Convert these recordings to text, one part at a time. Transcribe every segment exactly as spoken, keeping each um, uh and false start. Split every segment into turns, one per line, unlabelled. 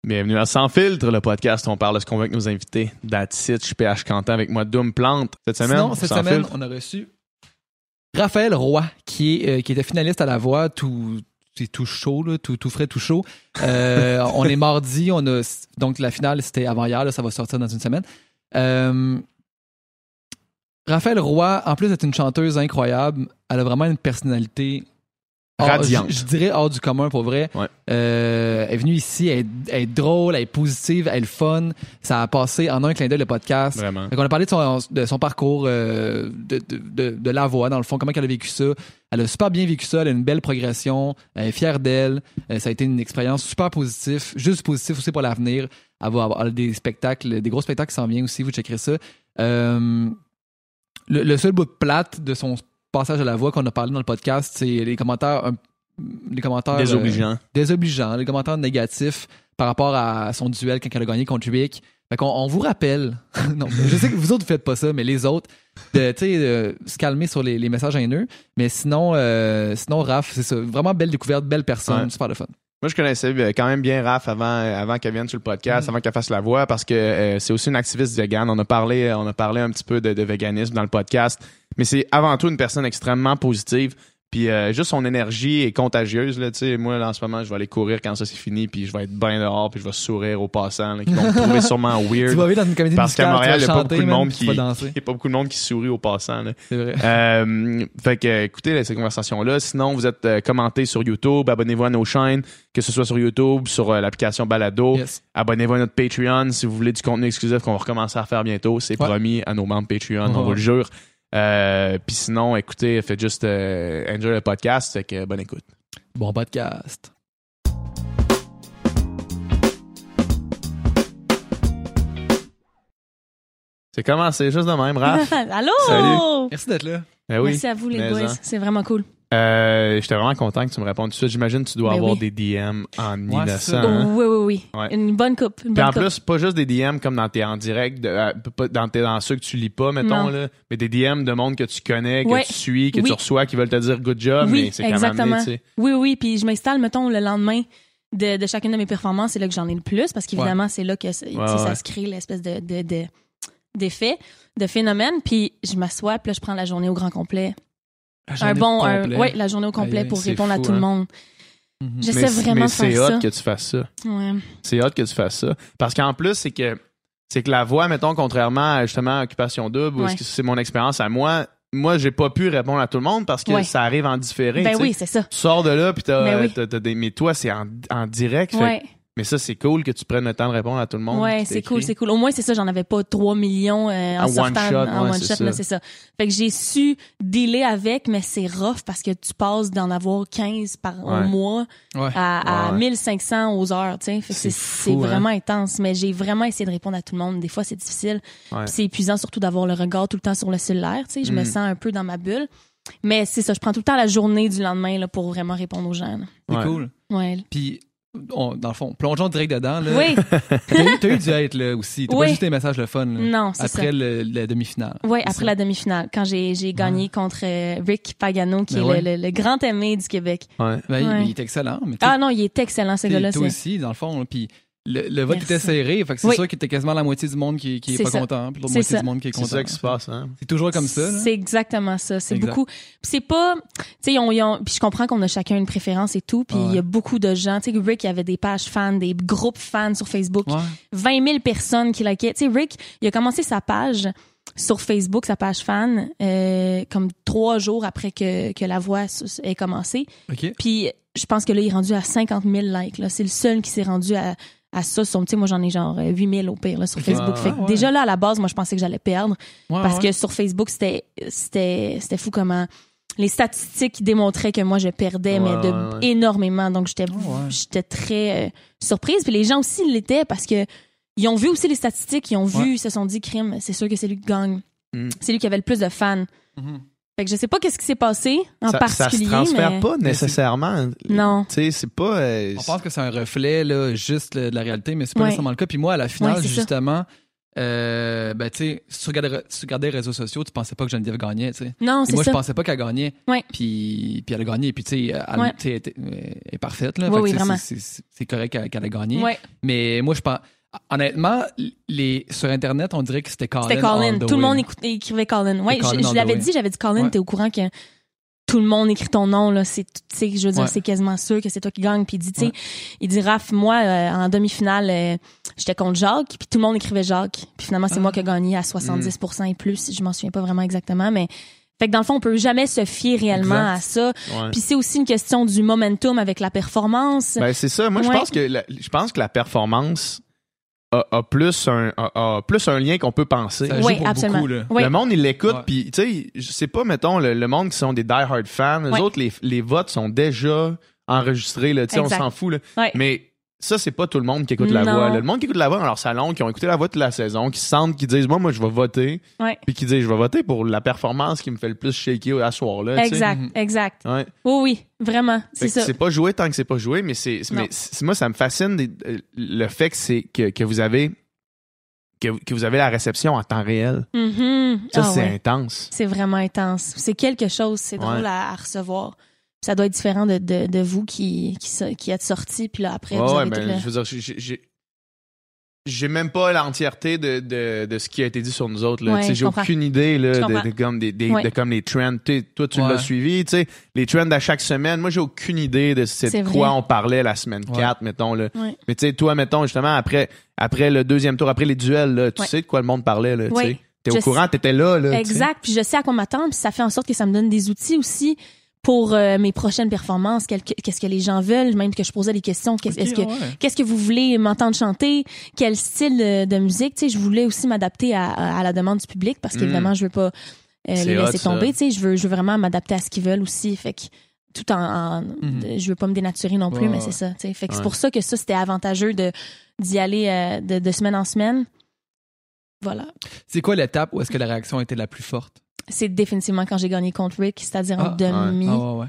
Bienvenue à Sans Filtre, le podcast où on parle de ce qu'on veut avec nos invités. That's it, je suis P H Quentin avec moi, Doom Plante. Cette semaine,
Sinon, cette
Sans
semaine,
Filtre.
on a reçu Raphaël Roy, qui, est, euh, qui était finaliste à La Voix, tout, c'est tout chaud, là, tout, tout frais, tout chaud. Euh, on est mardi, on a, donc la finale, c'était avant-hier, là, ça va sortir dans une semaine. Euh, Raphaël Roy, en plus d'être une chanteuse incroyable, elle a vraiment une personnalité...
Radiante.
Je, je dirais hors du commun, pour vrai.
Ouais.
Euh, elle est venue ici, elle, elle est drôle, elle est positive, elle est fun. Ça a passé en un clin d'œil le podcast.
Vraiment.
Donc on a parlé de son, de son parcours, euh, de, de, de, de La Voix, dans le fond, comment elle a vécu ça. Elle a super bien vécu ça, elle a une belle progression, elle est fière d'elle. Euh, ça a été une expérience super positive, juste positif aussi pour l'avenir. Elle va avoir des spectacles, des gros spectacles qui s'en viennent aussi, vous checkerez ça. Euh, le, le seul bout de plate de son passage à La Voix qu'on a parlé dans le podcast, c'est les commentaires, un, les commentaires
Désobligeants.
euh, désobligeants, les commentaires négatifs par rapport à son duel quand elle a gagné contre Rick. Fait qu'on on vous rappelle, non, je sais que vous autres vous faites pas ça, mais les autres, de, tu sais, de se calmer sur les, les messages haineux. Mais sinon, euh, sinon Raph, c'est ça, vraiment belle découverte, belle personne,
Ouais.
super le fun.
Moi, je connaissais quand même bien Raph avant, avant qu'elle vienne sur le podcast,
Mm.
avant qu'elle fasse la voix, parce que euh, c'est aussi une activiste végane. On a parlé, on a parlé un petit peu de, de véganisme dans le podcast, mais c'est avant tout une personne extrêmement positive. Puis euh, juste son énergie est contagieuse. Là, tu sais, moi, là, en ce moment, je vais aller courir quand ça c'est fini, puis je vais être bien dehors, puis je vais sourire aux passants là, qui vont me trouver sûrement weird.
Tu vas vivre dans une comédie
Parce qu'à
musicale,
Montréal, il
tu
n'y a
vas
pas beaucoup de
chanter,
monde
man,
qui,
tu vas danser.
il y a pas beaucoup de monde qui sourit aux passants. Là.
C'est vrai.
Euh, fait que écoutez là, ces conversations-là. Sinon, vous êtes euh, commentés sur YouTube, abonnez-vous à nos chaînes, que ce soit sur YouTube, sur euh, l'application Balado.
Yes.
Abonnez-vous à notre Patreon si vous voulez du contenu exclusif qu'on va recommencer à faire bientôt. C'est
Ouais.
promis à nos membres Patreon,
Ouais.
on vous le jure. Euh, Puis sinon, écoutez, faites juste euh, enjoy le podcast. Fait que bonne écoute.
Bon podcast.
C'est commencé juste de même, Raph.
Allô?
Salut.
Merci d'être là.
Ben oui.
Merci à vous, les
mais
boys.
en.
C'est vraiment cool.
Euh, J'étais vraiment content que tu me répondes tout de suite. J'imagine que tu dois
Ben
avoir
oui.
des D M en
Ouais,
innocent.
c'est ça.
hein?
Oh, oui, oui, oui.
Ouais.
Une bonne coupe. Une
Puis
bonne
en
coupe.
plus, pas juste des D M comme dans tes en direct, de, euh, pas dans, tes, dans ceux que tu lis pas, mettons,
Non.
là, mais des D M de monde que tu connais, que
Ouais.
tu suis, que
Oui.
tu reçois, qui veulent te dire good job,
Oui,
mais c'est quand même
exactement.
amené, tu sais.
Oui, oui. Puis je m'installe, mettons, le lendemain de, de chacune de mes performances. C'est là que j'en ai le plus parce qu'évidemment, c'est là que c'est- tu sais,
Ouais,
ça
ouais.
se crée l'espèce de, de, de, d'effet, de phénomène. Puis je m'assois, puis là, je prends la journée au grand complet.
La
Un
journée
bon,
au
un,
complet.
ouais, la journée au complet
Aïe, aïe,
pour
c'est
répondre à
fou,
tout le
hein.
monde.
Mhm.
J'essaie
Mais-
vraiment
mais
de
c'est
faire
hot
ça.
que tu fasses ça.
Ouais.
C'est hot que tu fasses ça. Parce qu'en plus, c'est que c'est que la voix, mettons, contrairement à justement à Occupation Double, ou est-ce
Ouais.
que c'est mon expérience à moi, moi, j'ai pas pu répondre à tout le monde parce que
Ouais.
ça arrive en différé.
Ben
tu sais.
oui, c'est ça.
Tu sors de là, puis t'as,
Ben oui.
t'as- t'as des. Mais toi, c'est en, en direct. fait que-
Ouais.
mais ça, c'est cool que tu prennes le temps de répondre à tout le monde.
Ouais,
qui
c'est
t'écrit.
cool, c'est cool. Au moins, c'est ça, j'en avais pas trois millions euh, en
En
sortant.
one shot,
en
ouais,
one
c'est
shot, là,
ça.
c'est ça. Fait que j'ai su dealer avec, mais c'est rough parce que tu passes d'en avoir quinze par
Ouais.
au mois
Ouais.
à, à
Ouais.
mille cinq cents aux heures, tu sais. Fait que
C'est
c'est,
fou,
c'est
hein.
vraiment intense. Mais j'ai vraiment essayé de répondre à tout le monde. Des fois, c'est difficile.
Ouais.
Puis c'est épuisant surtout d'avoir le regard tout le temps sur le cellulaire, tu sais. Je me
Mm.
sens un peu dans ma bulle. Mais c'est ça, je prends tout le temps la journée du lendemain là, pour vraiment répondre aux gens. là.
C'est
Ouais.
cool.
Ouais.
Puis, on- dans le fond, plongeons direct dedans. Là.
Oui,
T'as eu, t'as eu du hate là, aussi. T'as
Oui.
pas juste des messages le fun. Là,
non, c'est ça.
après le, la demi-finale.
Oui,
C'est
après
ça.
la demi-finale, quand j'ai, j'ai gagné contre euh, Rick Pagano, qui
Ben
est
ouais.
le, le- le grand aimé du Québec.
Ouais.
Ben, il-
Ouais.
il est excellent. Mais t'es-
Ah non, il est excellent, ce
t'es-
gars-là.
toi
c'est-
aussi, dans le fond. là, Puis le, le vote
Merci.
était serré. Fait que c'est
Oui.
sûr qu'il était quasiment la moitié du monde qui, qui est,
C'est
pas
ça.
content. Puis l'autre
C'est
moitié
ça.
du monde qui est
C'est
content.
ça qui se passe, hein.
C'est toujours comme ça. Là.
C'est exactement ça. C'est
Exact.
beaucoup. Puis c'est pas, tu sais, ils ont, ils ont- puis je comprends qu'on a chacun une préférence et tout. Puis il
Ah ouais.
y a beaucoup de gens. Tu sais, Rick il avait des pages fans, des groupes fans sur Facebook,
Ouais.
vingt mille personnes qui likaient. Tu sais, Rick, il a commencé sa page sur Facebook, sa page fan, euh, comme trois jours après que que la voix s- ait commencé.
OK.
Puis je pense que là, il est rendu à cinquante mille likes. Là, c'est le seul qui s'est rendu à à ça. Sur, tu sais, moi, j'en ai genre euh, huit mille au pire là, sur
Ok.
Facebook.
Ah,
Fait que
ouais.
déjà là, à la base, moi, je pensais que j'allais perdre.
Ouais,
Parce
ouais.
que sur Facebook, c'était, c'était, c'était fou comment les statistiques démontraient que moi, je perdais,
Ouais,
mais de
ouais, ouais.
énormément. Donc, j'étais,
Oh, ouais.
j'étais très euh, surprise. Puis les gens aussi l'étaient parce que ils ont vu aussi les statistiques, ils ont vu,
Ouais.
ils se sont dit, crime, c'est sûr que c'est lui qui gagne.
Mm.
C'est lui qui avait le plus de fans.
Mhm.
Fait que je sais pas qu'est-ce qui s'est passé en
ça,
particulier.
ça se transfère
mais...
pas nécessairement.
Non.
Tu sais, c'est pas. euh,
On pense que c'est un reflet là, juste là, de la réalité, mais c'est pas
Ouais.
nécessairement le cas. Puis moi, à la finale,
Ouais, c'est ça.
justement, euh, ben, tu sais, si tu regardais, si tu regardais les réseaux sociaux, tu pensais pas que Geneviève gagnait, tu sais.
Non,
Et
c'est
moi,
ça.
je pensais pas qu'elle gagnait.
Ouais.
Puis, puis elle a gagné. Puis, tu sais, elle,
Ouais.
tu sais, elle, était- elle est parfaite, là.
Oui,
Fait que,
oui,
tu sais,
vraiment.
c'est, c'est, c'est correct qu'elle, qu'elle a gagné.
Ouais.
Mais moi, je pense. Honnêtement, les, sur Internet, on dirait que c'était Colin.
C'était Colin.
all the
Tout le
way.
monde écoutait, écrivait Colin. Ouais,
Colin
je,
all
je
the
l'avais
way.
dit, j'avais dit Colin,
Ouais.
t'es au courant que tout le monde écrit ton nom, là. C'est, tu sais, je veux dire,
Ouais.
c'est quasiment sûr que c'est toi qui gagne. Puis il dit, tu sais,
Ouais.
il dit, Raph, moi, euh, en demi-finale, euh, j'étais contre Jacques, puis tout le monde écrivait Jacques. Puis finalement, c'est
Ah.
moi qui ai gagné à soixante-dix pour cent et plus. Je m'en souviens pas vraiment exactement, mais fait que dans le fond, on peut jamais se fier réellement
Exact.
à ça.
Ouais.
Puis c'est aussi une question du momentum avec la performance.
Ben, c'est ça. Moi, je
Ouais.
pense que la, je pense que la performance a, a plus un a, a plus un lien qu'on peut penser.
Ça joue
Oui,
pour
absolument.
beaucoup, là.
Oui.
Le monde, il l'écoute,
Ouais.
puis tu sais, je sais pas, mettons, le, le monde qui sont des die-hard fans, eux
Ouais.
autres, les, les votes sont déjà enregistrés, là, tu sais, on
Exact.
s'en fout, là.
Ouais.
Mais ça, c'est pas tout le monde qui écoute la
Non.
voix. là. Le monde qui écoute la voix dans leur salon, qui ont écouté la voix toute la saison, qui se sentent, qui disent, moi, moi, je vais voter,
Ouais.
puis qui disent, je vais voter pour la performance qui me fait le plus shaker à ce soir-là, tu sais.
Exact,
Mhm.
exact.
Ouais.
Oui, oui, vraiment,
Fait
c'est
que
ça.
c'est pas joué tant que c'est pas joué, mais c'est, c'est-
Non.
mais c'est- moi, ça me fascine des- euh, le fait que c'est, que, que vous avez, que, que vous avez la réception en temps réel.
Mhm.
Ça,
Ah
c'est
ouais.
intense.
C'est vraiment intense. C'est quelque chose, c'est drôle
Ouais.
à, à recevoir. Ça doit être différent de, de, de vous qui, qui, so- qui êtes sortis, puis là, après,
Ouais,
vous
ouais,
avez
ben,
tout le...
je veux dire, j'ai- j'ai- j'ai j'ai même pas l'entièreté de, de, de ce qui a été dit sur nous autres. Là.
Ouais,
Tu sais,
je
j'ai
comprends.
aucune idée là,
Je
de,
comprends.
de comme des, des-
Ouais.
de comme les trends. Tu sais, toi, tu
Ouais.
l'as suivi, tu sais, les trends à chaque semaine. Moi, j'ai aucune idée de c'est
C'est
de quoi
vrai.
on parlait la semaine
Ouais.
quatre, mettons. Là.
Ouais.
Mais tu sais, toi, mettons, justement, après, après le deuxième tour, après les duels, là, tu
Ouais.
sais de quoi le monde parlait. Là, tu
Ouais.
sais. T'es
Je
au courant, t'étais là. là tu sais.
Exact, puis je sais à quoi m'attendre, puis ça fait en sorte que ça me donne des outils aussi pour euh, mes prochaines performances, quel- qu'est-ce que les gens veulent, même que je posais des questions, qu'est-ce,
Ok,
est-ce que
ouais.
qu'est-ce que vous voulez m'entendre chanter, quel style de, de musique, tu sais, je voulais aussi m'adapter à, à la demande du public parce qu'évidemment,
Mm.
je veux pas euh,
C'est
les
hot,
laisser
ça.
tomber, tu sais, je veux je veux vraiment m'adapter à ce qu'ils veulent aussi, fait que tout en, en-
Mhm.
de- je veux pas me dénaturer non plus,
Ouais,
mais
ouais.
c'est ça, tu sais, fait que
Ouais.
c'est pour ça que ça c'était avantageux de d'y aller euh, de, de semaine en semaine. Voilà.
C'est quoi l'étape où est-ce que la réaction a été la plus forte?
C'est définitivement quand j'ai gagné contre Rick, c'est-à-dire en
Ah,
demi.
Ah ouais, ouais.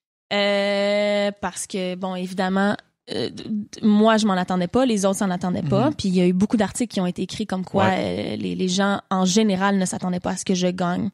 Euh, parce que, bon, évidemment, euh, d- d- moi, je m'en attendais pas, les autres s'en attendaient pas.
Mhm.
Puis il y a eu beaucoup d'articles qui ont été écrits comme quoi euh, les, les gens, en général, ne s'attendaient pas à ce que je gagne.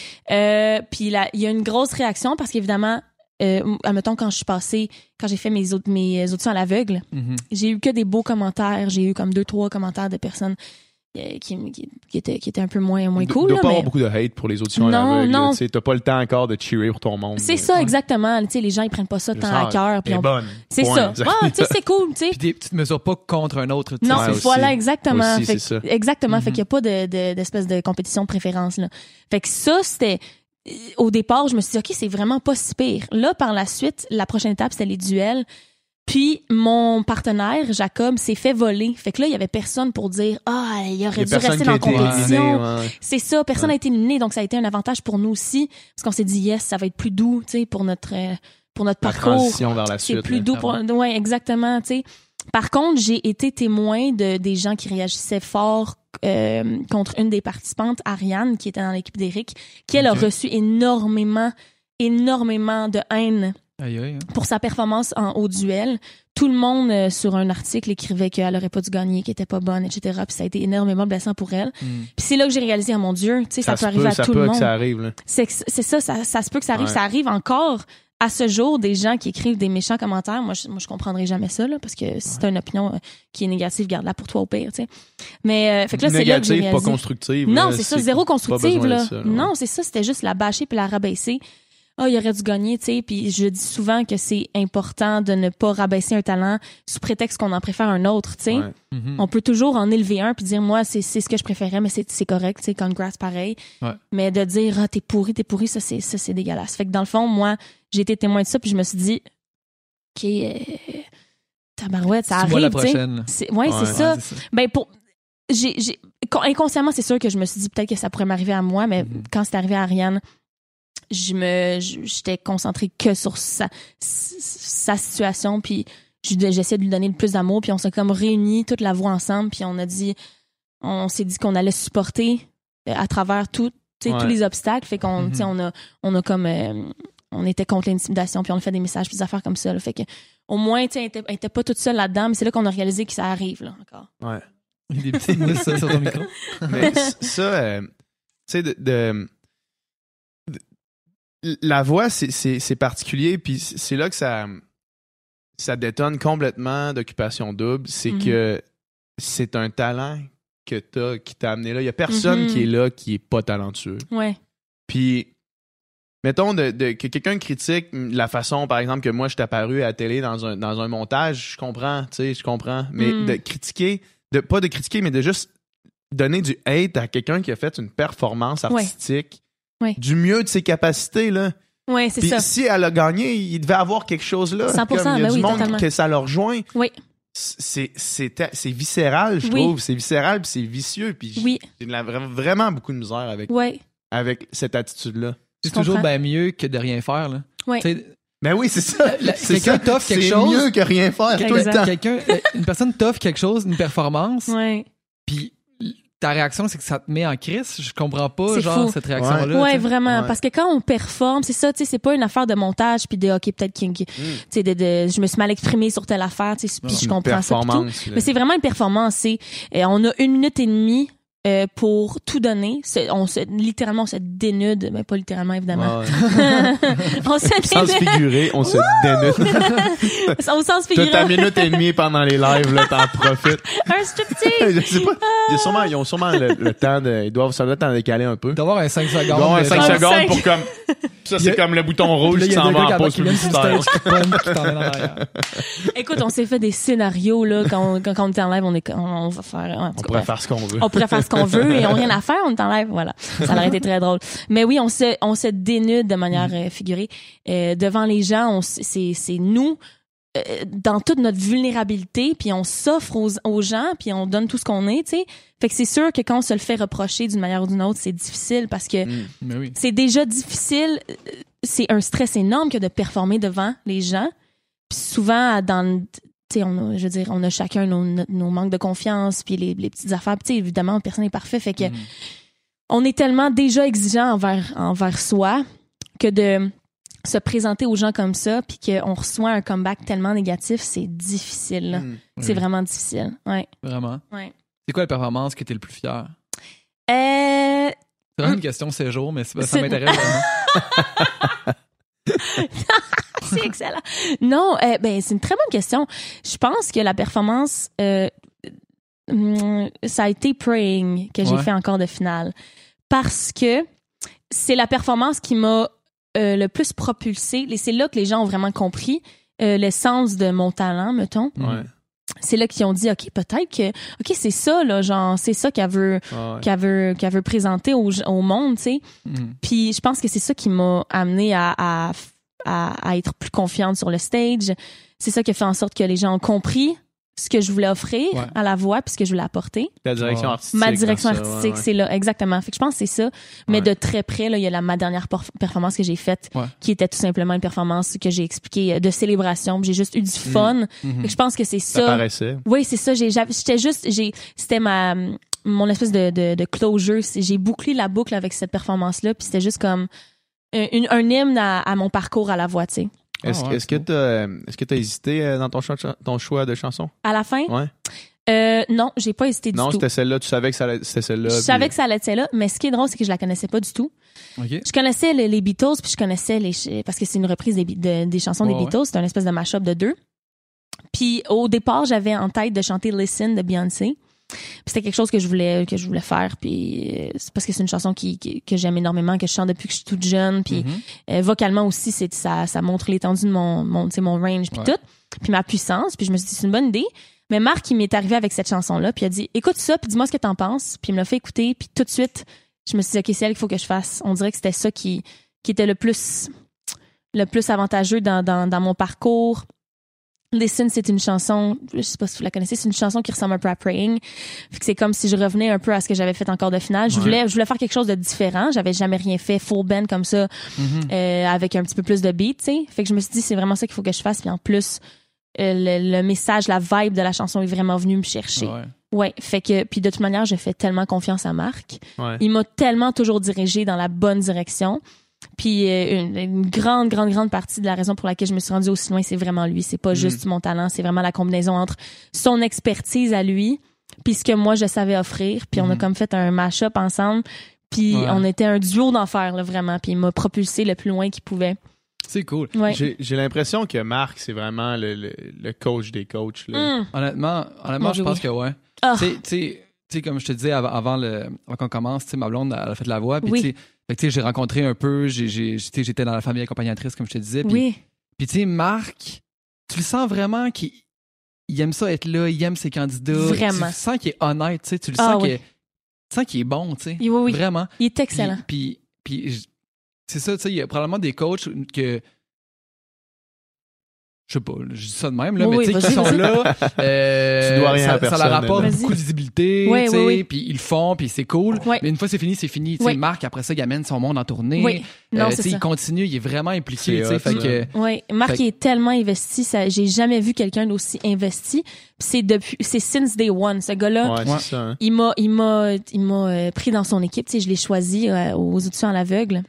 Euh, puis là, il y a une grosse réaction parce qu'évidemment, euh, admettons, quand je suis passée, quand j'ai fait mes, autres, mes auditions à l'aveugle,
Mhm.
j'ai eu que des beaux commentaires. J'ai eu comme deux, trois commentaires de personnes euh, qui, qui, qui, étaient, qui étaient un peu moins, moins
Il
cool.
doit
là,
pas
mais...
avoir beaucoup de hate pour les auditions à
Non,
l'aveugle, là,
non.
tu sais, t'as pas le temps encore de cheerer pour ton monde.
C'est
là.
ça,
Ouais.
exactement. Tu sais, les gens, ils prennent pas ça
Le
tant
genre,
à cœur. puis
elle est
on-
bonne.
C'est
Point.
ça. Ah, tu sais, c'est cool, tu sais.
Puis t'es- tu te mesures pas contre un autre. tu sais.
Non,
Ouais, aussi.
voilà, exactement.
Aussi,
Fait
c'est
que-
ça.
Exactement.
Mhm.
Fait qu'il n'y a pas de, de- d'espèce de compétition de préférence, là. Fait que ça, c'était, au départ, je me suis dit, OK, c'est vraiment pas si pire. Là, par la suite, la prochaine étape, c'était les duels. Puis, mon partenaire, Jacob, s'est fait voler. Fait que là, il y avait personne pour dire, ah, il
Il y
aurait
a
dû
personne
rester
qui a
dans la
été
compétition.
éliminé, ouais.
C'est ça, personne n'a
Ouais.
été éliminé, donc ça a été un avantage pour nous aussi. Parce qu'on s'est dit, yes, ça va être plus doux, tu sais, pour notre, euh, pour notre
La
parcours.
transition vers la
C'est
suite.
plus
là.
doux pour. Ouais, exactement, tu sais. Par contre, j'ai été témoin de des gens qui réagissaient fort euh, contre une des participantes, Ariane, qui était dans l'équipe d'Éric, qui elle
Ok.
a reçu énormément, énormément de haine
Aïe, aïe. hein.
pour sa performance en au duel. Tout le monde euh, sur un article écrivait qu'elle aurait pas dû gagner, qu'elle était pas bonne, et cetera. Puis ça a été énormément blessant pour elle.
Hmm.
Puis c'est là que j'ai réalisé, ah mon Dieu, tu sais, ça,
se
peut arriver à
ça
tout
peut
le
que
monde.
ça arrive. Là.
C'est que- c'est ça, ça, ça se peut que ça arrive.
Ouais.
Ça arrive encore à ce jour des gens qui écrivent des méchants commentaires. Moi, je, moi, je comprendrai jamais ça, là, parce que si t'as une opinion euh, qui est négative, garde-la pour toi au pire, tu sais. Mais, euh, fait que là, c'est là que j'ai
Négative, pas
réalisé.
constructive.
Non,
là,
c'est ça, zéro
pas
constructive,
besoin de
là.
ça, là,
Non,
ouais.
c'est ça, c'était juste la bâcher puis la rabaisser. Ah, il aurait dû gagner, tu sais. Puis je dis souvent que c'est important de ne pas rabaisser un talent sous prétexte qu'on en préfère un autre, tu sais.
Ouais.
Mhm.
On peut toujours en élever un puis dire moi c'est c'est ce que je préférais mais c'est c'est correct, tu sais, congrats pareil.
Ouais.
Mais de dire ah t'es pourri, t'es pourri, ça c'est ça c'est dégueulasse. Fait que dans le fond, moi, j'ai été témoin de ça puis je me suis dit OK, euh, tabarouette, ça
Dis-moi la
arrive, tu sais.
prochaine.
C'est ouais,
Ouais.
c'est ça.
Ouais, c'est ça.
Ben pour j'ai j'ai con- inconsciemment, c'est sûr que je me suis dit peut-être que ça pourrait m'arriver à moi, mais
Mhm.
quand c'est arrivé à Ariane, je me je- j'étais concentrée que sur sa sa situation puis je- j'essayais de lui donner le plus d'amour puis on s'est comme réunis toute la voix ensemble puis on a dit on s'est dit qu'on allait supporter euh, à travers tout tu sais,
Ouais.
tous les obstacles fait qu'on
Mhm.
tu sais, on a on a comme euh, on était contre l'intimidation puis on a fait des messages puis des affaires comme ça là. Fait que au moins tu sais elle était, elle était pas toute seule là-dedans mais c'est là qu'on a réalisé que ça arrive là encore.
Ouais.
Il y a des petites mousses ça, sur ton micro.
Mais ça, euh, tu sais, de, de, de- la voix, c'est, c'est, c'est particulier, puis c'est là que ça, ça détonne complètement d'Occupation Double. C'est
Mhm.
que c'est un talent que t'as, qui t'a amené là. Il y a personne
Mhm.
qui est là qui est pas talentueux.
Ouais.
Puis, mettons de, de- que quelqu'un critique la façon, par exemple, que moi je suis apparu à la télé dans un, dans un montage, je comprends, tu sais, je comprends. Mais
Mm.
de critiquer, de pas de critiquer, mais de juste donner du hate à quelqu'un qui a fait une performance artistique
Ouais.
du mieux de ses capacités, là.
Ouais, c'est
Puis
ça.
si elle a gagné, il devait avoir quelque chose là.
cent pour cent,
Comme il y a
ben
du
oui,
monde
totalement.
que ça leur rejoint.
Oui.
C'est, c'est, c'est viscéral, je
Oui.
trouve. C'est viscéral, puis c'est vicieux. Puis j'ai-
Oui.
j'ai de la- vraiment beaucoup de misère avec,
Ouais.
avec cette attitude-là.
C'est
Je
toujours
comprends.
bien mieux que de rien faire. Là.
Ouais.
Tu sais,
Ben oui, c'est ça.
La-
C'est
quelqu'un
ça.
t'offre quelque
c'est
chose.
mieux que rien faire tout le
Exact.
temps.
quelqu'un, euh, une personne t'offre quelque chose, une performance,
Ouais.
puis ta réaction, c'est que ça te met en crise. Je comprends pas,
C'est
genre,
fou.
cette réaction-là.
Ouais,
tu sais.
vraiment.
Ouais.
Parce que quand on performe, c'est ça, tu sais, c'est pas une affaire de montage puis de, OK, peut-être que, que- tu sais, de, de, je me suis mal exprimé sur telle affaire, tu sais, puis
C'est
je
une
comprends ça. puis tout.
performance, là.
Mais c'est vraiment une performance. C'est, euh, on a une minute et demie euh, pour tout donner. C'est- on se, littéralement, on se dénude. Mais pas littéralement, évidemment.
Ouais.
on se
Sans se
dénude.
figurer, on se dénude.
Au sens
T'as ta
figuré.
minute et demie pendant les lives, là, t'en profites.
Un striptease.
Je sais pas. Il y a sûrement, ils ont sûrement le, le temps de, ils doivent, ça doit t'en décaler un peu.
D'avoir un cinq secondes.
Ils doivent avoir un
de-
cinq
Un
secondes
cinq.
pour comme, ça
Il y
c'est
a-
comme le bouton rouge
Puis là, il
qui
y a
s'en
des
va
gars
en pause
qui viennent sur le
publicitaire.
stage qui pognent, qui t'emmènent en arrière.
Écoute, on s'est fait des scénarios, là, quand on, quand, quand on est en live, on est, on, on va faire, en tout
On
cas,
pourrait
bref.
faire ce qu'on veut.
On pourrait faire ce qu'on veut et on n'a rien à faire, on est en live, voilà. Ça aurait été très drôle. Mais oui, on se, on se dénude de manière euh, figurée. Euh, devant les gens, on, s- c'est, c'est nous, euh, dans toute notre vulnérabilité, puis on s'offre aux, aux gens, puis on donne tout ce qu'on est, tu sais. Fait que c'est sûr que quand on se le fait reprocher d'une manière ou d'une autre, c'est difficile parce que
Mm.
Mais oui.
c'est déjà difficile. euh, C'est un stress énorme que de performer devant les gens. Puis souvent, dans le- tu sais, on a, je veux dire, on a chacun nos, nos, nos manques de confiance, puis les, les petites affaires. Puis tu sais, évidemment, personne n'est parfait. Fait que
Mm.
on est tellement déjà exigeant envers, envers soi que de se présenter aux gens comme ça, puis qu'on reçoit un comeback tellement négatif, c'est difficile. là.
Mm.
C'est
Oui.
vraiment difficile. Ouais.
Vraiment.
Ouais.
C'est quoi la performance que t'es le plus fier?
Euh,
C'est vraiment une question séjour, mais c'est- ça
C'est-
m'intéresse vraiment.
c'est excellent. Non, euh, ben c'est une très bonne question. Je pense que la performance, euh, hum, ça a été Praying que j'ai
Ouais.
fait en quart de finale parce que c'est la performance qui m'a euh, le plus propulsée. Et c'est là que les gens ont vraiment compris euh, l'essence de mon talent, mettons.
Ouais.
C'est là qu'ils ont dit, ok, peut-être que, ok, c'est ça là, genre c'est ça qu'elle veut,
Ouais.
qu'elle veut, qu'elle veut présenter au, au monde, tu sais.
Mm.
Puis je pense que c'est ça qui m'a amené à, à, à, à être plus confiante sur le stage. C'est ça qui a fait en sorte que les gens ont compris ce que je voulais offrir
Ouais.
à la voix puis ce que je voulais apporter.
La direction
Ouais.
artistique.
Ma direction
dans ça,
artistique,
ouais, ouais.
c'est là, exactement. Fait que je pense que c'est ça. Mais
Ouais.
de très près, là, il y a la, ma dernière perf- performance que j'ai faite,
Ouais.
qui était tout simplement une performance que j'ai expliquée euh, de célébration. Puis j'ai juste eu du fun. Fait que je pense que c'est
Ça
ça.
paraissait.
Oui, c'est ça. J'ai, j'avais- j'étais juste, j'ai, c'était ma, mon espèce de, de, de closure. C'est- J'ai bouclé la boucle avec cette performance-là, puis c'était juste comme un, une- un hymne à, à mon parcours à la voix, tu sais.
Est-ce,
Ah ouais,
est-ce que
c'est
t'as, est-ce que t'as hésité euh, dans ton choix, de cha- ton choix de chanson?
À la fin,
Ouais.
euh, non, j'ai pas hésité du
Non,
tout.
c'était celle-là. Tu savais que ça allait- c'était celle-là.
Je
puis-
savais que ça allait être celle-là, mais ce qui est drôle, c'est que je la connaissais pas du tout.
OK.
Je connaissais les, les Beatles, puis je connaissais les ch- parce que c'est une reprise des, Be- de- des chansons
Ouais,
des
ouais.
Beatles. C'est un espèce de mash-up de deux. Puis au départ, j'avais en tête de chanter Listen de Beyoncé. Puis c'était quelque chose que je voulais que je voulais faire. Puis euh, c'est parce que c'est une chanson qui, qui- que j'aime énormément, que je chante depuis que je suis toute jeune. Puis
Mhm.
euh, vocalement aussi, c'est ça, ça montre l'étendue de mon mon, tu sais, mon range puis
Ouais.
tout, puis ma puissance. Puis je me suis dit c'est une bonne idée. Mais Marc, il m'est arrivé avec cette chanson-là, puis il a dit écoute ça, puis dis-moi ce que t'en penses. Puis il me l'a fait écouter, puis tout de suite, je me suis dit ok, c'est elle qu'il faut que je fasse. On dirait que c'était ça qui qui était le plus le plus avantageux dans dans, dans mon parcours. Listen, c'est une chanson, je sais pas si vous la connaissez, c'est une chanson qui ressemble un peu à Praying. Fait que c'est comme si je revenais un peu à ce que j'avais fait en quart de finale. Je
Ouais.
voulais, je voulais faire quelque chose de différent. J'avais jamais rien fait full band comme ça,
Mhm.
euh, avec un petit peu plus de beat, tu sais. Fait que je me suis dit, c'est vraiment ça qu'il faut que je fasse. Puis en plus, euh, le, le message, la vibe de la chanson est vraiment venu me chercher.
Ouais.
Ouais. Fait que, puis de toute manière, je fais tellement confiance à Marc.
Ouais.
Il m'a tellement toujours dirigé dans la bonne direction. Puis euh, une, une grande, grande, grande partie de la raison pour laquelle je me suis rendue aussi loin, c'est vraiment lui. C'est pas
Mm.
juste mon talent, c'est vraiment la combinaison entre son expertise à lui, puis ce que moi je savais offrir, puis on a
Mhm.
comme fait un mash-up ensemble, puis
Ouais.
on était un duo d'enfer là vraiment, puis il m'a propulsé le plus loin qu'il pouvait.
C'est cool.
Ouais.
J'ai, j'ai l'impression que Marc, c'est vraiment le, le, le coach des coachs. Là.
Mm.
Honnêtement, honnêtement
Mon
je
Dieu,
pense
oui.
que ouais.
Ah.
Tu sais, tu sais, tu sais, comme je te disais avant, avant, le, avant qu'on commence, tu sais, ma blonde, elle a fait la voix. Puis,
Oui.
tu sais, fait que, tu sais, j'ai rencontré un peu, j'ai, j'ai, tu sais, j'étais dans la famille accompagnatrice, comme je te disais. Puis,
Oui.
puis tu sais, Marc, tu le sens vraiment qu'il il aime ça être là, il aime ses candidats.
Vraiment.
Tu sens qu'il est honnête, tu sais, tu le
Ah
sens
oui.
qu'il est, tu sens qu'il est bon, tu sais.
Oui, oui.
Vraiment.
Il est excellent.
Puis, puis, puis, j- c'est ça, tu sais, il y a probablement des coachs que. Je sais pas, je dis ça de même, là,
Oui,
mais tu sais,
oui,
qui
vas-y,
sont
vas-y.
là, euh,
Tu dois rien
ça,
à
ça
personne,
leur apporte
Vas-y.
beaucoup de visibilité,
Oui,
tu sais,
oui, oui.
puis ils le font, puis c'est cool.
Oui.
Mais une fois c'est fini, c'est fini. Tu sais,
Oui.
Marc, après ça, il amène son monde en tournée.
Oui. Non,
Euh,
c'est
tu sais,
ça.
il continue, il est vraiment impliqué,
C'est
tu sais,
hot,
fait
ça.
que...
Oui, Marc
Fait-
il est tellement investi, ça, j'ai jamais vu quelqu'un d'aussi investi. Puis c'est depuis, c'est since day one, ce gars-là.
Ouais,
Ouais.
c'est ça. Hein.
Il m'a, il m'a, il m'a euh, pris dans son équipe. Tu sais, je l'ai choisi euh, aux auditions à l'aveugle.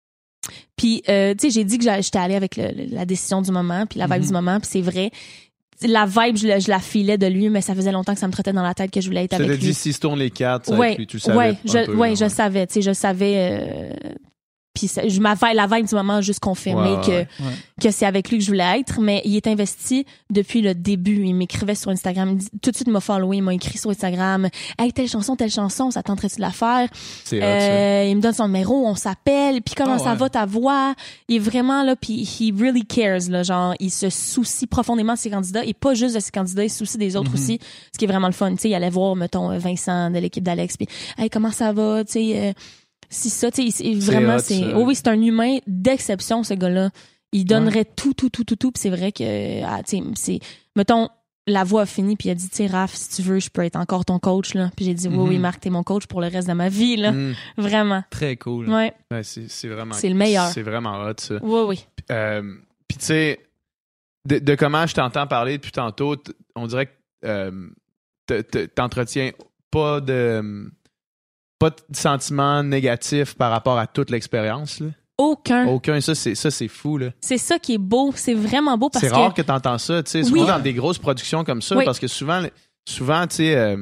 Puis, euh, tu sais, j'ai dit que j'a- j'étais allée avec le- le- la décision du moment, puis la vibe
Mhm.
du moment, puis c'est vrai. La vibe, je, la- je la filais de lui, mais ça faisait longtemps que ça me trottait dans la tête que je voulais être
Tu t'as
avec
dit
lui.
s'il se tourne les quatre, ça va
Ouais,
être lui, tu le savais.
ouais,
un
je,
peu,
ouais,
là,
je savais, tu sais, je savais. euh, puis ça- je m'avais la vibe du moment a juste confirmé
Ouais, ouais,
que
ouais.
Ouais.
que c'est avec lui que je voulais être, mais il est investi depuis le début. Il m'écrivait sur Instagram, il dit- tout de suite il m'a followé, il m'a écrit sur Instagram, hey telle chanson, telle chanson, ça tenterait-tu de la faire?
C'est hot, ça.
Euh, il me donne son numéro, on s'appelle, puis comment
Ah
ça
ouais.
va ta voix? Il est vraiment là, puis he really cares, là, genre il se soucie profondément de ses candidats et pas juste de ses candidats, il se soucie des autres
Mhm.
aussi, ce qui est vraiment le fun. Tu sais, il allait voir, mettons, Vincent de l'équipe d'Alex, puis hey comment ça va? Tu sais, euh, si ça, tu sais, c'est
C'est
vraiment
hot,
c'est,
ça.
oh oui, c'est un humain d'exception ce gars-là. Il donnerait tout, tout, tout, tout, tout. Puis c'est vrai que, ah, tu sais, c'est, mettons, la voix a fini, puis il a dit, tu sais, Raph, si tu veux, je peux être encore ton coach, là. Puis j'ai dit, oui,
Mhm.
oui, Marc, t'es mon coach pour le reste de ma vie, là.
Mm.
Vraiment.
Très cool.
Ouais.
Ouais, c'est, c'est vraiment.
C'est le meilleur.
C'est vraiment hot, ça.
Oui, oui.
Euh, Puis tu sais, de, de comment je t'entends parler depuis tantôt, t- on dirait que euh, te- te- t'entretiens pas de pas de sentiments négatifs par rapport à toute l'expérience. Là.
Aucun.
Aucun, ça c'est ça c'est fou là.
C'est ça qui est beau. C'est vraiment beau parce
C'est
que.
rare que t'entends ça, tu sais,
Oui.
souvent dans des grosses productions comme ça,
Oui.
parce que souvent, souvent tu sais, euh,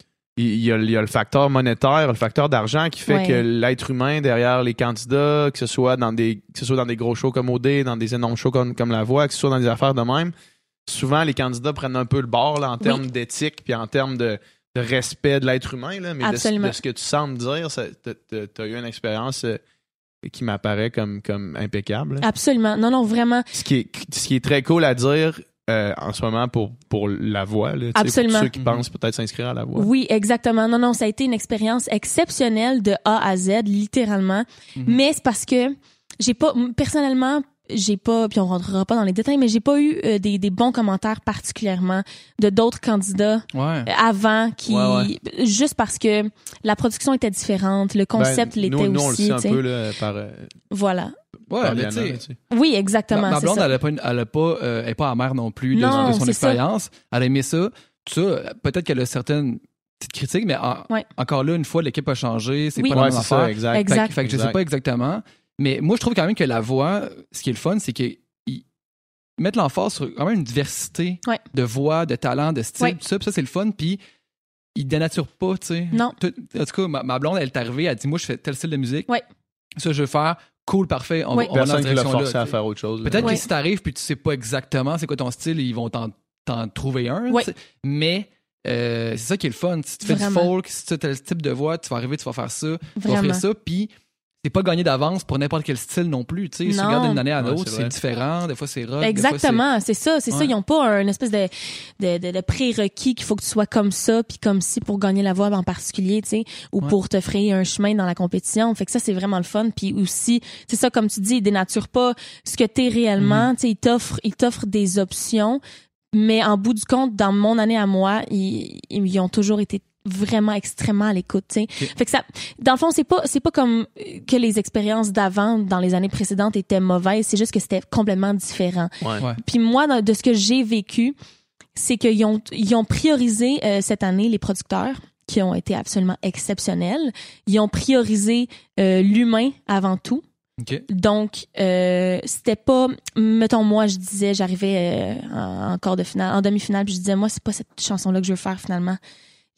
il y, a, il y a le facteur monétaire, le facteur d'argent qui fait
Ouais.
que l'être humain derrière les candidats, que ce soit dans des que ce soit dans des gros shows comme O D, dans des énormes shows comme, comme La Voix, que ce soit dans des affaires de même, souvent les candidats prennent un peu le bord là, en termes d'éthique puis en termes de, de respect de l'être humain là, mais de,
Absolument.
de ce que tu sembles dire, ça- t'as- t'as t'as eu une expérience euh, qui m'apparaît comme comme impeccable. là.
Absolument. Non, non, vraiment.
Ce qui est ce qui est très cool à dire euh, en ce moment pour pour La Voix là, tu sais,
Absolument.
pour ceux qui
Mhm.
pensent peut-être s'inscrire à La Voix.
Oui, exactement. Non, non, ça a été une expérience exceptionnelle de A à Z, littéralement.
Mhm.
Mais c'est parce que j'ai pas, personnellement, j'ai pas, puis on rentrera pas dans les détails, mais j'ai pas eu euh, des, des bons commentaires particulièrement de d'autres candidats
Ouais.
euh, avant qui,
Ouais,
juste parce que la production était différente, le concept
Ben,
l'était
nous, nous, on le
aussi,
sait un
tu sais.
peu là, par, euh,
voilà.
Ouais,
par
mais
Liana,
tu sais,
là, tu sais.
Oui, exactement.
Ma, ma
c'est
blonde,
ça.
elle est pas, une- elle a pas, euh, elle est pas amère non plus de,
Non,
de son
c'est ça.
expérience. Elle a aimé ça. Tout ça, peut-être qu'elle a certaines petites critiques, mais en-
Ouais.
encore là, une fois, l'équipe a changé. C'est
Oui.
pas la
Ouais,
même
c'est
affaire.
ça, exact.
Fait,
Exact.
que- fait que je sais
Exact.
pas exactement. Mais moi, je trouve quand même que La Voix, ce qui est le fun, c'est qu'ils ils mettent l'emphase sur quand même une diversité
Ouais.
de voix, de talent, de style,
Ouais.
tout ça. Puis ça, c'est le fun. Puis ils dénaturent pas, tu sais.
Non.
Tout- En tout cas, ma, ma blonde, elle est arrivée, elle dit, moi, je fais tel style de musique.
Ouais.
Ça, je veux faire. Cool, parfait. On,
Ouais.
va- on va dans
Personne
cette
qui l'a
direction-là,
forcé à
tu sais.
faire autre chose. là.
Peut-être
Ouais.
que si t'arrives puis tu sais pas exactement c'est quoi ton style, ils vont t'en, t'en trouver un.
Ouais.
tu sais. Mais euh, c'est ça qui est le fun. Si tu fais
Vraiment.
du folk, si tu as tel type de voix, tu vas arriver, tu vas faire ça, tu vas
Vraiment.
offrir ça. Puis c'est pas gagné d'avance pour n'importe quel style non plus. Tu sais, si tu
Non.
regardes d'une année à
Ouais,
l'autre,
c'est
c'est
vrai.
différent. Des fois, c'est rock.
Exactement, c'est ça, c'est ça.
Ouais.
Ils ont pas un espèce de, de, de, de prérequis qu'il faut que tu sois comme ça, puis comme ci pour gagner la voix en particulier, tu sais, ou
Ouais.
pour te frayer un chemin dans la compétition. Fait que ça, c'est vraiment le fun. Puis aussi, c'est ça, comme tu dis, ils dénaturent pas ce que t'es réellement.
Mhm.
Tu sais, ils t'offrent, ils t'offrent des options, mais en bout du compte, dans mon année à moi, ils, ils ont toujours été vraiment extrêmement à l'écoute, tu sais.
Ok.
Fait que ça, dans le fond, c'est pas, c'est pas comme que les expériences d'avant, dans les années précédentes, étaient mauvaises. C'est juste que c'était complètement différent.
Ouais.
Ouais.
Puis moi, dans- de ce que j'ai vécu, c'est qu'ils ont, ils ont priorisé euh, cette année les producteurs qui ont été absolument exceptionnels. Ils ont priorisé euh, l'humain avant tout.
OK.
Donc, euh, c'était pas, mettons, moi, je disais, j'arrivais euh, en, en quart de finale, en demi-finale, puis je disais, moi, c'est pas cette chanson-là que je veux faire finalement.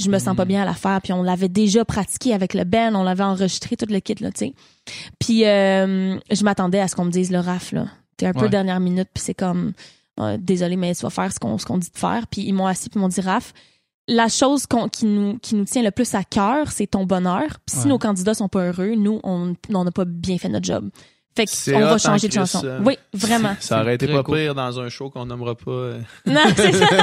je me sens
Mm.
pas bien à la faire. Puis on l'avait déjà pratiqué avec le band, on l'avait enregistré tout le kit là, tu sais. Puis euh, je m'attendais à ce qu'on me dise le raf là. T'es un peu
Ouais.
dernière minute, puis c'est comme euh, désolé, mais tu vas faire ce qu'on ce qu'on dit de faire. Puis ils m'ont assis puis ils m'ont dit Raph, la chose qu'on, qui nous qui nous tient le plus à cœur, c'est ton bonheur. Puis si
Ouais.
nos candidats sont pas heureux, nous on on n'a pas bien fait notre job. Fait
C'est
qu'on
hot
va
en
changer de
Christ,
chanson.
ça.
Oui, vraiment.
Ça aurait été
très
pas
cool.
pire dans un show qu'on nommera pas. euh.
Non, c'est ça.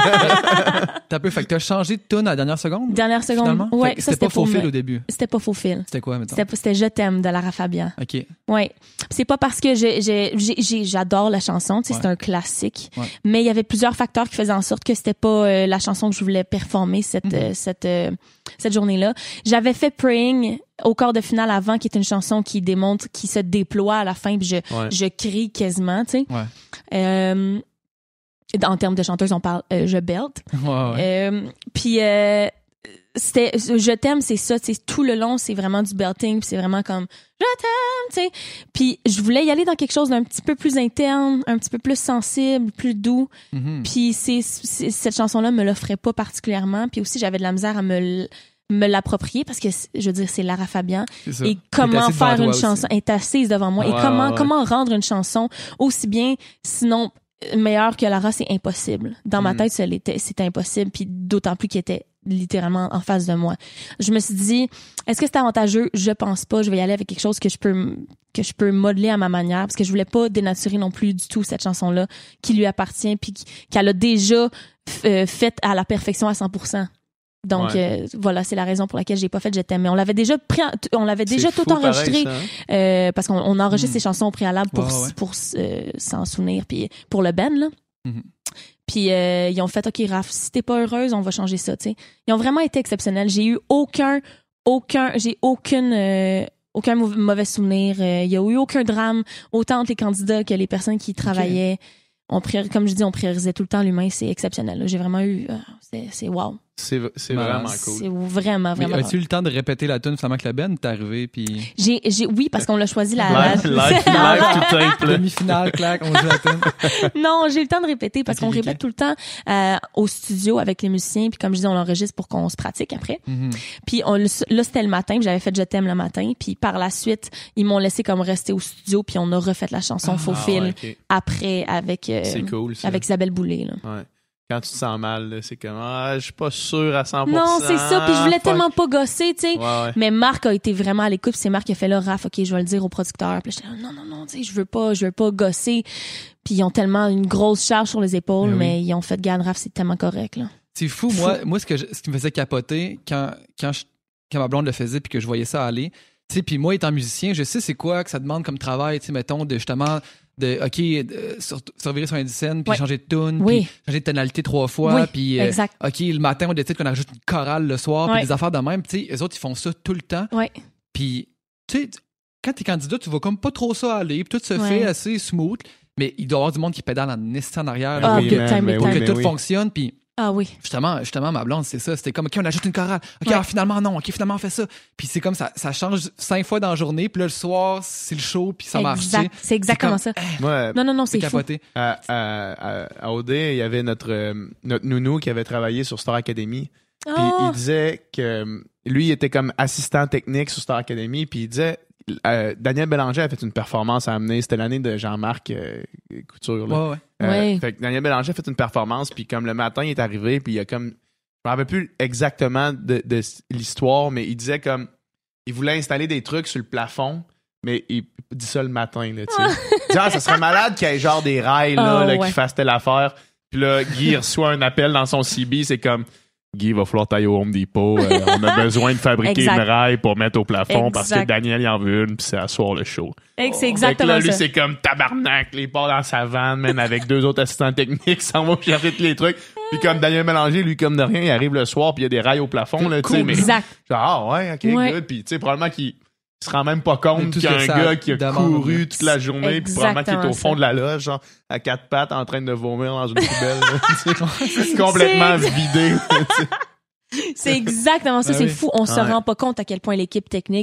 T'as un peu, fait que t'as changé de tune à la dernière seconde?
Dernière seconde.
Finalement?
Ouais,
Fait que
ça
c'était pas
pour
faux
me-
fil au début.
C'était pas faux fil.
C'était quoi, mettons?
C'était c'était Je t'aime de Lara Fabian.
OK.
Ouais. C'est pas parce que j'ai j'ai j'ai- j'ai- j'adore la chanson, tu sais,
Ouais.
c'est un classique.
Ouais.
Mais il y avait plusieurs facteurs qui faisaient en sorte que c'était pas euh, la chanson que je voulais performer cette
Mhm.
euh, cette euh, cette journée-là. J'avais fait Praying au quart de finale avant, qui est une chanson qui démontre, qui se déploie à la fin, puis je
Ouais.
je crie quasiment, tu sais.
Ouais.
Euh, en termes de chanteuse, on parle euh, je belt.
Ouais, ouais.
Euh, puis euh, c'était je t'aime, c'est ça, c'est tout le long, c'est vraiment du belting, puis c'est vraiment comme je t'aime, tu sais. Puis je voulais y aller dans quelque chose d'un petit peu plus interne, un petit peu plus sensible, plus doux.
Mhm.
Puis c'est, c'est- cette chanson-là me l'offrait pas particulièrement, puis aussi j'avais de la misère à me l- me l'approprier parce que je veux dire c'est Lara Fabian
C'est ça.
et
Elle est
comment
assise devant
faire
toi
une
aussi.
chanson elle est assise devant moi
Ouais,
et comment
ouais.
comment rendre une chanson aussi bien sinon meilleure que Lara, c'est impossible. Dans ma
Mm.
tête, ça l'était- c'était impossible, puis d'autant plus qu'il était littéralement en face de moi. Je me suis dit, est-ce que c'est avantageux? Je pense pas. Je vais y aller avec quelque chose que je peux m- que je peux modeler à ma manière, parce que je voulais pas dénaturer non plus du tout cette chanson-là qui lui appartient, puis qui- qu'elle a déjà f- euh, faite à la perfection à cent pour cent. Donc
Ouais.
euh, voilà, c'est la raison pour laquelle j'ai pas fait Je t'aime. Mais on l'avait déjà pris, en- on l'avait déjà
C'est
tout
fou,
enregistré.
pareil, ça, hein?
Euh, parce qu'on on enregistre
Mm.
ces chansons au préalable pour,
Ouais, ouais, ouais.
pour euh, s'en souvenir, puis pour le band, là.
Mhm.
Puis euh, ils ont fait, OK, Raph, si t'es pas heureuse, on va changer ça, tu sais. Ils ont vraiment été exceptionnels. J'ai eu aucun, aucun, j'ai aucune, euh, aucun mau- mauvais souvenir. Euh, Il y a eu aucun drame, autant entre les candidats que les personnes qui y travaillaient. On priori- comme je dis, on priorisait tout le temps l'humain. C'est exceptionnel, là. J'ai vraiment eu, euh, c'est, c'est wow.
C'est, c'est
Ben,
vraiment
C'est
cool.
vraiment,
Mais
vraiment.
as-tu eu le temps de répéter la tune finalement que la Ben t'es arrivé puis
J'ai, j'ai, oui, parce qu'on l'a choisi la,
Live,
la-
live, live to tape, là.
demi-finale, clac, on joue la tune.
Non, j'ai eu le temps de répéter parce
Ok,
qu'on
ok,
répète
ok.
tout le temps euh, au studio avec les musiciens. Puis comme je dis, on l'enregistre pour qu'on se pratique après.
Mhm.
Puis on, là, c'était le matin. Puis j'avais fait Je t'aime le matin. Puis par la suite, ils m'ont laissé comme rester au studio. Puis on a refait la chanson Faux
Ah,
fil
ouais, ok.
après avec euh,
C'est cool, ça.
avec Isabelle Boulay. Là.
Ouais. Quand tu te sens mal, là, c'est comme, ah, je suis pas sûr à cent pour cent.
Non, c'est ça. Puis je voulais
fuck.
tellement pas gosser, tu sais.
Ouais, ouais.
Mais Marc a été vraiment à l'écoute. Puis c'est Marc qui a fait là, Raph, OK, je vais le dire au producteur. Puis j'étais là, non, non, non, tu sais, je veux pas, je veux pas gosser. Puis ils ont tellement une grosse charge sur les épaules,
Ben oui.
mais ils ont fait, garde, Raph, c'est tellement correct, là.
C'est fou, moi, moi ce, que je- ce qui me faisait capoter quand, quand, je- quand ma blonde le faisait puis que je voyais ça aller, tu sais, puis moi étant musicien, je sais c'est quoi que ça demande comme travail, tu sais, mettons, de justement, de, OK, de, sur, surveiller sur un scène, puis
Ouais.
changer de tune,
Oui.
puis changer de tonalité trois fois,
Oui,
puis, euh,
exact.
OK, le matin, on décide qu'on ajoute une chorale le soir,
Ouais.
puis des affaires de même, tu sais, eux autres, ils font ça tout le temps,
Ouais.
puis, tu sais, quand t'es candidat, tu vois comme pas trop ça aller, puis tout se
Ouais.
fait assez smooth, mais il doit y avoir du monde qui pédale en esti en arrière,
Ah,
là,
big
man,
time,
mais
big
pour
oui,
time.
que
mais
tout
oui.
fonctionne, puis
Ah oui.
Justement, justement, ma blonde, c'est ça. C'était comme, OK, on ajoute une chorale. OK,
Ouais.
alors, finalement, non. OK, finalement, on fait ça. Puis c'est comme ça, ça change cinq fois dans la journée. Puis là, le soir, c'est le show, puis ça marche. tu sais.
Exact. C'est exactement
C'est
ça.
Moi,
Non, non, non,
C'est
c'est fou.
capoté.
à, à, à, à O D, il y avait notre, euh, notre nounou qui avait travaillé sur Star Academy. Puis
Oh.
il disait que euh, lui, il était comme assistant technique sur Star Academy. Puis il disait, euh, Daniel Bélanger a fait une performance à amener. C'était l'année de Jean-Marc euh, Couture. Là.
Ouais, ouais.
Euh,
Ouais.
Fait que Daniel Bélanger a fait une performance, puis comme le matin, il est arrivé, puis il y a comme... Je me rappelle plus exactement de, de l'histoire, mais il disait comme... Il voulait installer des trucs sur le plafond, mais il dit ça le matin, là, tu sais. Il dit, ah, ça serait malade qu'il y ait genre des rails, là,
Oh,
là
ouais.
qui fassent telle affaire. Puis là, Guy reçoit un appel dans son C B, c'est comme... Guy, il va falloir tailler au Home Depot. Euh, on a besoin de fabriquer
Exact.
une rail pour mettre au plafond parce que
Exact.
Daniel, il en veut une, puis c'est à soir le show.
Hey, C'est
Fait que
exactement
là, lui,
ça.
c'est comme tabarnak. Il part dans sa van, même avec deux autres assistants techniques, s'en va chercher tous les trucs. Puis comme Daniel Mélanger, lui, comme de rien, il arrive le soir, puis il y a des rails au plafond, là, tu sais. Mais
Exact.
genre, ah ouais, ok,
Ouais.
good. Puis tu sais, probablement qu'il se rend même pas
De
compte
tout
qu'il y a
ce
un
que ça
gars qui a
demande,
couru
là.
toute la journée, puis probablement qu'il est au
Exactement
fond
ça.
de la loge, genre, à quatre pattes, en train de vomir dans une poubelle. là, tu sais. Complètement
C'est-
vidé. là, tu sais.
C'est exactement ça.
Ah
c'est
oui.
fou. On se
Ouais.
rend pas compte à quel point l'équipe technique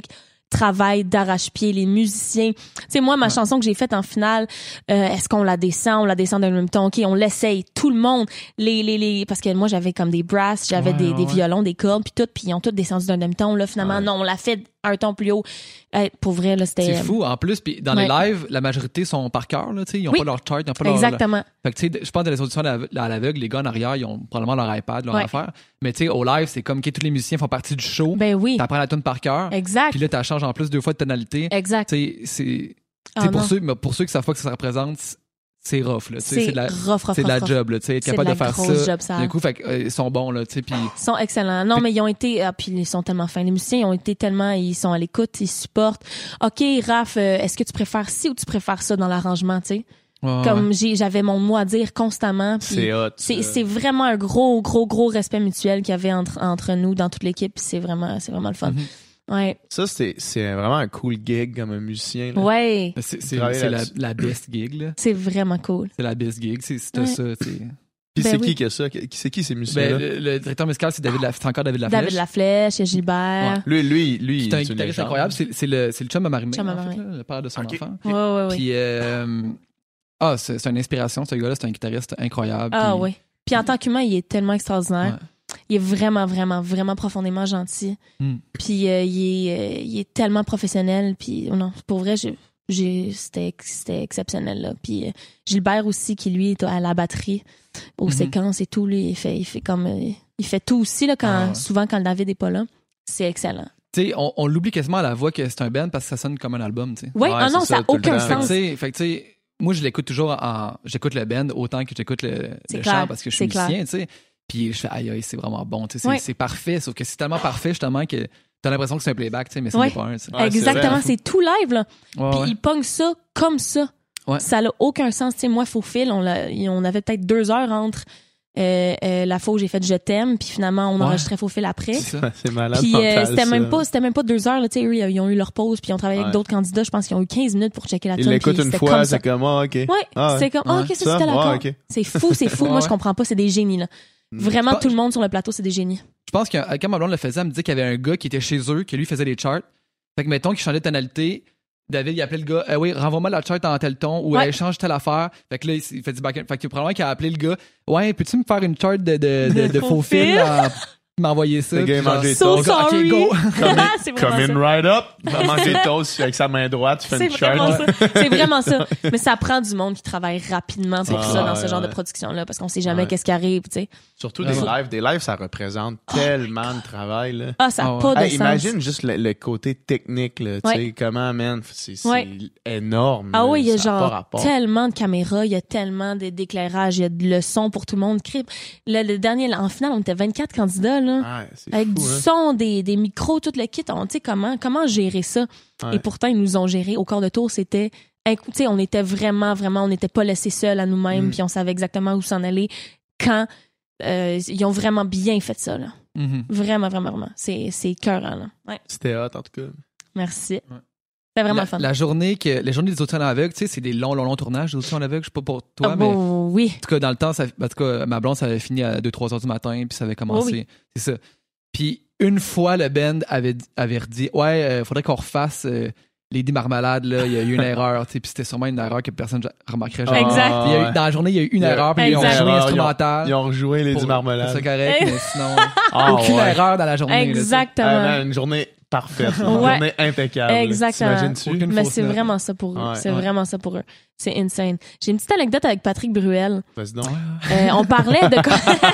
travail d'arrache-pied, les musiciens. Tu sais, moi, ma ouais. chanson que j'ai faite en finale, euh, est-ce qu'on la descend, on la descend d'un même ton, ok, on l'essaye, tout le monde, les, les, les, parce que moi, j'avais comme des brasses, j'avais ouais, des, ouais. des violons, des cordes, puis tout, puis ils ont tous descendu d'un même ton, là, finalement, ouais. non, on l'a fait un ton plus haut. Hey, pour vrai, là, c'était...
C'est fou, en plus, puis dans ouais. les lives, la majorité sont par cœur, là, tu sais, ils ont oui. pas leur chart, ils ont pas leur...
Exactement.
Fait que, tu sais, je pense dans les auditions à l'aveugle, les gars en arrière, ils ont probablement leur iPad, leur ouais. affaire, mais tu sais, au live, c'est comme que tous les musiciens font partie du show.
Ben oui.
T'apprends la tune par cœur.
Exact.
Puis là, t'as change en plus deux fois de tonalité.
Exact.
Tu sais, c'est...
Oh,
pour, ceux, pour ceux qui savent pas que ça représente, c'est rough, là.
C'est, c'est de la, rough, rough,
c'est de la
rough.
job, là. Tu sais, être
c'est
capable
de,
de faire
ça.
ça.
Job, ça.
Du coup, fait, euh, ils sont bons, là, tu sais. Puis...
Ils sont excellents. Non, puis... mais ils ont été, ah, puis ils sont tellement fins. Les musiciens, ils ont été tellement, ils sont à l'écoute, ils supportent. OK, Raph, euh, est-ce que tu préfères ci ou tu préfères ça dans l'arrangement, tu sais? Ouais, Comme
ouais.
j'ai, j'avais mon mot à dire constamment.
C'est hot.
C'est, c'est vraiment un gros, gros, gros respect mutuel qu'il y avait entre, entre nous dans toute l'équipe. C'est vraiment, c'est vraiment le fun. Mm-hmm. Ouais.
Ça, c'est, c'est vraiment un cool gig comme un musicien. Là.
Ouais.
C'est, c'est, c'est la, la best gig, là.
C'est vraiment cool.
C'est la best gig. C'est, c'est ouais. ça, c'est...
Puis
ben
c'est
oui.
qui qui a ça? C'est qui ces musiciens-là?
Ben, le, le directeur musical, c'est David La... c'est encore David Laflèche.
David Laflèche, Gilbert.
Ouais. Lui, lui, lui,
c'est un guitariste incroyable. C'est, c'est, le, c'est le chum à Marie-Mé, en fait, là, le père de son okay. enfant.
Ouais, ouais, ouais.
Puis, euh... ah, c'est, c'est une inspiration, ce gars-là. C'est un guitariste incroyable.
Ah,
puis...
oui. Puis en tant qu'humain, il est tellement extraordinaire. Ouais. Il est vraiment, vraiment, vraiment profondément gentil. Mm. Puis euh, il, est, euh, il est tellement professionnel. Puis non, pour vrai, j'ai, j'ai, c'était, c'était exceptionnel. Là. Puis euh, Gilbert aussi, qui lui est à la batterie, aux mm-hmm. séquences et tout, lui, il fait, il fait comme, euh, il fait tout aussi là quand, ah, ouais. souvent quand le David est pas là. C'est excellent.
Tu sais, on, on l'oublie quasiment à la voix que c'est un band parce que ça sonne comme un album. Tu sais.
Ouais, ouais, ah non, ça n'a aucun sens.
Fait que tu sais, moi je l'écoute toujours en, j'écoute le band autant que j'écoute le, le chant parce que je suis musicien, tu sais. Puis je fais aïe aïe, c'est vraiment bon, tu sais, c'est, ouais. c'est parfait, sauf que c'est tellement parfait justement que t'as l'impression que c'est un playback, tu sais, mais c'est ouais. pas un.
Ouais, exactement, c'est, c'est tout live là.
Ouais,
puis
ouais.
ils pognent ça comme ça. Ouais. Ça n'a aucun sens, tu sais. Moi, Faux Fil, on, l'a, on avait peut-être deux heures entre euh, euh, la fois où j'ai fait Je t'aime, puis finalement on ouais. enregistrait Faux Fil après.
C'est, ça. c'est malade.
Puis euh, c'était
ça.
même pas, c'était même pas deux heures là, tu sais. Eux, ils ont eu leur pause, puis ils ont travaillé ouais. avec d'autres candidats. Je pense qu'ils ont eu quinze minutes pour checker la tune.
Ils l'écoutent une fois, c'est comme ah, ok.
Ouais,
ah,
c'est comme ah, ok, ça, ça c'était l'accord.
Okay.
C'est fou, c'est fou. Moi, je comprends pas, c'est des génies là. Vraiment, tout le monde sur le plateau, c'est des génies.
Je pense que quand ma blonde le faisait, elle me disait qu'il y avait un gars qui était chez eux, qui lui faisait les charts. Fait que, mettons, qu'il changeait de tonalité. David, il appelait le gars, eh oui, renvoie-moi la chart en tel ton, ou ouais. elle change telle affaire. Fait que là, il fait du back-end. Fait que probablement qu'il a appelé le gars, ouais, peux-tu me faire une chart de, de, de, de faux fil? M'envoyer ça.
Le gars, il mange des
so
toasts.
Sorry.
OK, go.
c'est
Come in
ça.
right up. Il va manger des toasts avec sa main droite. Tu fais
c'est
une chart.
Vraiment ça. C'est vraiment ça. Mais ça prend du monde qui travaille rapidement pour ah, ça dans ouais, ce genre ouais. de production-là parce qu'on sait jamais ouais. qu'est-ce qui arrive, tu sais.
Surtout des lives. Des lives, ça représente oh. tellement de travail, là.
Ah, ça n'a oh, pas ouais. de
hey,
sens.
Imagine juste le, le côté technique, là. Tu sais, ouais. comment, man, c'est, c'est ouais. énorme.
Ah
là,
oui, il y a
genre
tellement de caméras, il y a tellement de, d'éclairage, il y a de le son pour tout le monde. Le, le dernier, en finale, on était vingt-quatre candidats, là.
Ah, c'est
avec
fou,
du
hein.
son, des, des micros, tout le kit. On, comment, comment gérer ça? Ouais. Et pourtant, ils nous ont géré. Au corps de tour, c'était... T'sais, on était vraiment, vraiment... On n'était pas laissés seuls à nous-mêmes, mm. puis on savait exactement où s'en aller quand euh, ils ont vraiment bien fait ça. Là. Mm-hmm. Vraiment, vraiment, vraiment. C'est, c'est écœurant. Là. Ouais.
C'était hot, en tout cas.
Merci. Ouais. C'était vraiment
la,
fun.
La journée que les journées des auditions à l'aveugle, tu sais, c'est des longs, longs, longs tournages des auditions à l'aveugle. Je sais pas pour toi,
ah,
mais
bon, oui.
En tout cas, dans le temps, ça, en tout cas, ma blonde, ça avait fini à deux trois heures du matin, puis ça avait commencé. Oh, oui. C'est ça. Puis une fois, le band avait, avait redit, ouais, euh, faudrait qu'on refasse euh, Lady Marmalade, là, il y a eu une erreur, tu sais, puis c'était sûrement une erreur que personne ne remarquerait jamais.
Exact.
Puis, il y a eu, dans la journée, il y a eu une erreur, puis ils ont joué instrumental.
Ils ont rejoué Lady Marmalade.
C'est correct, mais sinon, oh, aucune ouais. erreur dans la journée.
Exactement.
Là, une journée parfaite, une ouais. journée impeccable.
Exactement. Mais c'est note. vraiment ça pour eux. Ouais. C'est ouais. vraiment ça pour eux. C'est insane. J'ai une petite anecdote avec Patrick Bruel.
Vas-y donc.
Euh, on parlait de...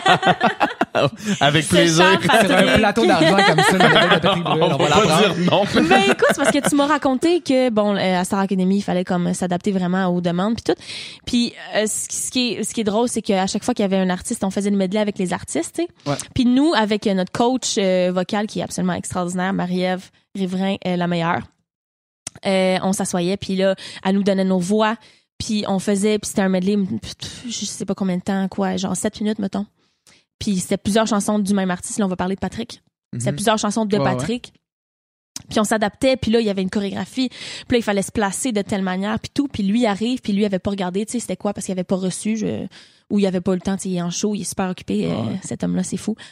Avec plaisir.
Sur un plateau d'argent comme ça, de Patrick Bruel, on, on va
pas dire non.
Ben écoute, c'est parce que tu m'as raconté que, bon, à Star Academy, il fallait comme s'adapter vraiment aux demandes puis tout. Puis euh, ce qui est ce qui est drôle, c'est qu'à chaque fois qu'il y avait un artiste, on faisait le medley avec les artistes, tu sais. Ouais. Puis nous, avec notre coach euh, vocal qui est absolument extraordinaire, Marie-Ève Riverain, euh, la meilleure, euh, on s'assoyait, puis là, elle nous donnait nos voix, puis on faisait, puis c'était un medley, je sais pas combien de temps, quoi, genre sept minutes, mettons. Puis c'était plusieurs chansons du même artiste. Là, on va parler de Patrick. Mm-hmm. C'était plusieurs chansons de ouais, Patrick. Ouais. Puis on s'adaptait. Puis là, il y avait une chorégraphie. Puis là, il fallait se placer de telle manière. Puis tout. Puis lui arrive. Puis lui avait pas regardé. Tu sais, c'était quoi? Parce qu'il avait pas reçu. Je... Ou il avait pas eu le temps. Tu sais, il est en show. Il est super occupé. Ouais. Euh, cet homme-là, c'est fou.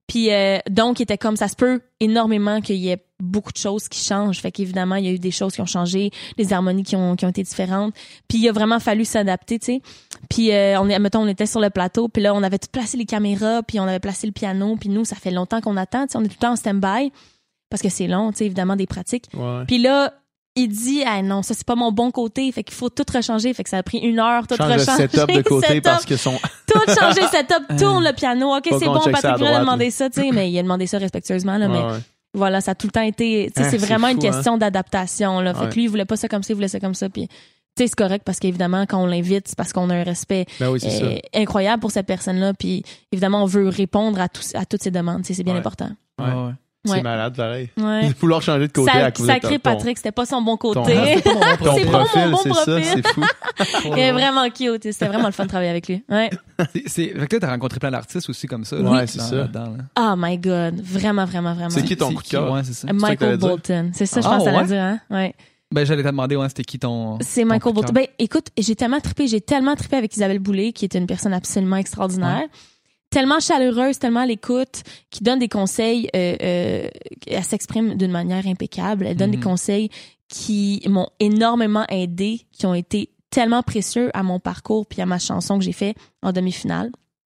Puis euh, donc, il était comme, ça se peut énormément qu'il y ait beaucoup de choses qui changent. Fait qu'évidemment, il y a eu des choses qui ont changé, des harmonies qui ont, qui ont été différentes. Puis il a vraiment fallu s'adapter, tu sais. Puis euh, on est, mettons, on était sur le plateau, puis là, on avait tout placé les caméras, puis on avait placé le piano, puis nous, ça fait longtemps qu'on attend, tu sais, on est tout le temps en stand-by, parce que c'est long, tu sais, évidemment, des pratiques.
Ouais.
Puis là, il dit, ah non, ça c'est pas mon bon côté, fait qu'il faut tout rechanger, fait que ça a pris une heure, tout
Change
rechanger.
le setup de côté
setup,
parce que son...
tout changer, setup, tourne le piano, ok,
Pas
c'est
qu'on
bon,
check ça à
Patrick Bruel a
droite,
demandé ça, tu sais, mais il a demandé ça respectueusement, là,
Ouais,
mais
ouais.
voilà, ça a tout le temps été, tu sais,
Ah,
c'est
c'est
vraiment
fou,
une question
hein?
d'adaptation, là, fait
Ouais.
que lui, il voulait pas ça comme ça, il voulait ça comme ça, puis tu sais, c'est correct parce qu'évidemment, quand on l'invite, c'est parce qu'on a un respect
Ben oui, c'est
euh, incroyable pour cette personne-là, puis évidemment, on veut répondre à, tous, à toutes ses demandes, tu sais, c'est bien
Ouais.
important.
ça.
Ouais,
Ouais.
ouais.
C'est
Ouais.
malade, pareil.
Ouais.
Vouloir changer de côté
Ça,
à cause de
sacré
ton,
Patrick, c'était pas son bon côté.
ton-
C'est pas mon bon
ton
C'est pas
profil,
mon bon
c'est ça,
profil.
c'est fou.
Il est vraiment cute. C'était vraiment le fun de travailler avec lui. Ouais.
C'est, c'est, fait que là, t'as rencontré plein d'artistes aussi comme ça.
Ouais,
là,
c'est
dans-
ça.
là-dedans, là.
Oh my God. Vraiment, vraiment, vraiment.
C'est qui ton coup de cœur?
Ouais, c'est ça.
ça que t'allais
Michael
dire?
Bolton. C'est ça, je
Ah,
pense que ça
ouais?
allait dire, hein? Ouais.
Ben, j'allais te demander, ouais, c'était qui ton.
C'est
ton
Michael
coup de
Bolton.
cœur?
Ben, écoute, j'ai tellement trippé, j'ai tellement trippé avec Isabelle Boulay, qui est une personne absolument extraordinaire. Tellement chaleureuse, tellement à l'écoute, qui donne des conseils, euh, euh, elle s'exprime d'une manière impeccable. Elle donne
Mhm.
des conseils qui m'ont énormément aidé, qui ont été tellement précieux à mon parcours puis à ma chanson que j'ai fait en demi-finale.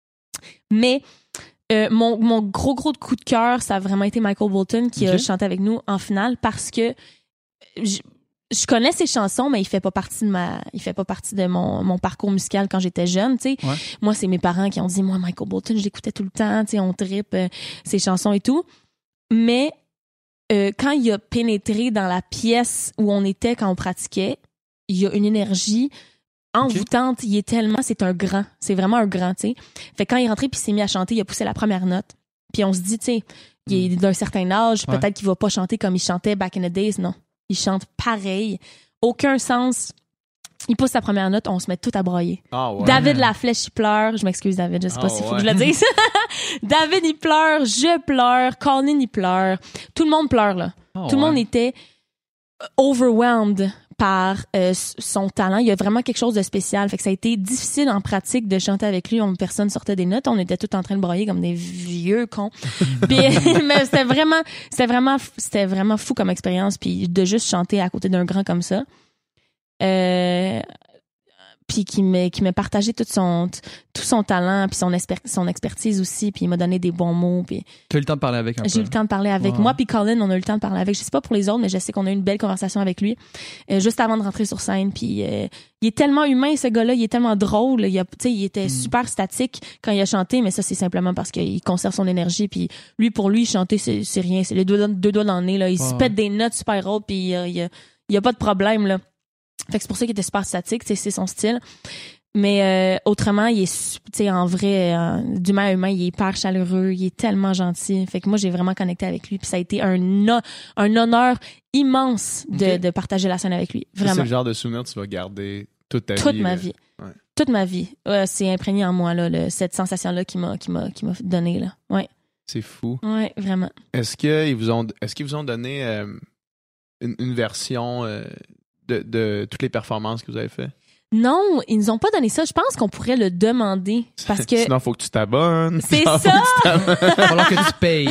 Mais euh, mon, mon gros, gros coup de cœur, ça a vraiment été Michael Bolton qui a
Ok.
chanté avec nous en finale parce que je, je connais ses chansons, mais il fait pas partie de ma, il fait pas partie de mon, mon parcours musical quand j'étais jeune, tu sais.
Ouais.
Moi, c'est mes parents qui ont dit, moi, Michael Bolton, je l'écoutais tout le temps, tu sais, on trippe euh, ses chansons et tout. Mais euh, quand il a pénétré dans la pièce où on était quand on pratiquait, il y a une énergie envoûtante. Il est tellement, c'est un grand, c'est vraiment un grand, tu sais. Fait que quand il est rentré puis il s'est mis à chanter, il a poussé la première note. Puis on se dit, tu sais, il est d'un certain âge,
Ouais.
peut-être qu'il va pas chanter comme il chantait back in the days. Non, il chante pareil. Aucun sens. Il pousse sa première note, on se met tout à broyer.
Ah ouais.
David Laflèche, il pleure. Je m'excuse, David, je sais pas
Ah
s'il faut
ouais.
que je le dise. David, il pleure, je pleure, Colin, il pleure. Tout le monde pleure, là.
Oh,
Tout le
ouais.
monde était overwhelmed par euh, son talent. Il y a vraiment quelque chose de spécial. Fait que ça a été difficile en pratique de chanter avec lui. On, personne sortait des notes. On était tous en train de broyer comme des vieux cons. Puis, mais c'était vraiment, c'était vraiment, c'était vraiment fou comme expérience. Puis de juste chanter à côté d'un grand comme ça. Euh, puis qui m'a qui m'a partagé tout son tout son talent puis son exper- son expertise aussi, puis il m'a donné des bons mots, puis
Tu as eu le temps de parler avec un peu.
j'ai eu le temps de parler avec
Ouais.
moi, puis Colin, on a eu le temps de parler avec. Je sais pas pour les autres, mais je sais qu'on a eu une belle conversation avec lui euh, juste avant de rentrer sur scène. Puis euh, il est tellement humain, ce gars-là, il est tellement drôle. Il a, tu sais, il était super statique quand il a chanté, mais ça c'est simplement parce qu'il conserve son énergie. Puis lui, pour lui, chanter c'est, c'est rien, c'est les deux, deux doigts dans le nez là. Il se
Ouais.
pète des notes super hautes, puis il y a, il y a, il y a pas de problème là. Fait que c'est pour ça qu'il était super statique, tu sais, c'est son style. Mais euh, autrement, il est, su- tu sais, en vrai, euh, d'humain à humain, il est hyper chaleureux, il est tellement gentil. Fait que moi, j'ai vraiment connecté avec lui. Puis ça a été un, no- un honneur immense de,
Ok.
de partager la scène avec lui.
Ça, c'est
Vraiment.
le genre de souvenir que tu vas garder toute ta
Toute
vie.
ma
là.
vie.
Ouais.
Toute ma vie. Ouais, c'est imprégné en moi, là, le- cette sensation-là qui m'a, qui m'a, qui m'a donné, là. Ouais.
C'est fou.
Ouais, vraiment.
Est-ce qu'ils vous ont, est-ce qu'ils vous ont donné euh, une, une version euh, de, de toutes les performances que vous avez faites?
Non, ils nous ont pas donné ça. Je pense qu'on pourrait le demander. Parce que.
Sinon, il faut que tu t'abonnes.
C'est
Sinon,
ça!
Il va falloir que tu payes.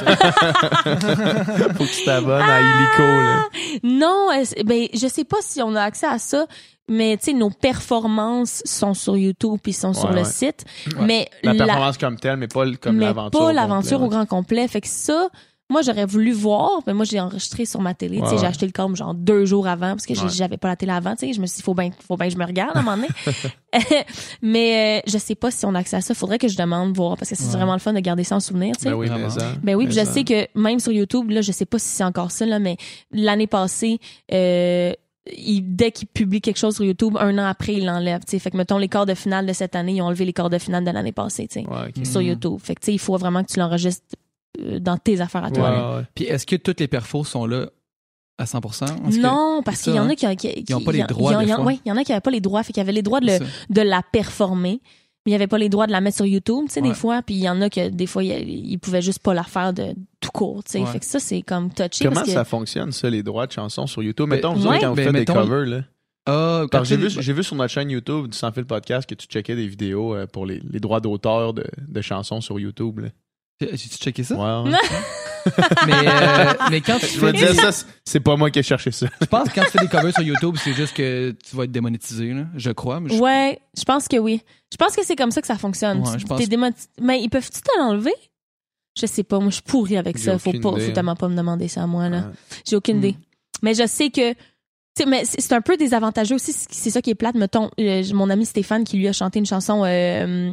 Faut que tu t'abonnes à Illico. Là.
Non, euh, c'est- ben je sais pas si on a accès à ça, mais tu sais nos performances sont sur YouTube puis sont sur
Ouais,
le
ouais.
site,
Ouais.
mais
La performance comme telle, mais pas le- comme
mais
l'aventure.
pas
au
l'aventure
complet,
au grand complet. Fait que ça, moi j'aurais voulu voir, mais moi j'ai enregistré sur ma télé. Tu sais,
Ouais,
j'ai
ouais.
acheté le câble genre deux jours avant parce que j'ai-
Ouais.
j'avais pas la télé avant. Tu sais, je me suis dit faut bien faut bien que je me regarde à un moment donné. mais euh, je sais pas si on a accès à ça. Faudrait que je demande voir parce que c'est
Ouais.
vraiment le fun de garder ça en souvenir. Tu sais.
Ben oui, mais
Vraiment.
ça.
Ben oui, puis
mais
je
ça.
sais que même sur YouTube, là, je sais pas si c'est encore ça, là, mais l'année passée, euh, il- dès qu'il publie quelque chose sur YouTube, un an après, il l'enlève. Tu sais, fait que mettons les quarts de finale de cette année, ils ont enlevé les quarts de finale de l'année passée, tu sais,
Ouais, ok.
sur
Mm.
YouTube. Fait que tu sais, il faut vraiment que tu l'enregistres euh, dans tes affaires à toi. là.
Ouais, ouais.
Puis est-ce que toutes les perfos sont là à cent pour cent? Est-ce que-
Non, parce
c'est
qu'il y
ça,
en
hein?
a qui, qui,
Ils ont pas
qui-
les
il y
droits,
en-
des
il y en-
fois.
ouais, il y en a qui avaient pas les droits, fait qu'il y avait les droits de, le,
C'est ça.
de la performer. Mais il y avait pas les droits de la mettre sur YouTube, tu sais,
Ouais.
des fois. Puis il y en a que, des fois, ils ils pouvaient juste pas la faire de tout court, tu sais.
Ouais.
Fait que ça, c'est comme touché.
Comment
parce que,
ça fonctionne, ça, les droits de chansons sur YouTube?
Ben,
Mettons, vous
ouais.
autres, quand vous
Ben,
faites
mettons,
des covers, là.
Ah, quand
Parce que j'ai
tu-
vu, j'ai vu sur notre chaîne YouTube du Sans Fil Podcast que tu checkais des vidéos euh, pour les, les droits d'auteur de, de chansons sur YouTube. Là.
J'ai-tu checké ça?
Ouais.
mais, euh, mais quand tu
Je
fais
veux dire,
des-
ça, c'est pas moi qui ai cherché ça.
je pense que quand tu fais des covers sur YouTube, c'est juste que tu vas être démonétisé, là. Je crois. Mais je...
Ouais, je pense que oui. Je pense que c'est comme ça que ça fonctionne.
Ouais, je pense-
T'es démon- Mais ils peuvent-tu te l'enlever? Je sais pas. Moi, je suis pourrie avec
J'ai
ça. Faut
aucune
pas,
idée,
faut
hein.
tellement pas me demander ça à moi, là.
Ouais.
J'ai aucune
Mm.
idée. Mais je sais que, tu sais, mais c'est c'est un peu désavantageux aussi. C'est c'est ça qui est plate. Mettons, euh, mon ami Stéphane qui lui a chanté une chanson, euh,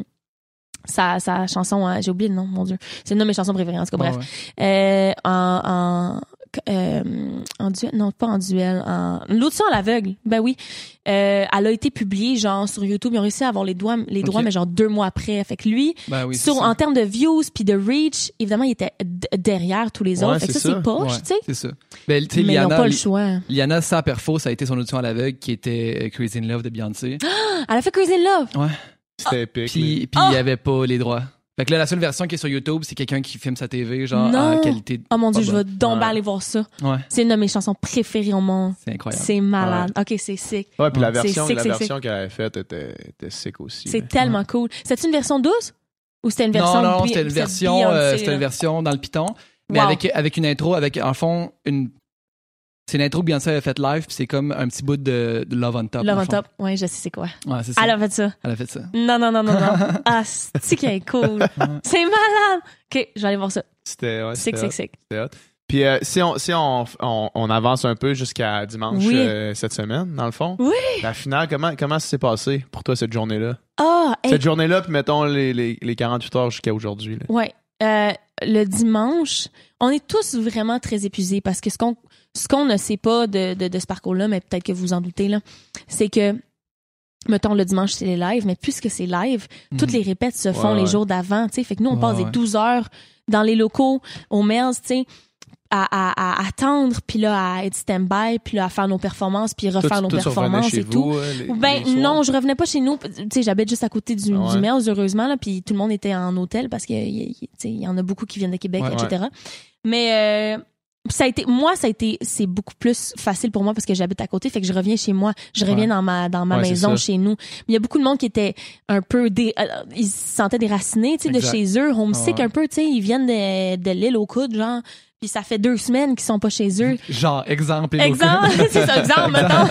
sa, sa chanson, euh, j'ai oublié le nom, mon Dieu. C'est une de mes chansons préférées, en tout cas, bref.
Ouais, ouais.
Euh, en, en, euh, en duel, non, pas en duel, en, l'audition à l'aveugle, ben oui. Euh, elle a été publiée, genre, sur YouTube. Ils ont réussi à avoir les droits, les droits,
Ok.
mais genre deux mois après. Fait que lui,
Ben oui, c'est
sur,
ça.
en termes de views puis de reach, évidemment, il était d- derrière tous les
Ouais,
autres. Fait que
c'est
ça,
ça.
c'est poche,
Ouais,
tu sais.
c'est ça. Ben, tu sais,
Mais ils n'ont
Liana,
pas le
Li-
choix.
Liana sans perfo, ça a été son audition à l'aveugle qui était euh, Crazy in Love de Beyoncé.
Elle a fait Crazy in Love.
Ouais.
C'était épique.
Puis puis
Ah!
il y avait pas les droits. Fait que là, la seule version qui est sur YouTube, c'est quelqu'un qui filme sa T V, genre,
Non.
en qualité.
Oh mon Dieu,
pas
je vais
bonne.
donc
Ouais.
aller voir ça.
Ouais,
C'est une de mes chansons préférées au monde.
c'est incroyable.
C'est malade. OK, c'est sick.
Ouais, puis la
C'est
version,
sick,
la
c'est
version qu'elle avait faite était, était sick aussi.
C'est
là.
tellement cool. C'était une version douce? Ou c'était une version
Non, non,
Bi-
c'était une
c'était
version,
Beyoncé,
euh, c'était
là?
une version dans le Python, mais
Wow.
avec, avec une intro, avec, en fond, une. C'est une intro que Beyoncé avait faite live, puis c'est comme un petit bout de, de Love on Top.
Love
dans
on
le fond.
Top. Ouais, je sais c'est quoi.
Ouais, c'est ça.
Elle a fait ça.
Elle a fait ça.
Non, non, non, non, non. Ah, c'est qui est cool. C'est malade. OK, je vais aller voir ça.
C'était, ouais,
Sick,
c'était
sick, sick.
C'était hot. Puis euh, si, on, si on, on, on avance un peu jusqu'à dimanche
Oui.
euh, cette semaine, dans le fond,
Oui.
la finale, comment, comment ça s'est passé pour toi cette journée-là?
Ah, hey,
Cette journée-là, puis mettons les, les, les quarante-huit heures jusqu'à aujourd'hui. Là.
ouais. Euh, le dimanche, on est tous vraiment très épuisés parce que ce qu'on ce qu'on ne sait pas de, de, de ce parcours-là, mais peut-être que vous en doutez, là, c'est que, mettons, le dimanche, c'est les lives, mais puisque c'est live,
Mhm.
toutes les répètes se font
Ouais,
les
ouais.
jours d'avant, tu sais. Fait que nous, on
Ouais,
passe
ouais.
des douze heures dans les locaux, aux Melz, tu sais, à, à, à attendre, puis là, à être stand-by, puis là, à faire nos performances, puis refaire
Toi,
nos
toi, tu revenais
performances
chez
et tout.
vous, euh, les-
Ben
les soirs?
non, je revenais pas chez nous. Tu sais, j'habite juste à côté du,
Ah ouais.
du Melz, heureusement, là, puis tout le monde était en hôtel parce que y, y- tu sais, il y en a beaucoup qui viennent de Québec,
Ouais,
et cetera. Mais euh, ça a été, moi, ça a été, c'est beaucoup plus facile pour moi parce que j'habite à côté, fait que je reviens chez moi, je reviens
Ouais.
dans ma dans ma
Ouais, c'est
maison
ça.
chez nous. Mais il y a beaucoup de monde qui était un peu dé, euh, ils se sentaient déracinés, tu sais, de
Exact.
chez eux, homesick
Ouais.
un peu, tu sais, ils viennent de, de l'île aux coudes, genre. Puis ça fait deux semaines qu'ils sont pas chez eux.
Genre, exemple. et
Exemple, c'est ça, exemple, mettons.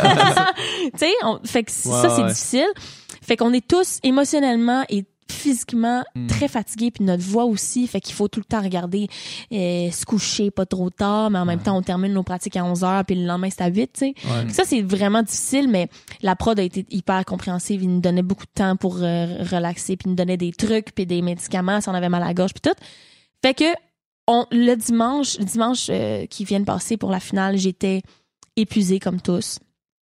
tu sais, on- fait que
Ouais,
ça, c'est
ouais.
difficile. Fait qu'on est tous émotionnellement et physiquement
Mm.
très fatigués, puis notre voix aussi. Fait qu'il faut tout le temps regarder, euh, se coucher pas trop tard, mais en même temps, on termine nos pratiques à onze heures, puis le lendemain, c'est à huit, tu sais.
Ouais.
Ça, c'est vraiment difficile, mais la prod a été hyper compréhensive. Il nous donnait beaucoup de temps pour euh, relaxer, puis il nous donnait des trucs, puis des médicaments si on avait mal à la gorge, puis tout. Fait que on, le dimanche, le dimanche euh, qui vient de passer pour la finale, j'étais épuisée comme tous.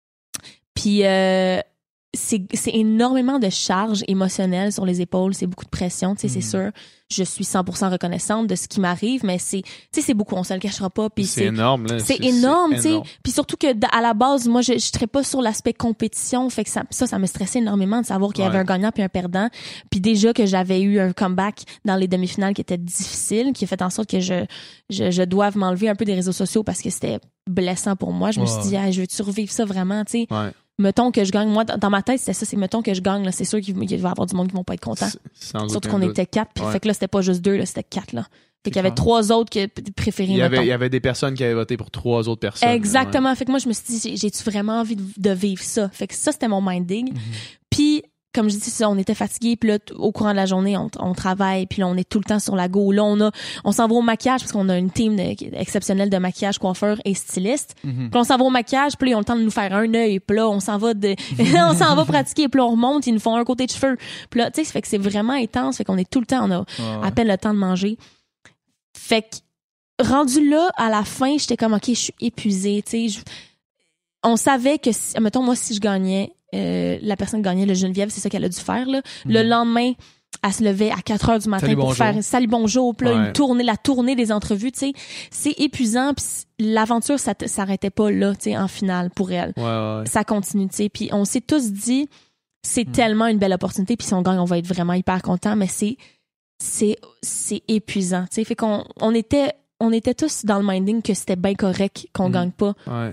Puis euh, c'est, c'est énormément de charge émotionnelle sur les épaules, c'est beaucoup de pression, tu sais, c'est sûr. Je suis cent pour cent reconnaissante de ce qui m'arrive, mais c'est, tu sais, c'est beaucoup, on se le cachera pas. Puis
C'est
c'est,
énorme, là.
c'est énorme, tu sais.
énorme.
Puis surtout que d- à la base, moi, je je serais pas sur l'aspect compétition, fait que ça, ça, ça me stressait énormément de savoir qu'il y avait
Ouais.
un gagnant puis un perdant. Puis déjà que j'avais eu un comeback dans les demi-finales qui était difficile, qui a fait en sorte que je je, je doive m'enlever un peu des réseaux sociaux parce que c'était blessant pour moi. Je me
Ouais.
suis dit, ah, je veux survivre ça vraiment, tu sais.
Ouais.
Mettons que je gagne, moi, dans dans ma tête, c'était ça, c'est mettons que je gagne, là, c'est sûr qu'il va il va y avoir du monde qui vont pas être contents.
S- sans
Surtout
aucun
qu'on
doute.
était quatre, puis
Ouais.
fait que là, c'était pas juste deux, là, c'était quatre, là. Fait qu'il y avait
clair.
trois autres que préférés,
Il y, avait,
mettons.
il y avait des personnes qui avaient voté pour trois autres personnes.
Exactement. Fait que moi, je me suis dit, j'ai- j'ai-tu vraiment envie de, de vivre ça? Fait que ça, c'était mon minding. Puis, comme je dis, ça, on était fatigués. Puis là, t- au courant de la journée, on, on travaille. Puis là, on est tout le temps sur la go. Là, on a, on s'en va au maquillage parce qu'on a une team de- exceptionnelle de maquillage, coiffeur et styliste.
Mhm.
Puis on s'en va au maquillage. Puis là, ils ont le temps de nous faire un œil. Puis là, on s'en va de, on s'en va pratiquer. Puis là, on remonte. Ils nous font un côté de cheveux. Puis là, tu sais, ça fait que c'est vraiment intense. Fait qu'on est tout le temps, on a
Ouais, ouais.
à peine le temps de manger. Fait que, rendu là, à la fin, j'étais comme, OK, je suis épuisée, tu sais. je- On savait que, si, mettons, moi, si je gagnais, euh, la personne qui gagnait, le Geneviève, c'est ça qu'elle a dû faire, là. Le lendemain, elle se levait à quatre heures du matin
Salut,
pour
bonjour.
faire salut bonjour, puis là,
Ouais.
une tournée, la tournée des entrevues, tu sais. C'est épuisant, puis c- l'aventure, ça t- s'arrêtait pas là, tu sais, en finale, pour elle.
Ouais, ouais, ouais.
Ça continue, tu sais. Puis on s'est tous dit, c'est
Mm.
tellement une belle opportunité, puis si on gagne, on va être vraiment hyper content, mais c'est c'est c'est épuisant, tu sais. Fait qu'on on était on était tous dans le minding que c'était bien correct qu'on
Mm.
gagne pas.
Ouais.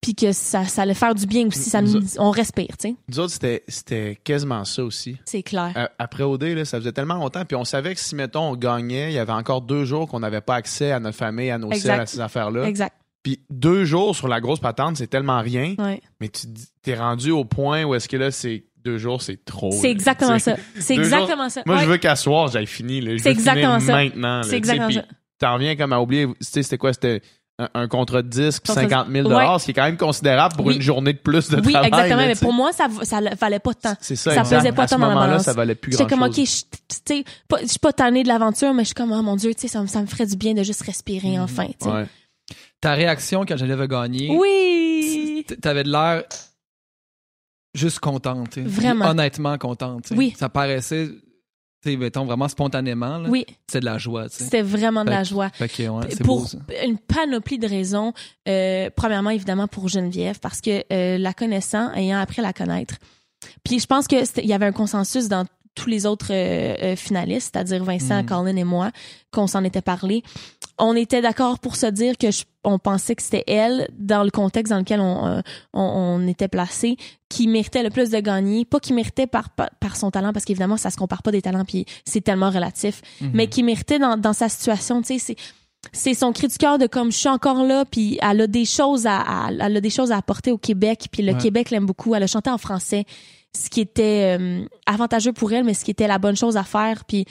puis que ça, ça allait faire du bien aussi. Ça nous, on respire, tu sais.
Nous autres, c'était, c'était quasiment ça aussi.
C'est clair.
À, après O D, là, ça faisait tellement longtemps, puis on savait que si, mettons, on gagnait, il y avait encore deux jours qu'on n'avait pas accès à notre famille, à nos selles, à ces affaires-là.
Exact.
Puis deux jours sur la grosse patente, c'est tellement rien,
ouais.
mais tu t'es rendu au point où est-ce que là, c'est deux jours, c'est trop.
C'est exactement
là,
ça. C'est exactement
jours,
ça.
Moi,
ouais.
je veux qu'à soir, j'aille fini. Là. Je
c'est
veux
exactement
finir
ça.
Maintenant. Là,
c'est exactement ça.
T'en reviens comme à oublier, tu sais, c'était quoi? C'était un, un contrat de disque puis
Contrat...
cinquante mille dollars,
ouais.
ce qui est quand même considérable pour
oui.
une journée de plus de
oui,
travail.
Oui, exactement,
là,
mais
t'sais.
pour moi, ça, ça valait pas tant.
C'est ça,
ça
exact.
pesait pas
à
tant
ce
dans la
moment-là,
balance.
ça valait plus
J'étais
grand-chose.
comme, OK, je suis pas, pas tannée de l'aventure, mais je suis comme, oh mon Dieu, tu sais, ça, ça me ferait du bien de juste respirer mmh. enfin.
Ouais.
Ta réaction quand Geneviève a gagné,
oui,
t'avais de l'air juste contente. T'sais.
Vraiment.
Honnêtement contente. T'sais.
Oui.
Ça paraissait, mettons, vraiment spontanément. Là.
Oui.
C'était de la joie. T'sais.
C'était vraiment de
fait,
la joie.
Fait que, ouais, c'est
pour
beau, ça.
une panoplie de raisons. Euh, premièrement, évidemment, pour Geneviève, parce que euh, la connaissant, ayant appris à la connaître. Puis je pense qu'il y avait un consensus dans tous les autres euh, euh, finalistes, c'est-à-dire Vincent, mm. Colin et moi, qu'on s'en était parlé. On était d'accord pour se dire que je, on pensait que c'était elle, dans le contexte dans lequel on, euh, on, on était placé, qui méritait le plus de gagner. Pas qui méritait par, par, par son talent, parce qu'évidemment, ça se compare pas des talents, puis c'est tellement relatif, mm-hmm. mais qui méritait dans, dans sa situation, tu sais, c'est... c'est son cri du cœur de comme je suis encore là, puis elle a des choses à, à elle a des choses à apporter au Québec, puis le ouais. Québec l'aime beaucoup. Elle a chanté en français, ce qui était euh, avantageux pour elle, mais ce qui était la bonne chose à faire. Puis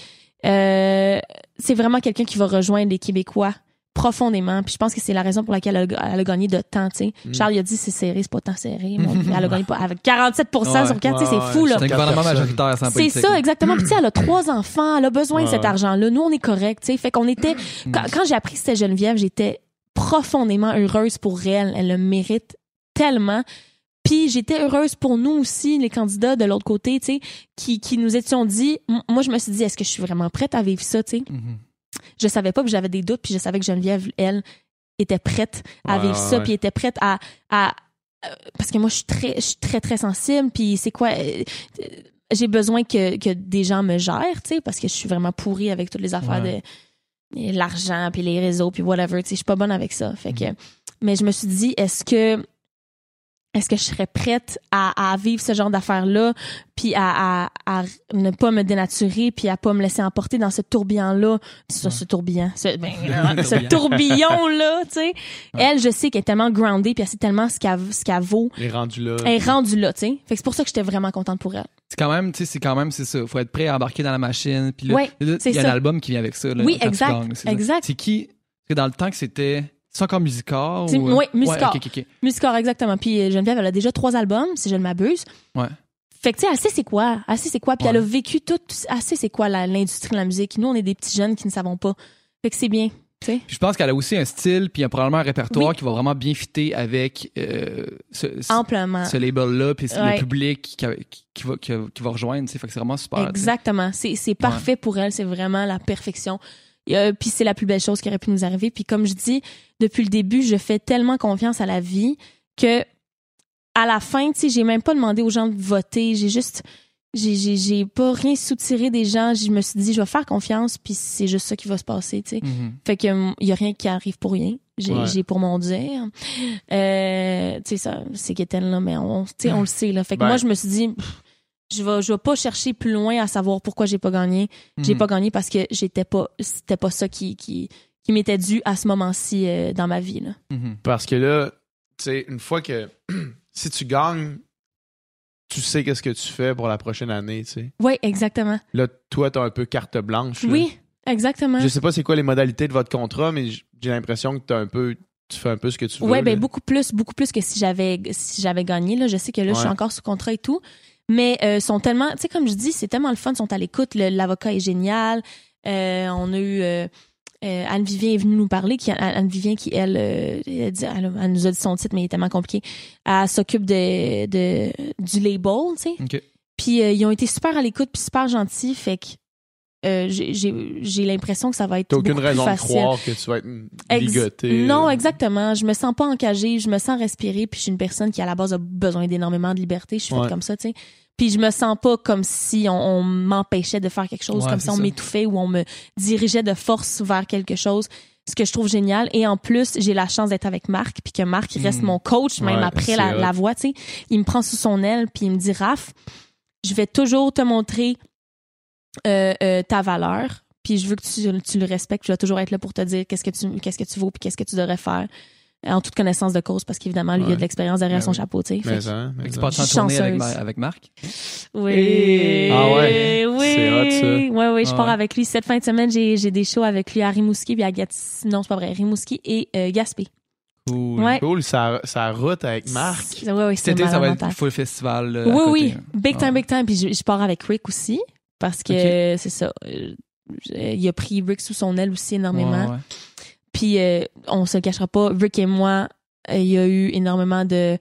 euh, c'est vraiment quelqu'un qui va rejoindre les Québécois profondément. Puis je pense que c'est la raison pour laquelle elle a, elle a gagné de temps. Tu sais, mm. Charles il a dit c'est serré, c'est pas tant serré. Mais elle a gagné pas avec quarante-sept pour cent ouais, sur quatre. Ouais, c'est ouais, fou là.
C'est un gouvernement majoritaire sans politique.
C'est ça exactement. Puis tu sais, elle a trois enfants, elle a besoin ouais. de cet argent-là. Nous on est correct. Tu sais, fait qu'on était. Quand, quand j'ai appris que c'était Geneviève, j'étais profondément heureuse pour elle. Elle le mérite tellement. Puis j'étais heureuse pour nous aussi, les candidats de l'autre côté, tu sais, qui, qui nous étions dit. Moi je me suis dit, est-ce que je suis vraiment prête à vivre ça, tu sais? Mm-hmm. Je savais pas, puis j'avais des doutes, puis je savais que Geneviève, elle, était prête à ouais, vivre ça, ouais. puis était prête à, à euh, parce que moi je suis très je suis très très sensible, puis c'est quoi euh, j'ai besoin que que des gens me gèrent, tu sais, parce que je suis vraiment pourrie avec toutes les affaires ouais. de l'argent puis les réseaux puis whatever, tu sais, je suis pas bonne avec ça. Fait que mm. mais je me suis dit est-ce que est-ce que je serais prête à, à vivre ce genre d'affaires-là, puis à, à, à ne pas me dénaturer, puis à pas me laisser emporter dans ce tourbillon-là, ce, ce tourbillon, ce, ben, ce tourbillon-là, tu sais. Ouais. Elle, je sais qu'elle est tellement groundée, puis elle sait tellement ce qu'elle, ce qu'elle vaut.
Elle est rendue là.
Elle est rendue là, tu sais. Fait que c'est pour ça que j'étais vraiment contente pour elle.
C'est quand même, tu sais, c'est quand même, c'est ça. Faut être prêt à embarquer dans la machine. Puis là,
ouais,
il y a ça. Un album qui vient avec ça. Là,
oui, exact. Gagnes,
c'est
exact.
C'est qui? Parce que dans le temps que c'était. C'est encore Musicor?
C'est,
ou...
Oui, Musicor.
Ouais, okay, okay.
Musicor, exactement. Puis Geneviève, elle a déjà trois albums, si je ne m'abuse.
Ouais.
Fait que, tu sais, elle sait c'est quoi. Elle sait c'est quoi. Puis ouais. elle a vécu tout. Elle sait c'est quoi la, l'industrie de la musique. Nous, on est des petits jeunes qui ne savons pas. Fait que c'est bien. Puis
je pense qu'elle a aussi un style, puis il y a probablement un répertoire oui. qui va vraiment bien fitter avec euh, ce,
Amplement.
ce label-là, puis
ouais.
le public qui, qui, qui, va, qui, qui va rejoindre. Fait que c'est vraiment super.
Exactement. C'est, c'est parfait ouais. pour elle. C'est vraiment la perfection. Euh, puis c'est la plus belle chose qui aurait pu nous arriver. Puis comme je dis, depuis le début, je fais tellement confiance à la vie que à la fin, tu sais, j'ai même pas demandé aux gens de voter. J'ai juste, j'ai, j'ai, j'ai pas rien soutiré des gens. Je me suis dit, je vais faire confiance, puis c'est juste ça qui va se passer, tu sais. Mm-hmm. Fait que il y a rien qui arrive pour rien. J'ai, ouais. j'ai pour mon dire. Euh, tu sais ça, c'est Gaëtan là, mais on, tu sais, on le sait là. Fait que ben. moi, je me suis dit. Pff, Je vais, je vais pas chercher plus loin à savoir pourquoi j'ai pas gagné. Mm-hmm. J'ai pas gagné parce que j'étais pas, c'était pas ça qui, qui, qui m'était dû à ce moment-ci euh, dans ma vie, là.
Mm-hmm. Parce que là, tu sais, une fois que, si tu gagnes, tu sais qu'est-ce que tu fais pour la prochaine année, tu sais.
Oui, exactement.
Là, toi, t'as un peu carte blanche, là.
Oui, exactement.
Je sais pas c'est quoi les modalités de votre contrat, mais j'ai l'impression que t'as un peu, tu fais un peu ce que tu veux.
Oui, ben beaucoup plus, beaucoup plus que si j'avais, si j'avais gagné, là. Je sais que là, ouais. je suis encore sous contrat et tout. Mais euh, sont tellement, tu sais, comme je dis, c'est tellement le fun, ils sont à l'écoute. Le, l'avocat est génial. Euh, on a eu euh, euh, Anne Vivien est venue nous parler. Qui, Anne Vivien qui elle, euh, elle, dit, elle, elle nous a dit son titre, mais il est tellement compliqué. Elle s'occupe de, de du label, tu sais.
Okay.
Puis euh, ils ont été super à l'écoute, puis super gentils, fait que euh, j'ai, j'ai, j'ai l'impression que ça va être
T'as
beaucoup
aucune raison
plus facile.
de croire que tu vas être ligoté.
Ex- non, exactement. Je me sens pas encagée, je me sens respirer, puis je suis une personne qui à la base a besoin d'énormément de liberté. Je suis ouais. faite comme ça, tu sais. Puis je me sens pas comme si on, on m'empêchait de faire quelque chose, ouais, comme si on ça. m'étouffait ou on me dirigeait de force vers quelque chose. ce que je trouve génial. Et en plus, j'ai la chance d'être avec Marc, puis que Marc reste
Mm.
mon coach, même
Ouais,
après
c'est
la,
hot.
la voix, tu sais. Il me prend sous son aile, puis il me dit, Raph, je vais toujours te montrer euh, euh, ta valeur, puis je veux que tu, tu le respectes. Je vais toujours être là pour te dire qu'est-ce que tu, qu'est-ce que tu vaux, puis qu'est-ce que tu devrais faire, en toute connaissance de cause, parce qu'évidemment, lui, il a
Ouais.
de l'expérience derrière
Ben
son
oui.
chapeau, tu sais. Fait
Mais
que-
ça, mais
Fait que tu
ça.
passes en
Je suis
tournée avec,
chanceuse.
Ma- avec Marc.
Oui.
Ah ouais?
Oui.
C'est hot, ça.
Ouais, ouais, je
Ah
pars
ouais.
avec lui. Cette fin de semaine, j'ai, j'ai des shows avec lui à Rimouski, puis à Gatineau. Non, c'est pas vrai. Rimouski et euh, Gaspé.
Cool.
Ouais.
Cool, ça, ça route avec Marc.
Ouais, ouais, c'est
Cet été, ça va
malade
être
mental.
full festival. là, à
Oui,
côté.
oui. Big time,
Ah.
big time. Puis je, je pars avec Rick aussi, parce que
Ok.
c'est ça. euh, il a pris Rick sous son aile aussi énormément.
Ouais, ouais.
Puis euh, on se le cachera pas, Rick et moi, euh, il y a eu énormément de...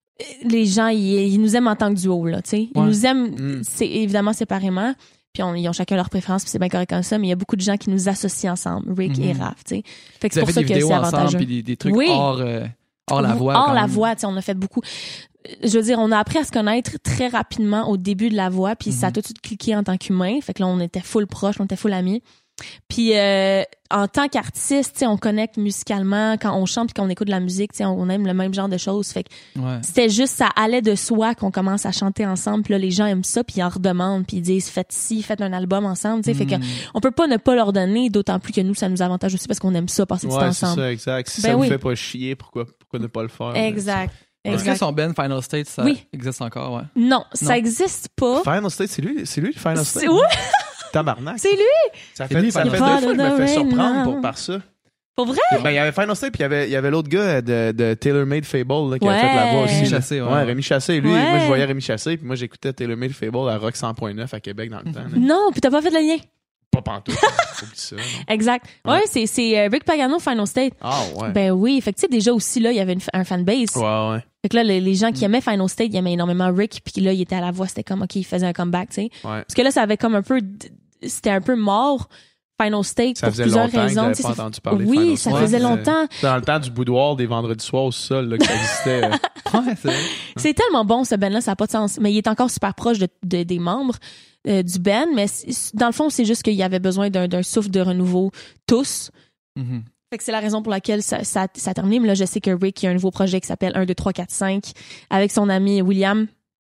Les gens, ils, ils nous aiment en tant que duo, là, tu sais. Ils
Ouais.
nous aiment,
Mm.
c'est évidemment séparément, puis on- ils ont chacun leurs préférences, puis c'est bien correct comme ça, mais il y a beaucoup de gens qui nous associent ensemble, Rick
Mhm.
et Raph, tu sais. Fait que
Vous
c'est
avez
pour
fait
ça
des
que
vidéos
c'est
ensemble,
avantageux.
puis des, des trucs
Oui.
hors, euh, hors la voix.
Hors
quand
la
même.
voix, tu sais, on a fait beaucoup. Je veux dire, on a appris à se connaître très rapidement au début de la voix, puis ça a
Mhm.
tout de suite cliqué en tant qu'humain. Fait que là, on était full proche, on était full amis. Puis euh, en tant qu'artiste, tu sais, on connecte musicalement quand on chante puis quand on écoute de la musique, tu sais, on aime le même genre de choses. Fait que
Ouais.
c'était juste, ça allait de soi qu'on commence à chanter ensemble. Puis là, les gens aiment ça, puis ils en redemandent, puis ils disent faites ci, faites un album ensemble. Tu sais, fait que
Mm.
on peut pas ne pas leur donner, d'autant plus que nous, ça nous avantage aussi parce qu'on aime ça, passer du temps
Ouais, c'est
ensemble.
ça, exact. Si
Ben
ça vous
oui.
fait pas chier, pourquoi, pourquoi ne pas le faire?
Exact.
Est-ce que
Exact.
son band Final State, ça
Oui.
existe encore, ouais?
Non, ça
Non.
existe pas.
Final State, c'est lui, c'est lui le Final State?
C'est- ouais,
Tabarnak.
c'est lui.
Ça
C'est
fait,
lui,
ça
Final
fait
State.
deux fois que je me fais
Pas de
surprendre
domaine.
pour, par ça.
Pour vrai?
Ben, il y avait Final State, puis il y avait, il y avait l'autre gars de, de Taylor Made Fable là, qui
Ouais.
avait fait la voix aussi.
Rémi
là.
Chassé, ouais.
Ouais, Rémi Chassé. Lui,
Ouais.
moi, je voyais Rémi Chassé, puis moi, j'écoutais Taylor Made Fable à Rock cent point neuf à Québec dans le temps. là.
Non, puis t'as pas fait le lien.
Pas pantoute. Oublie ça. non.
Exact. Ouais,
Ouais.
c'est, c'est euh, Rick Pagano, Final State.
Ah, ouais.
Ben oui, fait que tu sais, déjà aussi, là, il y avait une, un fanbase.
Ouais, ouais.
Fait que là, les, les gens
Mm.
qui aimaient Final State, ils aimaient énormément Rick, puis là, il était à la voix, c'était comme, OK, il faisait un comeback, tu sais.
Ouais.
Parce que là, ça avait comme un peu, d- c'était un peu mort, Final State,
Ça
pour
faisait
plusieurs
longtemps que
raisons.
j'avais
tu sais,
pas
ça-
entendu parler de
Oui,
Final
ça
State.
faisait
Ouais.
longtemps.
C'était dans le temps du boudoir des vendredis soirs au sol là, que ça existait. euh.
Ouais, c'est vrai.
C'est tellement bon, ce band-là, ça n'a pas de sens. Mais il est encore super proche de, de- des membres euh, du band, mais c- dans le fond, c'est juste qu'il y avait besoin d'un, d'un souffle de renouveau, tous.
Mhm.
Fait que c'est la raison pour laquelle ça, ça, ça a terminé. Mais là, je sais que Rick, il y a un nouveau projet qui s'appelle un, deux, trois, quatre, cinq avec son ami William,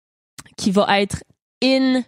qui va être insane.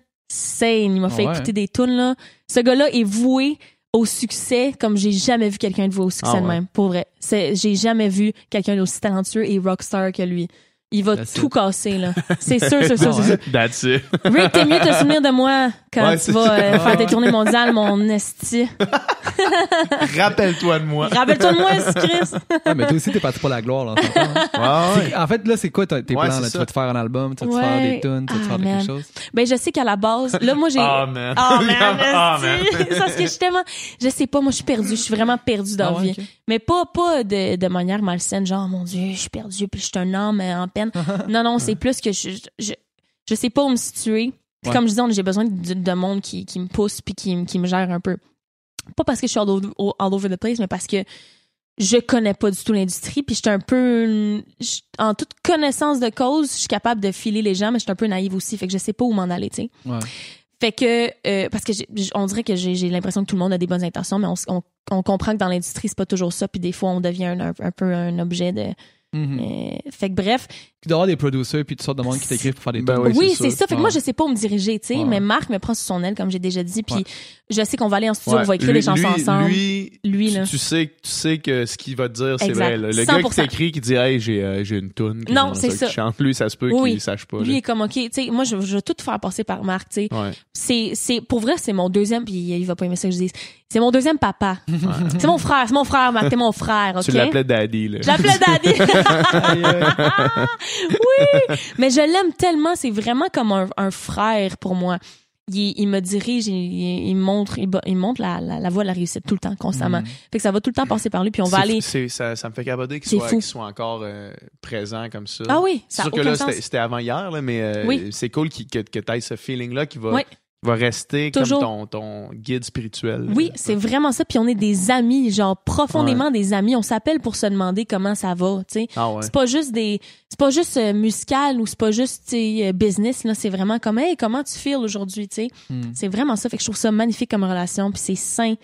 Il m'a fait
Ouais.
écouter des tunes, là. Ce gars-là est voué au succès comme j'ai jamais vu quelqu'un de voué au succès
Ah
de
ouais.
même. Pour vrai. C'est, j'ai jamais vu quelqu'un d'aussi talentueux et rockstar que lui. Il va
That's
tout
it.
casser, là. C'est sûr, c'est sûr,
Ah
c'est
ouais.
sûr.
That's it.
Rick, t'es mieux de te souvenir de moi quand
Ouais,
tu
c'est
vas
ça.
euh, faire tes tournées mondiales, mon esti.
Rappelle-toi de moi.
Rappelle-toi de moi, c'est Chris.
Ouais, mais toi aussi, t'es parti pour la gloire, là, on s'entend, hein?
Ouais, ouais.
En fait, là, c'est quoi tes tes
Ouais,
plans?
c'est
Là?
ça.
Tu vas te faire un album, tu vas te
Ouais.
faire des tunes, tu vas te
Ah,
faire
man.
quelque chose?
Ben, je sais qu'à la base, là, moi, j'ai...
Oh, man.
Oh, man,
Oh, man.
esti. C'est parce que je suis tellement... Je sais pas, moi, je suis perdue. Je suis vraiment perdue dans
Ah
la
ouais,
vie.
ok.
Mais pas, pas de, de manière malsaine, genre, mon Dieu, je suis perdue, puis je suis un homme euh, en peine. Non, non, c'est plus que je, je, je sais pas où me situer. Puis
Ouais.
comme je disais, j'ai besoin de, de monde qui, qui me pousse puis qui, me- qui me gère un peu. Pas parce que je suis all over, all over the place, mais parce que je connais pas du tout l'industrie, puis je suis un peu... je- en toute connaissance de cause, je suis capable de filer les gens, mais je suis un peu naïve aussi, fait que je sais pas où m'en aller, tu sais.
Ouais.
Fait que, euh, parce que j'ai- j'- on dirait que j'ai j'ai l'impression que tout le monde a des bonnes intentions, mais on, s- on, on comprend que dans l'industrie, c'est pas toujours ça, puis des fois, on devient un, un, un peu un objet de...
Mhm.
euh, fait que bref,
Puis d'avoir des producers puis toutes sortes de monde qui t'écrivent pour faire des
Ben
tunes.
oui,
oui,
c'est
c'est
ça.
ça. Fait que
Ouais.
moi, je sais pas où me diriger, tu sais,
Ouais.
mais Marc me prend sous son aile, comme j'ai déjà dit, puis
Ouais.
je sais qu'on va aller en studio,
Ouais.
on va écrire
Lui-
les chansons
lui-
ensemble.
Lui,
Lui,
tu,
là.
tu sais, tu sais que ce qu'il va te dire, c'est
Exact.
vrai. là. Le
cent
gars
pour
qui
cent.
t'écrit, qui dit Hey, j'ai euh, j'ai une toune. qui
Non,
dit
c'est
qui
ça.
chante. Lui, ça se peut
Oui.
qu'il sache pas.
Lui
là.
est comme, OK, tu sais, moi, je, je veux tout faire passer par Marc, tu sais.
Ouais.
C'est, c'est, pour vrai, c'est mon deuxième, puis il va pas aimer ça que je dise. C'est mon deuxième papa. C'est mon frère, c'est mon frère, Marc, t'es mon frère, OK?
Tu l'appelais Daddy. Là.
Je l'appelais Daddy.
Aïe, aïe.
Oui, mais je l'aime tellement, c'est vraiment comme un, un frère pour moi. Il, il me dirige, il, il me montre, il, ba- il me montre la, la, la voie de la réussite tout le temps, constamment.
Mhm.
Fait que ça va tout le temps passer par lui, puis on va
C'est-
aller.
c'est- ça, ça me fait capoter qu'il
C'est
soit,
fou.
qu'il soit encore euh, présent comme ça.
Ah oui,
C'est
ça a
sûr que
aucun
là,
sens.
c'était c'était avant hier, là, mais euh,
Oui.
c'est cool qu'il- que, que tu aies ce feeling-là qui va,
Oui.
va rester
Toujours.
comme ton, ton guide spirituel.
Oui,
là.
c'est vraiment ça. Puis on est des amis, genre profondément des amis. On s'appelle pour se demander comment ça va, tu sais.
Ah ouais.
C'est pas juste des, c'est pas juste euh, musical ou c'est pas juste tu sais, euh, business là. C'est vraiment comme hey, comment tu feels aujourd'hui, tu sais.
Hmm.
C'est vraiment ça. Fait que je trouve ça magnifique comme relation. Puis c'est sain.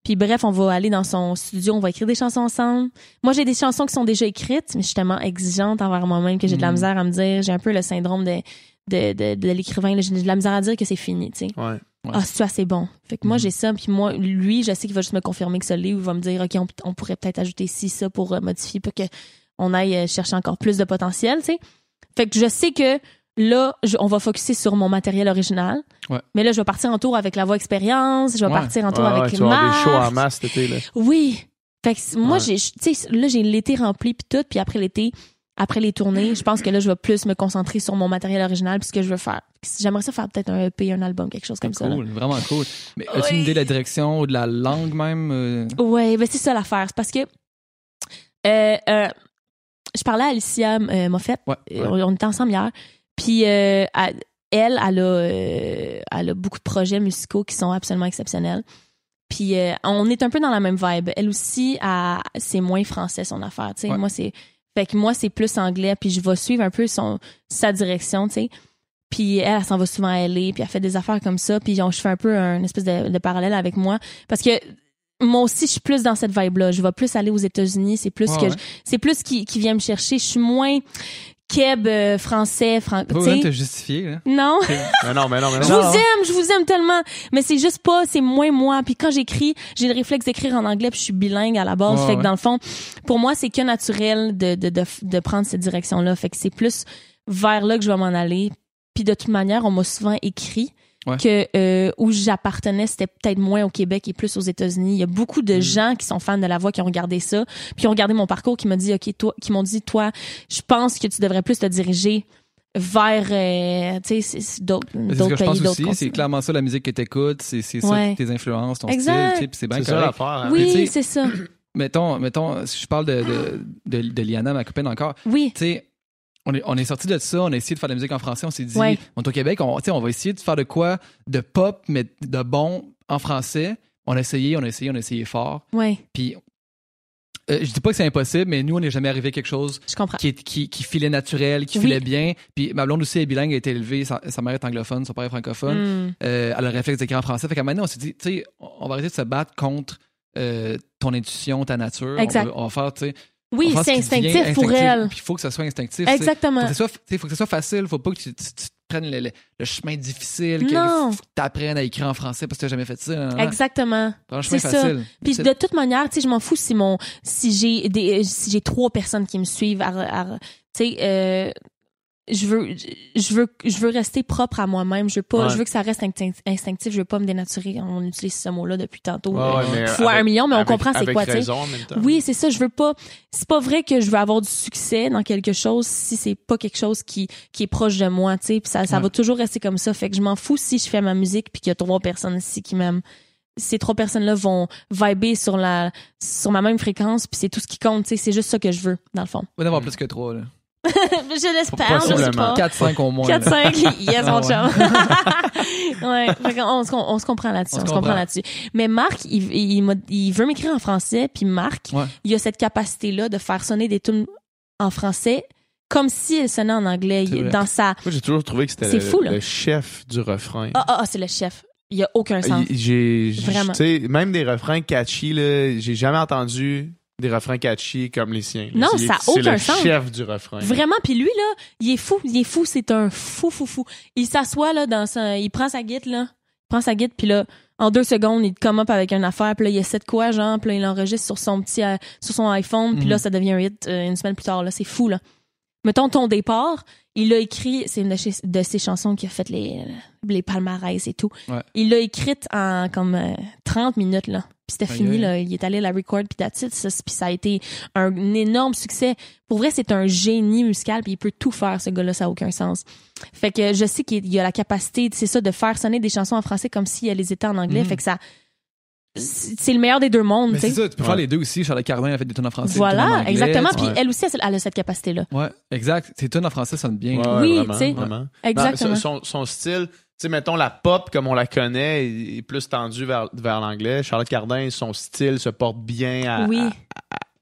Puis bref, on va aller dans son studio, on va écrire des chansons ensemble. Moi, j'ai des chansons qui sont déjà écrites, mais je suis tellement exigeante envers moi-même que j'ai de la misère à me dire, j'ai un peu le syndrome de de, de, de l'écrivain, là, j'ai de la misère à dire que c'est fini, tu sais.
Ouais.
Ouais.
Ah, c'est assez bon. Fait que moi,
Mhm.
j'ai ça, puis moi, lui, je sais qu'il va juste me confirmer que ça l'est, ou il va me dire, OK, on, on pourrait peut-être ajouter ci, ça pour euh, modifier, pour qu'on aille euh, chercher encore plus de potentiel, tu sais. Fait que je sais que là, je, on va focuser sur mon matériel original.
Ouais.
Mais là, je vais partir en tour avec la voix expérience, je vais
Ouais.
partir en tour
Ouais,
avec
ouais, tu vas avoir
Marc.
des shows en masse cet été, là.
Oui. Fait que moi,
Ouais.
j'ai, tu sais, là, j'ai l'été rempli puis tout, puis après l'été, après les tournées, je pense que là, je vais plus me concentrer sur mon matériel original puis ce que je veux faire. J'aimerais ça faire peut-être un E P, un album, quelque chose comme ça. Là.
Cool, vraiment cool. Mais as-tu
Oui.
une idée de la direction ou de la langue même? euh?
Ouais, ben c'est ça l'affaire. C'est parce que euh, euh, je parlais à Alicia euh, Moffett.
Ouais.
Euh, On, on était ensemble hier. Puis euh, elle, elle, elle a, euh, elle a beaucoup de projets musicaux qui sont absolument exceptionnels. Puis euh, on est un peu dans la même vibe. Elle aussi, elle, c'est moins français son affaire. Tu sais,
Ouais.
moi c'est, fait que moi c'est plus anglais. Puis je vais suivre un peu son sa direction. Tu sais. Puis elle, elle s'en va souvent à L A, puis elle fait des affaires comme ça. Puis on, je fais un peu un espèce de, de parallèle avec moi parce que moi aussi je suis plus dans cette vibe là. Je vais plus aller aux États-Unis. C'est plus
Ouais,
que
ouais.
je- c'est plus qui qui vient me chercher. Je suis moins keb euh, français, fran-
Pas
tu
besoin de
sais.
te justifier. Là.
Non.
Mais non, mais non, mais non.
Je
Non.
vous aime, je vous aime tellement. Mais c'est juste pas, c'est moins moi. Puis quand j'écris, j'ai le réflexe d'écrire en anglais, puis je suis bilingue à la base.
Ouais,
fait que
ouais.
dans le fond, pour moi, c'est que naturel de, de, de, de prendre cette direction-là. Fait que c'est plus vers là que je vais m'en aller. Puis de toute manière, on m'a souvent écrit
Ouais.
que euh, où j'appartenais, c'était peut-être moins au Québec et plus aux États-Unis. Il y a beaucoup de
Mm.
gens qui sont fans de la voix qui ont regardé ça, puis qui ont regardé mon parcours, qui m'ont dit, ok, toi, qui m'ont dit, toi, je pense que tu devrais plus te diriger vers euh, tu sais c'est- c'est d'autres
C'est ce
d'autres
que je
pays,
pense
d'autres
aussi. C'est
continents.
clairement ça la musique que t'écoutes. C'est, c'est ça
Ouais.
tes influences, ton
Exact.
style. Tu sais, puis c'est bien
C'est ça
correct.
l'affaire. hein.
Puis, tu
Oui,
sais,
c'est ça.
Mettons, mettons, si je parle de, de, de, de Liana, ma copine encore,
Oui,
tu sais, on est, on est sorti de ça, on a essayé de faire de la musique en français, on s'est dit,
Ouais.
on est au Québec, on, tu sais, on va essayer de faire de quoi de pop, mais de bon en français. On a essayé, on a essayé, on a essayé fort.
ouais,
Puis, euh, je dis pas que c'est impossible, mais nous, on n'est jamais arrivé à quelque chose
je comprends.
qui, est- qui, qui filait naturel, qui
Oui.
filait bien. Puis, ma blonde aussi est bilingue, elle a été élevée, sa, sa mère est anglophone, son père est francophone.
Mm.
Euh, elle a le réflexe d'écrire en français. Fait qu'à un moment donné, on s'est dit, tu sais, on va arrêter de se battre contre euh, ton intuition, ta nature.
Exact.
On va, on va faire, tu sais,
Oui,
on va faire
c'est
ce qui devient
instinctif pour
instinctif.
elle.
Puis il faut que ça soit instinctif. tu sais.
Exactement.
Faut que, ça soit, tu sais, faut que ça soit facile. Faut pas que tu, tu- tu te prennes le, le- le chemin difficile.
Non.
Faut que tu apprennes à écrire en français parce que tu jamais fait ça. Non, non, non.
Exactement.
Prends le chemin
C'est ça.
facile.
Puis
C'est-
de toute manière, tu sais, je m'en fous si mon si j'ai des si j'ai trois personnes qui me suivent à, à- tu sais euh, je veux je veux je veux rester propre à moi-même, je veux pas
Ouais.
je veux que ça reste instinct- instinctif, je veux pas me dénaturer. On utilise ce mot-là depuis tantôt.
Ouais,
euh,
ouais, mais
fois
avec-
un million, mais on
avec-
comprend c'est
avec
quoi, tu sais.
raison en même temps.
Oui, c'est ça. Je veux pas. C'est pas vrai que je veux avoir du succès dans quelque chose si c'est pas quelque chose qui qui est proche de moi, tu sais. Puis ça, ça
Ouais.
va toujours rester comme ça. Fait que je m'en fous si je fais ma musique puis qu'il y a trois personnes ici qui m'aiment. Ces trois personnes-là vont vibrer sur la sur ma même fréquence puis c'est tout ce qui compte. Tu sais, c'est juste ça que je veux dans le fond.
Il va y en avoir plus que trois. Là.
je l'espère. Je sais
Possiblement.
pas.
quatre cinq au moins.
quatre
là.
cinq yes,
Ah
mon
ouais.
chum. ouais, fait qu'on- on, se, on se comprend là-dessus,
On
on,
se
se comprend
comprend.
là-dessus. Mais Marc, il, il, m'a- il veut m'écrire en français, puis Marc,
Ouais.
il a cette capacité-là de faire sonner des tunes en français comme si elle sonnait en anglais.
C'est
Il-
vrai.
dans sa...
Moi, j'ai toujours trouvé que c'était
C'est
le,
fou, là.
le chef du refrain.
Ah, ah, ah, c'est le chef. Il y a aucun sens.
Il- J'ai, j'-
Vraiment.
tu sais, même des refrains catchy, là, j'ai jamais entendu des refrains catchy comme les siens. là.
Non,
C'est-
ça a
c'est
aucun
le
sens.
chef du refrain.
Vraiment, puis lui là, il est fou, il est fou, c'est un fou fou fou. Il s'assoit là dans sa, il prend sa guitare là, il prend sa guitare puis là en deux secondes, il come up avec une affaire, puis là il essaie de quoi genre, puis là il l'enregistre sur son petit euh, sur son iPhone, puis
Mhm.
là ça devient un hit euh, une semaine plus tard là, c'est fou là. Mettons ton départ, il l'a écrit, c'est une de, chez- de ses chansons qui a fait les les palmarès et tout.
Ouais.
Il l'a écrite en comme euh, trente minutes là. Puis c'était
Aïe,
fini
aïe.
là, il est allé à la record puis that's it, ça, puis ça a été un énorme succès. Pour vrai, c'est un génie musical puis il peut tout faire ce gars-là, ça a aucun sens. Fait que je sais qu'il y a la capacité, c'est ça, de faire sonner des chansons en français comme si elles étaient en anglais.
Mhm.
Fait que ça, c'est le meilleur des deux mondes,
Mais
tu
c'est
sais.
ça, tu peux
Ouais.
faire les deux aussi. Charlotte Cardin a fait des tunes en français. des tunes en
Voilà,
anglais,
exactement.
tu-
Puis
Ouais.
elle aussi, elle a cette capacité-là.
Ouais, exact. Ces tunes en français sonnent bien.
Ouais, ouais,
Oui,
vraiment,
tu sais.
vraiment.
Exactement.
Non, son, son style, tu sais, mettons, la pop, comme on la connaît, est est plus tendue vers, vers l'anglais. Charlotte Cardin, son style se porte bien à,
Oui.
à,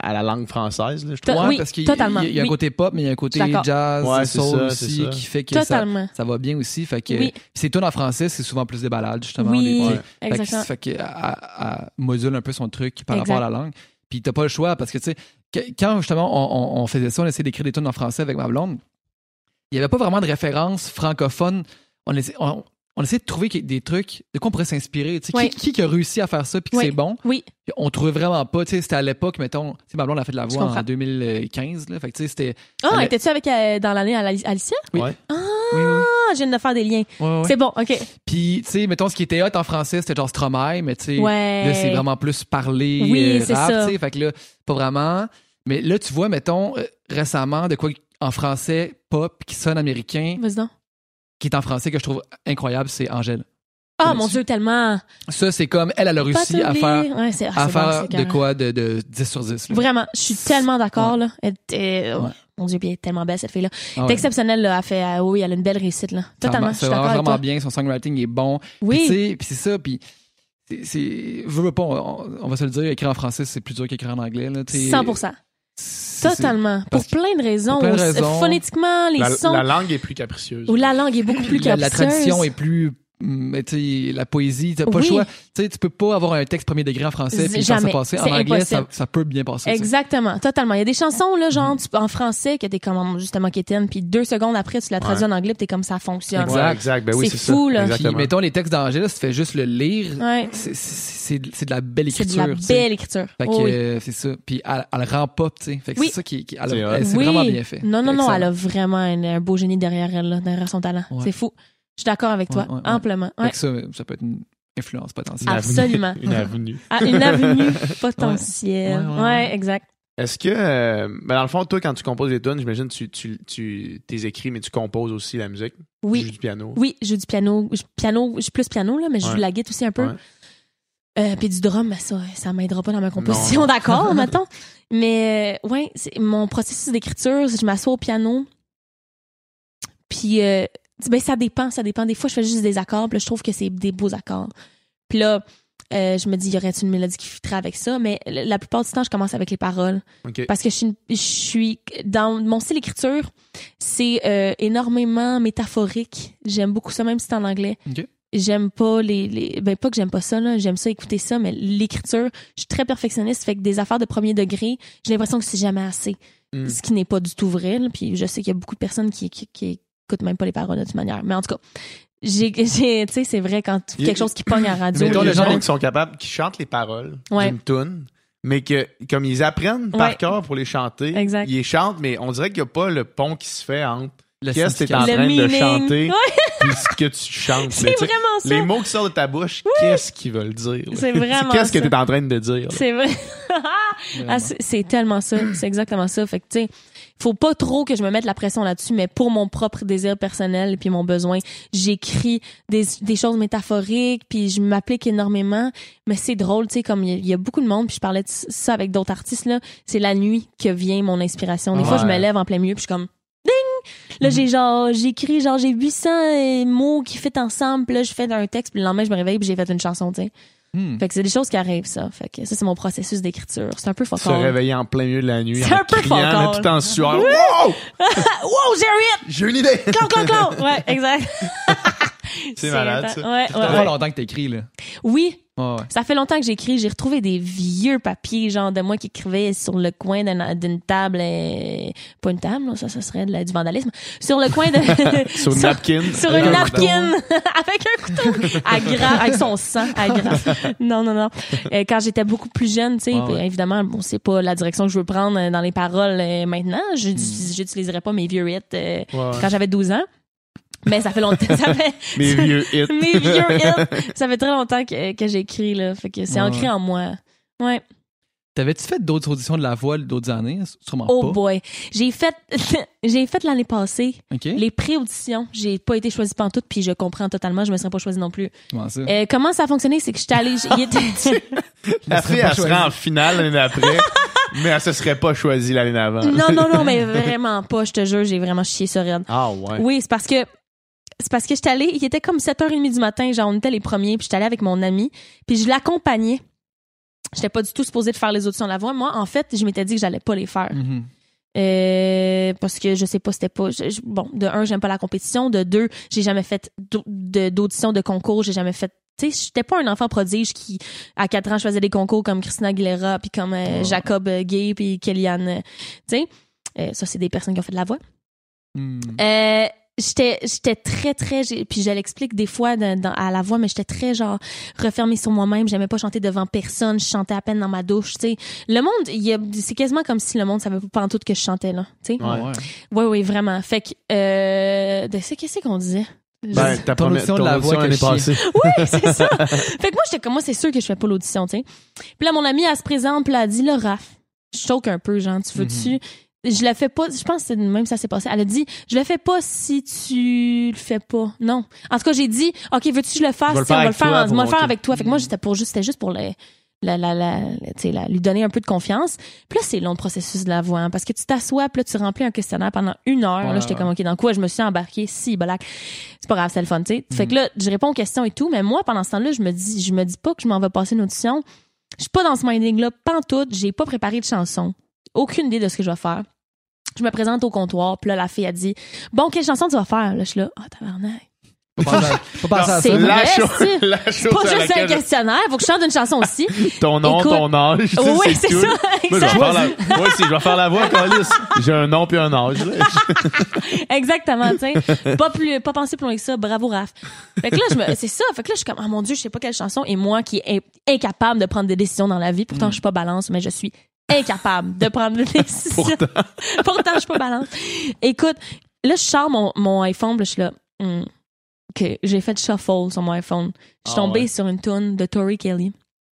à la langue française, là, je
To-
trouve.
Ouais,
oui,
parce qu'il
totalement,
il y a, il y a un
oui.
côté pop, mais il y a un côté
D'accord.
jazz,
Ouais, c'est
soul
ça,
aussi,
c'est ça.
qui fait que ça,
Totalement.
ça va bien aussi. Fait que,
Oui.
puis ces tunes en français, c'est souvent plus des ballades, justement.
Oui,
des-
Ouais.
Fait que,
exactement.
fait que, elle, elle module un peu son truc par
Exact.
rapport à la langue. Puis t'as pas le choix parce que, tu sais, que- quand justement on, on, on faisait ça, on essayait d'écrire des tunes en français avec ma blonde, il y avait pas vraiment de référence francophone. On essayait, on, on essayait de trouver des trucs de quoi on pourrait s'inspirer. Tu sais,
Oui.
qui, qui qui a réussi à faire ça puis que
Oui.
c'est bon?
Oui,
On trouvait vraiment pas. Tu sais, c'était à l'époque, mettons, tu sais, ma blonde a fait de la
Je
voix en
comprends.
deux mille quinze. Là, fait que tu sais, c'était.
ah,
Elle-
étais-tu avec euh, dans l'année à la- Alicia?
Oui.
Ouais.
Ah,
Oui, oui, oui.
je viens de faire des liens.
Ouais, ouais.
C'est bon, OK.
Puis, tu sais, mettons, ce qui était hot en français, c'était genre Stromae, mais tu sais,
Ouais.
là, c'est vraiment plus parler,
Oui,
euh,
c'est
rap,
ça.
tu sais. Fait que là, pas vraiment. Mais là, tu vois, mettons, euh, récemment, de quoi en français, pop, qui sonne américain,
Vas-y donc.
qui est en français, que je trouve incroyable, c'est Angèle.
Ah,
Connais-tu?
mon Dieu, tellement.
Ça, c'est comme, elle, elle a réussi
Pas
à
t'oublier.
faire,
Ouais, c'est, ah,
à
c'est bon,
faire
c'est
de
carré.
quoi de, de dix sur dix. Là.
Vraiment, je suis tellement d'accord,
Ouais.
là. Elle était- oh,
Ouais.
Mon Dieu, puis elle est tellement belle, cette fille-là.
Ah
C'est
ouais.
exceptionnel, là. Elle fait, ah oui, elle a une belle réussite, là. Totalement, je
C'est
suis d'accord
vraiment,
avec
vraiment
toi.
bien, son songwriting est bon. Puis, tu
Oui,
sais, puis c'est ça, puis c'est, c'est veux, veux pas, on, on va se le dire, écrire en français, c'est plus dur qu'écrire en anglais. Là, tu sais.
cent pour cent.
C'est-
Totalement. Pour
parce que-
plein de raisons.
pour plein de
Aussi,
raisons.
Phonétiquement, les
La,
sons.
la langue est plus capricieuse.
Ou la langue est beaucoup plus
la, la
capricieuse.
tradition est plus mais tu sais, la poésie, t'as pas le
Oui.
choix. Tu sais, tu peux pas avoir un texte premier degré en français puis faire ça
Jamais.
passer. En
C'est
anglais, ça,
impossible.
ça peut bien passer. tu sais.
Exactement, totalement. Il y a des chansons là,
Mm-hmm.
genre tu- en français que t'es comme justement quétaine, puis deux secondes après tu la traduis
Ouais.
en anglais, puis t'es comme ça fonctionne.
Exact.
Ouais, exact. Ben oui,
C'est
c'est
fou,
ça.
là.
Puis
Exactement.
mettons les textes d'Angèle, si tu fais juste le lire,
Ouais.
c'est, c'est, c'est, c'est de la belle
C'est de
écriture.
la
tu sais.
belle écriture.
Fait que
Oh, oui.
euh, c'est ça. Puis elle, elle rend pop, tu sais. Fait que
Oui.
c'est ça qui, qui elle a-
C'est hot.
elle- c'est
Oui.
vraiment bien fait.
Non, non, non,
Excellent.
elle a vraiment un, un beau génie derrière elle, là, derrière son talent.
Ouais.
C'est fou. Je suis d'accord avec toi,
Ouais, ouais, ouais.
amplement.
Fait
Ouais.
que ça, ça peut être une influence potentielle.
Une avenue-
Absolument.
Une avenue.
Ah, une avenue potentielle.
Ouais,
Ouais,
ouais, ouais.
exact.
Est-ce que, euh, ben dans le fond, toi, quand tu composes des tunes, j'imagine tu tu tu t'es écrit, mais tu composes aussi la musique. Tu joues
Oui.
du piano.
Oui, je joue du piano. Je, piano, je suis plus piano, là, mais je joue
Ouais.
de la guitare aussi un peu.
Ouais.
Euh, puis du drum, ben ça, ça m'aidera pas dans ma composition, d'accord, mettons. Mais euh, ouais, c'est mon processus d'écriture, c'est que je m'assois au piano. Puis euh, ben ça dépend, ça dépend. Des fois, je fais juste des accords, puis là, je trouve que c'est des beaux accords. Puis là, euh, je me dis, y aurait-il une mélodie qui fitterait avec ça? Mais la la plupart du temps, je commence avec les paroles.
Ok.
Parce que je suis, une- je suis dans mon style d'écriture, c'est euh, énormément métaphorique. J'aime beaucoup ça, même si c'est en anglais.
Ok.
J'aime pas les, les ben pas que j'aime pas ça là, j'aime ça écouter ça, mais l'écriture, je suis très perfectionniste, fait que des affaires de premier degré, j'ai l'impression que c'est jamais assez,
Mm.
ce qui n'est pas du tout vrai. Là. Puis je sais qu'il y a beaucoup de personnes qui, qui, qui écoutent même pas les paroles de toute manière, mais en tout cas, j'ai, j'ai tu sais, c'est vrai quand tu-
Il y a-
quelque chose qui pogne à la radio.
Mais
Mettons,
il y a
les
des
gens-
gens qui sont capables, qui chantent les paroles
Ouais.
d'une tune, mais que comme ils apprennent par
Ouais.
cœur pour les chanter,
Exact.
ils les chantent, mais on dirait qu'il n'y a pas le pont qui se fait entre
La
qu'est-ce que tu es en
Le
train de
meaning.
chanter
Ouais.
puis ce que tu chantes.
C'est
là, tu sais.
vraiment ça.
Les mots qui sortent de ta bouche, qu'est-ce qu'ils veulent dire? là?
C'est vraiment
Qu'est-ce que
ça.
tu es en train de dire? là?
C'est vrai. Ah, c'est, c'est tellement ça. C'est exactement ça. Fait que, tu sais, faut pas trop que je me mette la pression là-dessus, mais pour mon propre désir personnel puis mon besoin, j'écris des, des choses métaphoriques puis je m'applique énormément. Mais c'est drôle, tu sais, comme il y, a- il y a beaucoup de monde puis je parlais de ça avec d'autres artistes, là. C'est la nuit que vient mon inspiration. Des fois, je me
Ouais.
lève en plein milieu puis je suis comme, ding! Là, j'ai genre, j'écris genre, j'ai huit cents euh, mots qui fit ensemble puis là, je fais un texte puis le lendemain, je me réveille puis j'ai fait une chanson, tu sais.
Hmm.
Fait que c'est des choses qui arrivent, ça. Fait que ça, c'est mon processus d'écriture. C'est un peu fuck
Se
all.
réveiller en plein milieu de la nuit,
C'est
en
un peu
criant,
fuck
là,
all.
tout en sueur. Wow!
Wow, j'ai un hit!
J'ai une idée!
Clan, clan, clan! Ouais, exact.
C'est malade,
intense.
ça.
Ouais,
Ça
ouais,
fait
ouais.
longtemps que t'écris, là.
Oui,
Ouais, ouais.
ça fait longtemps que j'écris. J'ai retrouvé des vieux papiers, genre de moi qui écrivais sur le coin d'une, d'une table. euh, Pas une table, là, ça, ça serait de la- du vandalisme. Sur le coin de...
Sur une napkin.
Sur
Avec
une
un couteau.
napkin avec un couteau à gras avec son sang à gras. Non non non. Euh, quand j'étais beaucoup plus jeune, tu sais,
Ah ouais.
puis évidemment, bon, c'est pas la direction que je veux prendre euh, dans les paroles euh, maintenant. Je
Hmm.
j'utiliserais pas mes vieux hits euh,
Ouais, ouais.
quand j'avais douze ans. Mais ça fait longtemps, ça fait
Mes vieux hits.
mes vieux hits. Ça fait très longtemps que, que j'écris là, fait que c'est
Ouais,
ancré
ouais.
en moi. Ouais.
T'avais-tu fait d'autres auditions de la voix d'autres années? Sûrement
Oh
pas.
boy, j'ai fait j'ai fait l'année passée
OK.
les pré-auditions. J'ai pas été choisie pantoute puis je comprends totalement, je me serais pas choisie non plus.
Comment ça?
Euh, comment ça a fonctionné, c'est que j'étais allée, il était
La
serait
fille,
pas
elle serait
choisie.
en finale l'année d'après, mais elle se serait pas choisie l'année d'avant.
non non non, mais vraiment pas, je te jure, j'ai vraiment chié sur elle.
Ah ouais.
Oui, c'est parce que c'est parce que j'étais allée, il était comme sept heures trente du matin, genre on était les premiers, puis j'étais allée avec mon ami, puis je l'accompagnais J'étais pas du tout supposée de faire les auditions de la voix. Moi, en fait, je m'étais dit que j'allais pas les faire.
Mm-hmm.
Euh, parce que je sais pas, c'était pas... je- je- bon, de un, j'aime pas la compétition. De deux, j'ai jamais fait d'au- de- d'audition de concours. J'ai jamais fait... Tu sais, j'étais pas un enfant prodige qui, à quatre ans, je faisais des concours comme Christina Aguilera, puis comme euh,
Oh.
Jacob euh, Gay, puis Kellyanne. euh, Tu sais, Euh, ça, c'est des personnes qui ont fait de la voix.
Mm.
Euh, j'étais j'étais très très j'ai- puis je l'explique des fois dans, dans- à la voix, mais j'étais très genre refermée sur moi-même. J'aimais pas chanter devant personne, je chantais à peine dans ma douche, tu sais. Le monde, il y a, c'est quasiment comme si le monde savait pas en tout que je chantais là, tu sais.
Ouais. ouais.
Oui, oui, vraiment. Fait que euh, de c'est qu'est-ce qu'on disait.
Ben, ta
Ton
première
audition de
ton
la voix
audition
qu'elle
l'année
a
passée.
Oui, c'est ça. Fait que moi, j'étais comme moi, c'est sûr que je fais pas l'audition, tu sais. Puis là, mon amie, elle se présente, puis elle a dit, là, Raph, je choque un peu, genre, tu veux-tu? Je le fais pas, je pense que c'est même ça s'est passé. Elle a dit, je le fais pas si tu le fais pas. Non. En tout cas, j'ai dit, OK, veux-tu que je le fasse?
Je vais le
Si on
faire
va le
avec
faire,
toi
on va
pour
le faire
montrer.
avec toi. Fait que moi, j'étais pour juste, c'était juste pour le, la, la, la, tu sais, la, lui donner un peu de confiance. Puis là, c'est long le processus de la voix, hein, parce que tu t'assois, puis là, tu remplis un questionnaire pendant une heure.
Ouais,
là, j'étais
ouais.
comme, OK, dans quoi je me suis embarquée? Si, balac. C'est pas grave, c'est le fun, tu sais. Fait que là, je réponds aux questions et tout, mais moi, pendant ce temps-là, je me dis, je me dis pas que je m'en vais passer une audition. Je suis pas dans ce minding-là, pantoute. J'ai pas préparé de chanson. Aucune idée de ce que je vais faire. Je me présente au comptoir, puis là, la fille a dit, bon, quelle chanson tu vas faire? Là, je suis là, oh, tabarnak.
Faut penser à- faut penser à
C'est
ça.
vrai,
La,
c'est-
chose, la
C'est
chose
pas
à
juste un
laquelle je-
questionnaire, faut que je chante une chanson aussi.
ton nom,
Écoute-
ton âge. tu sais,
Oui, c'est
tout.
ça.
Moi, je vais
exact.
faire la... Moi aussi, je vais faire la voix, Calice. J'ai un nom puis un âge. Là.
Exactement, tu sais. Pas plus, pas penser plus loin que ça. Bravo, Raph. Fait que là, je me, c'est ça. Fait que là, je suis comme, oh mon Dieu, je sais pas quelle chanson. Et moi, qui est in- incapable de prendre des décisions dans la vie. Pourtant, je suis pas balance, mais je suis incapable de prendre des décisions.
Pourtant.
Pourtant, je suis pas balance. Écoute, là, je sors mon, mon iPhone, puis là, je suis là, hmm, OK, j'ai fait shuffle sur mon iPhone. Je suis
Ah
tombée
ouais.
sur une tune de Tori Kelly.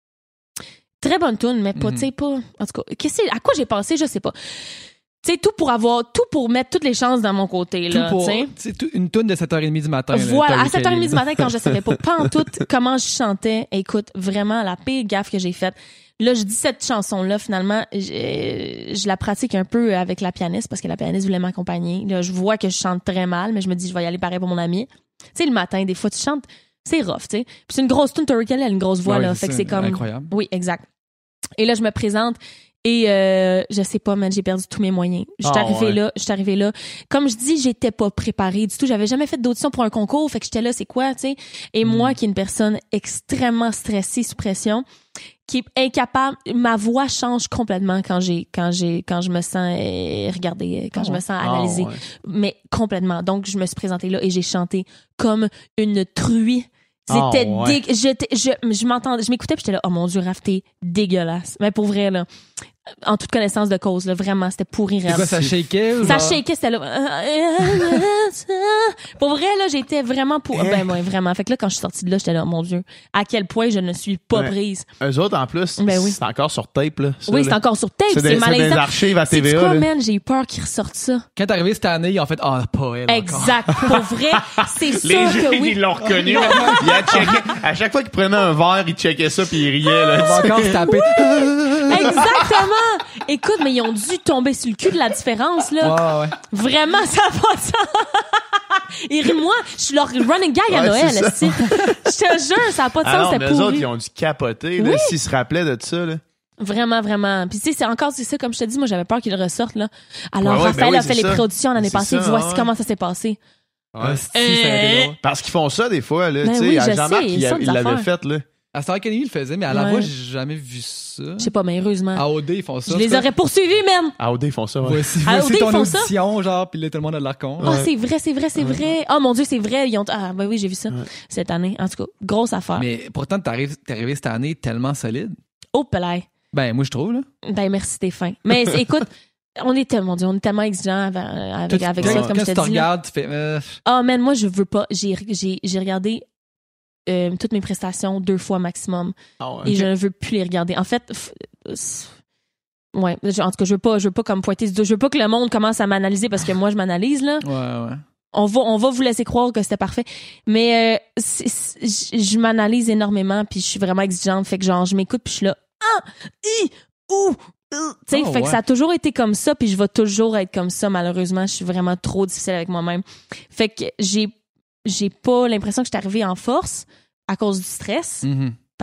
Très bonne tune, mais pas,
Mhm.
tu sais, pas. En tout cas, qu'est-ce que- à quoi j'ai pensé, je sais pas. Tu sais, tout pour avoir, tout pour mettre toutes les chances dans mon côté,
Tout
là,
pour,
tu sais.
c'est tout- une toune de sept heures trente du matin. là,
Voilà,
Tori
à sept heures trente
Kelly.
du matin, quand je savais pas, pas en tout comment je chantais, écoute, vraiment la pire gaffe que j'ai faite. Là, je dis cette chanson-là, finalement, je, je la pratique un peu avec la pianiste, parce que la pianiste voulait m'accompagner. Là, je vois que je chante très mal, mais je me dis, je vais y aller pareil pour mon ami. Tu sais, le matin, des fois, tu chantes, c'est rough, tu sais. Puis c'est une grosse tune, Tori Kelly, elle a une grosse voix,
Ouais,
là,
c'est
fait que
ça,
c'est comme...
incroyable.
Oui, exact. Et là, je me présente et euh, je sais pas, man, j'ai perdu tous mes moyens. Je suis
Ah,
arrivée
ouais.
là, je suis arrivée là. Comme je dis, j'étais pas préparée du tout. J'avais jamais fait d'audition pour un concours, fait que j'étais là, c'est quoi, tu sais. Et moi, qui est une personne extrêmement stressée, sous pression, qui est incapable, ma voix change complètement quand j'ai, quand j'ai, quand je me sens euh, regardée, quand
Ah
je me
ouais.
sens
Ah,
analysée,
ouais.
mais complètement. Donc, je me suis présentée là et j'ai chanté comme une truie. C'était
Ah, ouais.
dé- j'étais- je, je m'entendais, je m'écoutais puis j'étais là, oh mon Dieu, Raph, t'es dégueulasse. Mais pour vrai, là, en toute connaissance de cause, là, vraiment, c'était pourri.
C'est
raide.
quoi, ça shakeait? ou
Ça
genre-
shakeait, c'était là. Pour vrai, là, j'étais vraiment pour. Ben, ouais, vraiment. Fait que là, quand je suis sortie de là, j'étais là, oh mon Dieu, à quel point je ne suis pas
Ouais.
prise.
Eux autres, en plus,
Ben oui.
c'est encore sur tape. Là, ça,
Oui,
là.
c'est encore sur tape,
C'est
c'est
des, c'est des
malaisant.
archives à
C'est
T V A.
quoi,
là.
man? J'ai eu peur qu'ils ressortent ça.
Quand t'es arrivé cette année, ils ont fait, ah, pas elle. encore.
Exact. Pour vrai, c'est sûr
Les
que
juges,
oui.
ils l'ont reconnu. là. Il a checké. À chaque fois qu'il prenait un verre, il checkait ça puis il riait.
On
Là,
va encore se taper.
Exactement. Écoute, mais ils ont dû tomber sur le cul de la différence, là.
Ouais, ouais.
Vraiment, ça n'a pas de sens. Et ris moi, je suis leur running gag à
Ouais,
Noël,
c'est ça.
esti. Je te jure, ça n'a pas de
ah
sens,
non,
c'était
mais eux autres,
pourri.
ils ont dû capoter là,
Oui.
s'ils se rappelaient de ça. Là.
Vraiment, vraiment. Puis tu sais, c'est encore, c'est ça, comme je te dis, moi, j'avais peur qu'ils le ressortent, là. Alors,
Ouais, ouais,
Raphaël
ben oui,
a fait
c'est
les
ça.
pré-auditions l'année
C'est
passée.
ça,
Voici
ouais.
comment ça s'est passé.
Ah, si, ça a été drôle.
Parce qu'ils font ça des fois. Là,
Ben
tu sais,
oui,
à
je
Jean-Marc,
sais,
il,
ils
a-
sortent
il
des
l'avait
affaires.
fait. Là.
À Star Academy, ils le faisaient, mais à la
Ouais.
voix, j'ai jamais vu ça.
Je sais pas, mais heureusement.
À O D, ils font ça.
Je les aurais poursuivis, même.
À O D, ils font ça. Ouais.
Voici,
À
voici
O D, ils
ton
font ça?
audition, genre, pis là, tout le monde a de l'air con.
Ah, c'est vrai, c'est vrai, c'est vrai. Oh mon Dieu, c'est vrai. Ils ont... Ah, ben oui, j'ai vu ça
Ouais.
cette année. En tout cas, grosse affaire.
Mais pourtant, t'arrives, t'es arrivé cette année tellement solide.
Oh, pelay.
Ben, moi, je trouve, là.
Ben, merci, t'es fin. Mais c'est- écoute, on est tellement, mon Dieu, on est tellement exigeants avec, avec,
Toi,
avec
tu-
ça,
quand
comme je
tu
te
te
dis. là.
regardes, tu fais, euh,
Ah, man, moi, je veux pas. J'ai, j'ai, j'ai regardé euh, toutes mes prestations deux fois maximum.
Ah ouais.
Et je ne veux plus les regarder. En fait, f- f- ouais, je- en tout cas, je veux pas, je veux pas comme pointer du doigt. Je veux pas que le monde commence à m'analyser parce que moi, je m'analyse, là.
ouais, ouais.
On va, on va vous laisser croire que c'était parfait. Mais, euh, c'est- c'est- je je m'analyse énormément puis je suis vraiment exigeante. Fait que genre, je m'écoute puis je suis là, ah, i, ouh, tu sais,
Oh,
fait que
ouais.
ça a toujours été comme ça puis je vais toujours être comme ça. Malheureusement, je suis vraiment trop difficile avec moi-même. Fait que j'ai, j'ai pas l'impression que je suis arrivée en force à cause du stress.
Mhm.
Parce que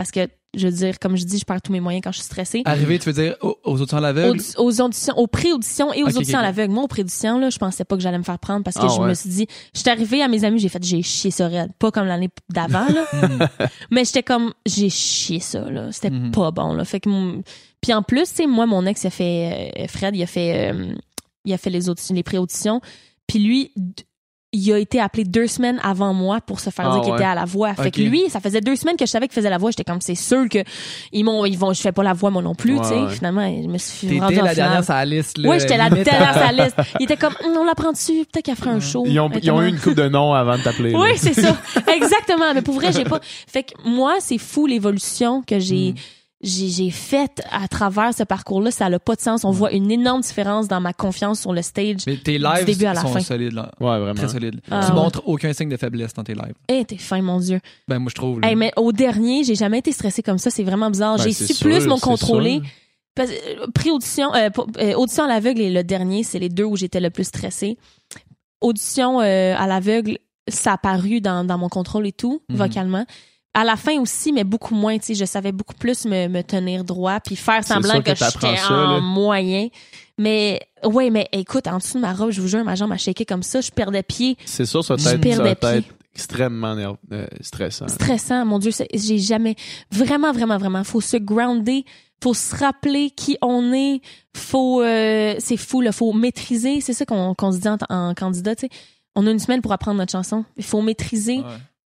je veux dire, comme je dis, je perds tous mes moyens quand je suis stressée.
Arrivé, tu veux dire, aux, aux auditions à l'aveugle?
Aux, aux auditions, aux pré-auditions et aux
Ok,
auditions
ok,
à
ok.
l'aveugle. Moi, aux pré-auditions, là, je pensais pas que j'allais me faire prendre parce que
Ah,
je
ouais.
me suis dit, je suis arrivée à mes amis, j'ai fait, j'ai chié ça raide. Pas comme l'année d'avant, là. Mais j'étais comme, j'ai chié ça, là. C'était
Mhm.
pas bon, là. Fait que, mon- puis en plus, tu sais, moi, mon ex, il a fait, euh, Fred, il a fait, euh, il a fait les auditions, les pré-auditions. Puis lui, d- il a été appelé deux semaines avant moi pour se faire
Ah,
dire qu'il
ouais.
était à la voix. Fait
Ok.
que lui, ça faisait deux semaines que je savais qu'il faisait la voix. J'étais comme, c'est sûr que ils m'ont, ils vont, je fais pas la voix moi non plus,
Ouais,
tu sais.
ouais.
Finalement, je me suis
T'étais
rendue en
la
finale.
dernière sur la liste, là.
Oui, j'étais la
limite
dernière
à-
sur la liste. Il était comme, on la prend dessus, peut-être qu'elle fera un show.
Ils ont, ils ont eu une coupe de noms avant de t'appeler.
Oui,
là.
c'est ça. Exactement. Mais pour vrai, j'ai pas. Fait que moi, c'est fou l'évolution que j'ai. J'ai, j'ai faite à travers ce parcours-là, ça n'a pas de sens. On voit une énorme différence dans ma confiance sur le stage.
Mais tes
Du
lives
début à la
sont
fin.
solides, là.
Ouais, vraiment.
Très solides.
Ah,
tu
ouais.
montres aucun signe de faiblesse dans tes lives.
Eh, t'es fin, mon Dieu.
Ben, moi, je trouve. là.
Hey, mais au dernier, j'ai jamais été stressée comme ça. C'est vraiment bizarre.
Ben,
j'ai
c'est
su
sûr,
plus mon
c'est
contrôler.
sûr.
Parce- euh, Pré-audition, euh, pas- euh, audition à l'aveugle et le dernier, c'est les deux où j'étais le plus stressée. Audition euh, à l'aveugle, ça a apparu dans, dans mon contrôle et tout,
Mhm.
vocalement. À la fin aussi, mais beaucoup moins, tu sais, je savais beaucoup plus me, me tenir droit puis faire
C'est
semblant
sûr
que,
que t'apprends
j'étais
ça,
en
là.
moyen. Mais, ouais, mais écoute, en dessous de ma robe, je vous jure, ma jambe a shaké comme ça, je perdais pied.
C'est sûr, ça
Je
va être,
perds
ça va
des pieds.
être extrêmement nerv- euh, stressant.
Stressant, mon Dieu, c'est- j'ai jamais, vraiment, vraiment, vraiment, faut se grounder, faut se rappeler qui on est, faut, euh, c'est fou, là, faut maîtriser, c'est ça qu'on qu'on se dit en, en candidat, tu sais. On a une semaine pour apprendre notre chanson. Il faut maîtriser
Ouais.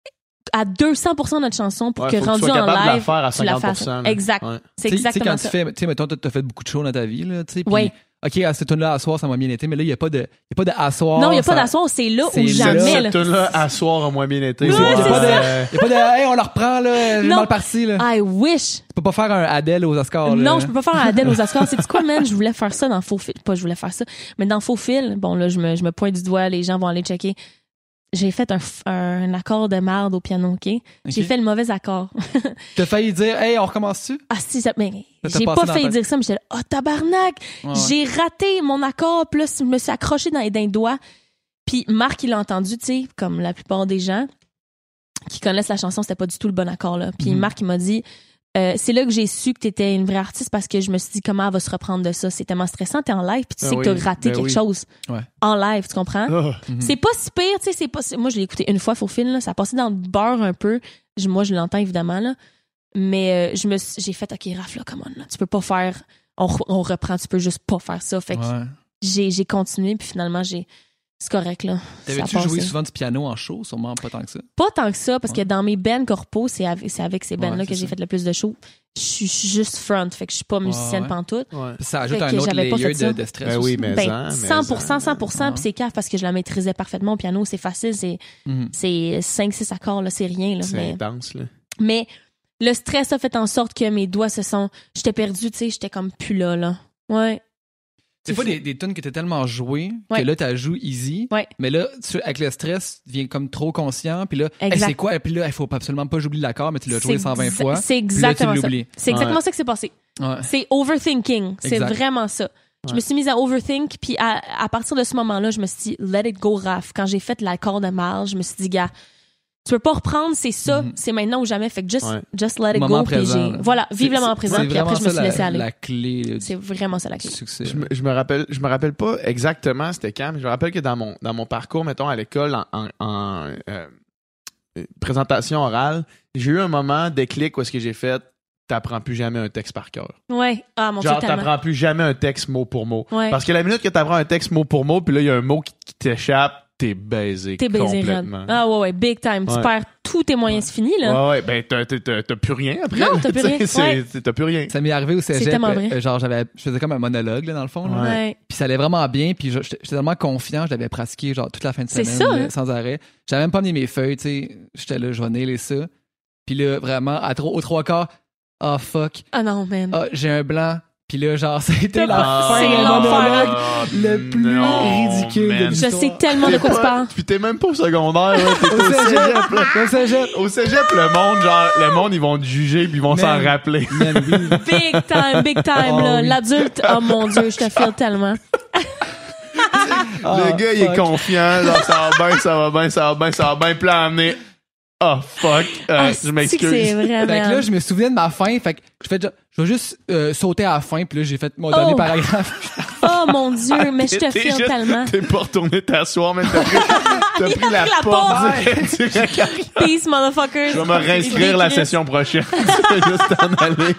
à deux cents pour cent notre chanson pour
Ouais,
que
faut que tu
rendu
sois
en
capable de la
live,
faire à
tu la
cinquante pour
fasses.
cent. là.
Exact.
Ouais.
C'est
Tu sais- tu sais,
exactement
quand
ça.
tu fais, tu sais, mettons, t'as t'as fait beaucoup de shows dans ta vie, là, tu sais. puis,
Oui.
OK, à cette tune-là, à soir, ça m'a bien été, mais là, il n'y a pas de, il y a pas de asseoir.
Non, il n'y a pas
ça-
d'asseoir, c'est là
c'est
ou
là.
jamais, là.
Cette tune-là, à soir, a moins bien été.
Il n'y
Ouais,
a,
c'est
pas de-
Euh,
y a pas de, hey, on la reprend, là, j'ai
Non.
mal parti, là.
I wish.
Tu peux pas faire un Adèle aux Oscars, là.
Non, je peux pas faire un Adèle aux Oscars. C'est quoi, man? Je voulais faire ça dans Faux Fil. Pas, je voulais faire ça. Mais dans Faux Fil, bon, là, je me, je me pointe du doigt, les gens vont aller checker. J'ai fait un, f- un accord de merde au piano, OK? J'ai
Ok.
fait le mauvais accord.
T'as failli dire, hey, on recommence-tu?
Ah, si, ça, mais
Ça t'a
j'ai
passé
pas
dans
failli
ta-
dire ça, mais j'étais là, oh, tabarnak!
Ouais, ouais.
J'ai raté mon accord, puis là, je me suis accroché dans les dans les doigts. Puis Marc, il l'a entendu, tu sais, comme la plupart des gens qui connaissent la chanson, c'était pas du tout le bon accord, là. Puis
Mhm.
Marc, il m'a dit, euh, c'est là que j'ai su que t'étais une vraie artiste parce que je me suis dit, comment elle va se reprendre de ça? C'est tellement stressant, t'es en live, puis tu
Ben
sais que
oui,
t'as raté
ben
quelque
oui.
chose
Ouais.
en live, tu comprends?
ah.
Mhm.
C'est pas si pire, tu sais, c'est pas si- moi je l'ai écouté une fois Faux Fil, là, ça a passé dans le beurre un peu. Je- moi je l'entends évidemment là, mais euh, je me suis- j'ai fait OK Raph là, come on, là, tu peux pas faire on, re- on reprend, tu peux juste pas faire ça. Fait que
Ouais.
j'ai j'ai continué puis finalement j'ai c'est correct là. Ça a
T'avais-tu joué
passé.
souvent du piano en show? Sûrement pas tant que ça.
Pas tant que ça parce
Ouais.
que dans mes bands corpo, c'est avec, c'est avec ces bands là
Ouais,
que
c'est
j'ai
ça.
fait le plus de shows. Je suis je suis juste front, fait que je suis pas musicienne
ouais.
pantoute.
Ouais.
Ça ajoute
Fait
un
que
autre
j'avais pas
layer
fait ça.
de, de stress
Ben oui,
aussi.
mais
Ben,
en, mais
cent pour cent, cent pour cent,
Ouais.
puis c'est cave parce que je la maîtrisais parfaitement au piano, c'est facile, c'est
Mhm.
c'est cinq six accords là, c'est rien là,
C'est
mais
intense, là.
Mais le stress a fait en sorte que mes doigts se sont. J'étais perdue, tu sais, j'étais comme plus là, là. Ouais.
Des
C'est
fois,
fou.
des, des tunes que t'as tellement joué
Ouais.
que là, t'as joué easy.
Ouais.
Mais là, tu- avec le stress, tu deviens comme trop conscient. Puis là, hey,
Exact.
c'est quoi? Et puis là, il faut absolument pas j'oublie l'accord, mais tu l'as joué
C'est
cent vingt
exa-
fois.
C'est
Puis là, tu
exactement ça.
l'oublies.
C'est exactement
Ouais.
ça qui s'est passé.
Ouais.
C'est overthinking. C'est
Exact.
vraiment ça. Je
Ouais.
me suis mise à overthink, puis à, à partir de ce moment-là, je me suis dit, let it go, Raph. Quand j'ai fait l'accord de marge, je me suis dit, gars, tu peux pas reprendre, c'est ça,
Mhm.
c'est maintenant ou jamais. Fait que just,
Ouais.
just let it
Moment
go. Puis
présent,
j'ai-
là.
voilà, vive le
C'est-
moment
c'est-
présent.
c'est
Puis après, je me
vraiment
suis
ça,
laissée
la,
aller.
la clé là, du
C'est vraiment ça la clé.
succès.
Je me, je me rappelle, je me rappelle pas exactement c'était quand, mais je me rappelle que dans mon, dans mon parcours, mettons, à l'école, en, en, en, euh, euh, présentation orale, j'ai eu un moment déclic où est-ce que j'ai fait, t'apprends plus jamais un texte par cœur.
Ouais. Ah, mon Dieu,
Genre,
tellement.
t'apprends plus jamais un texte mot pour mot.
Ouais.
Parce que la minute que t'apprends un texte mot pour mot, puis là, il y a un mot qui, qui t'échappe, t'es baisé
T'es baisé,
complètement.
Red. Ah ouais, ouais, big time. Tu
Ouais.
perds tous tes moyens, c'est fini, là.
Ouais, ouais, ben t'as, t'as, t'as, t'as plus rien après.
Non, t'as
là,
plus
tu sais,
rien.
c'est-
Ouais.
c'est- t'as plus rien.
Ça m'est arrivé au cégep.
tellement vrai.
euh, genre, j'avais, je faisais comme un monologue, là, dans le fond. là.
Ouais.
Ouais.
Puis ça allait vraiment bien. Puis je- j'étais j'étais tellement confiant, je l'avais pratiqué genre toute la fin de
C'est
semaine,
ça,
là,
hein.
sans arrêt. J'avais même pas mis mes feuilles, tu sais. J'étais là, je vais nailer ça. Puis là, vraiment, à trop, aux trois quarts, ah fuck,
Ah non, man.
ah j'ai un blanc. Puis là, genre, c'était
T'as
la
pas-
fin
c'est
de mon
l'enfer.
monologue
Ah,
le plus
non,
ridicule
man.
de
Je
l'histoire.
sais tellement de
T'es
quoi tu
pas-
parles.
Puis t'es même pas au secondaire, là, t'es
Au
au
cégep,
cégep, là.
au cégep.
Au cégep, le monde, genre, le monde, ils vont te juger puis ils vont s'en
Man.
rappeler.
Man, oui.
Big time, big time,
Oh
là.
oui.
L'adulte, oh mon Dieu, je te file tellement.
Ah,
le gars, il est
fuck.
confiant, genre, ça va bien, ça va bien, ça va bien, ça va bien planer. Oh, fuck. Euh,
Ah,
je
c'est-tu
m'excuse.
que c'est vraiment...
Fait que là, je me souviens de ma fin. Fait que je fais, je vais juste euh, sauter à la fin. Puis là, j'ai fait mon dernier
Oh.
paragraphe.
Oh mon Dieu, mais je te
T'es
file
juste-
tellement.
T'es pas retourné t'asseoir, mais t'as pris, t'as pris la
pris la
porte
porte.
direct du regard.
Peace, motherfuckers.
Je vais me réinscrire la session prochaine. Tu vas juste t'en aller.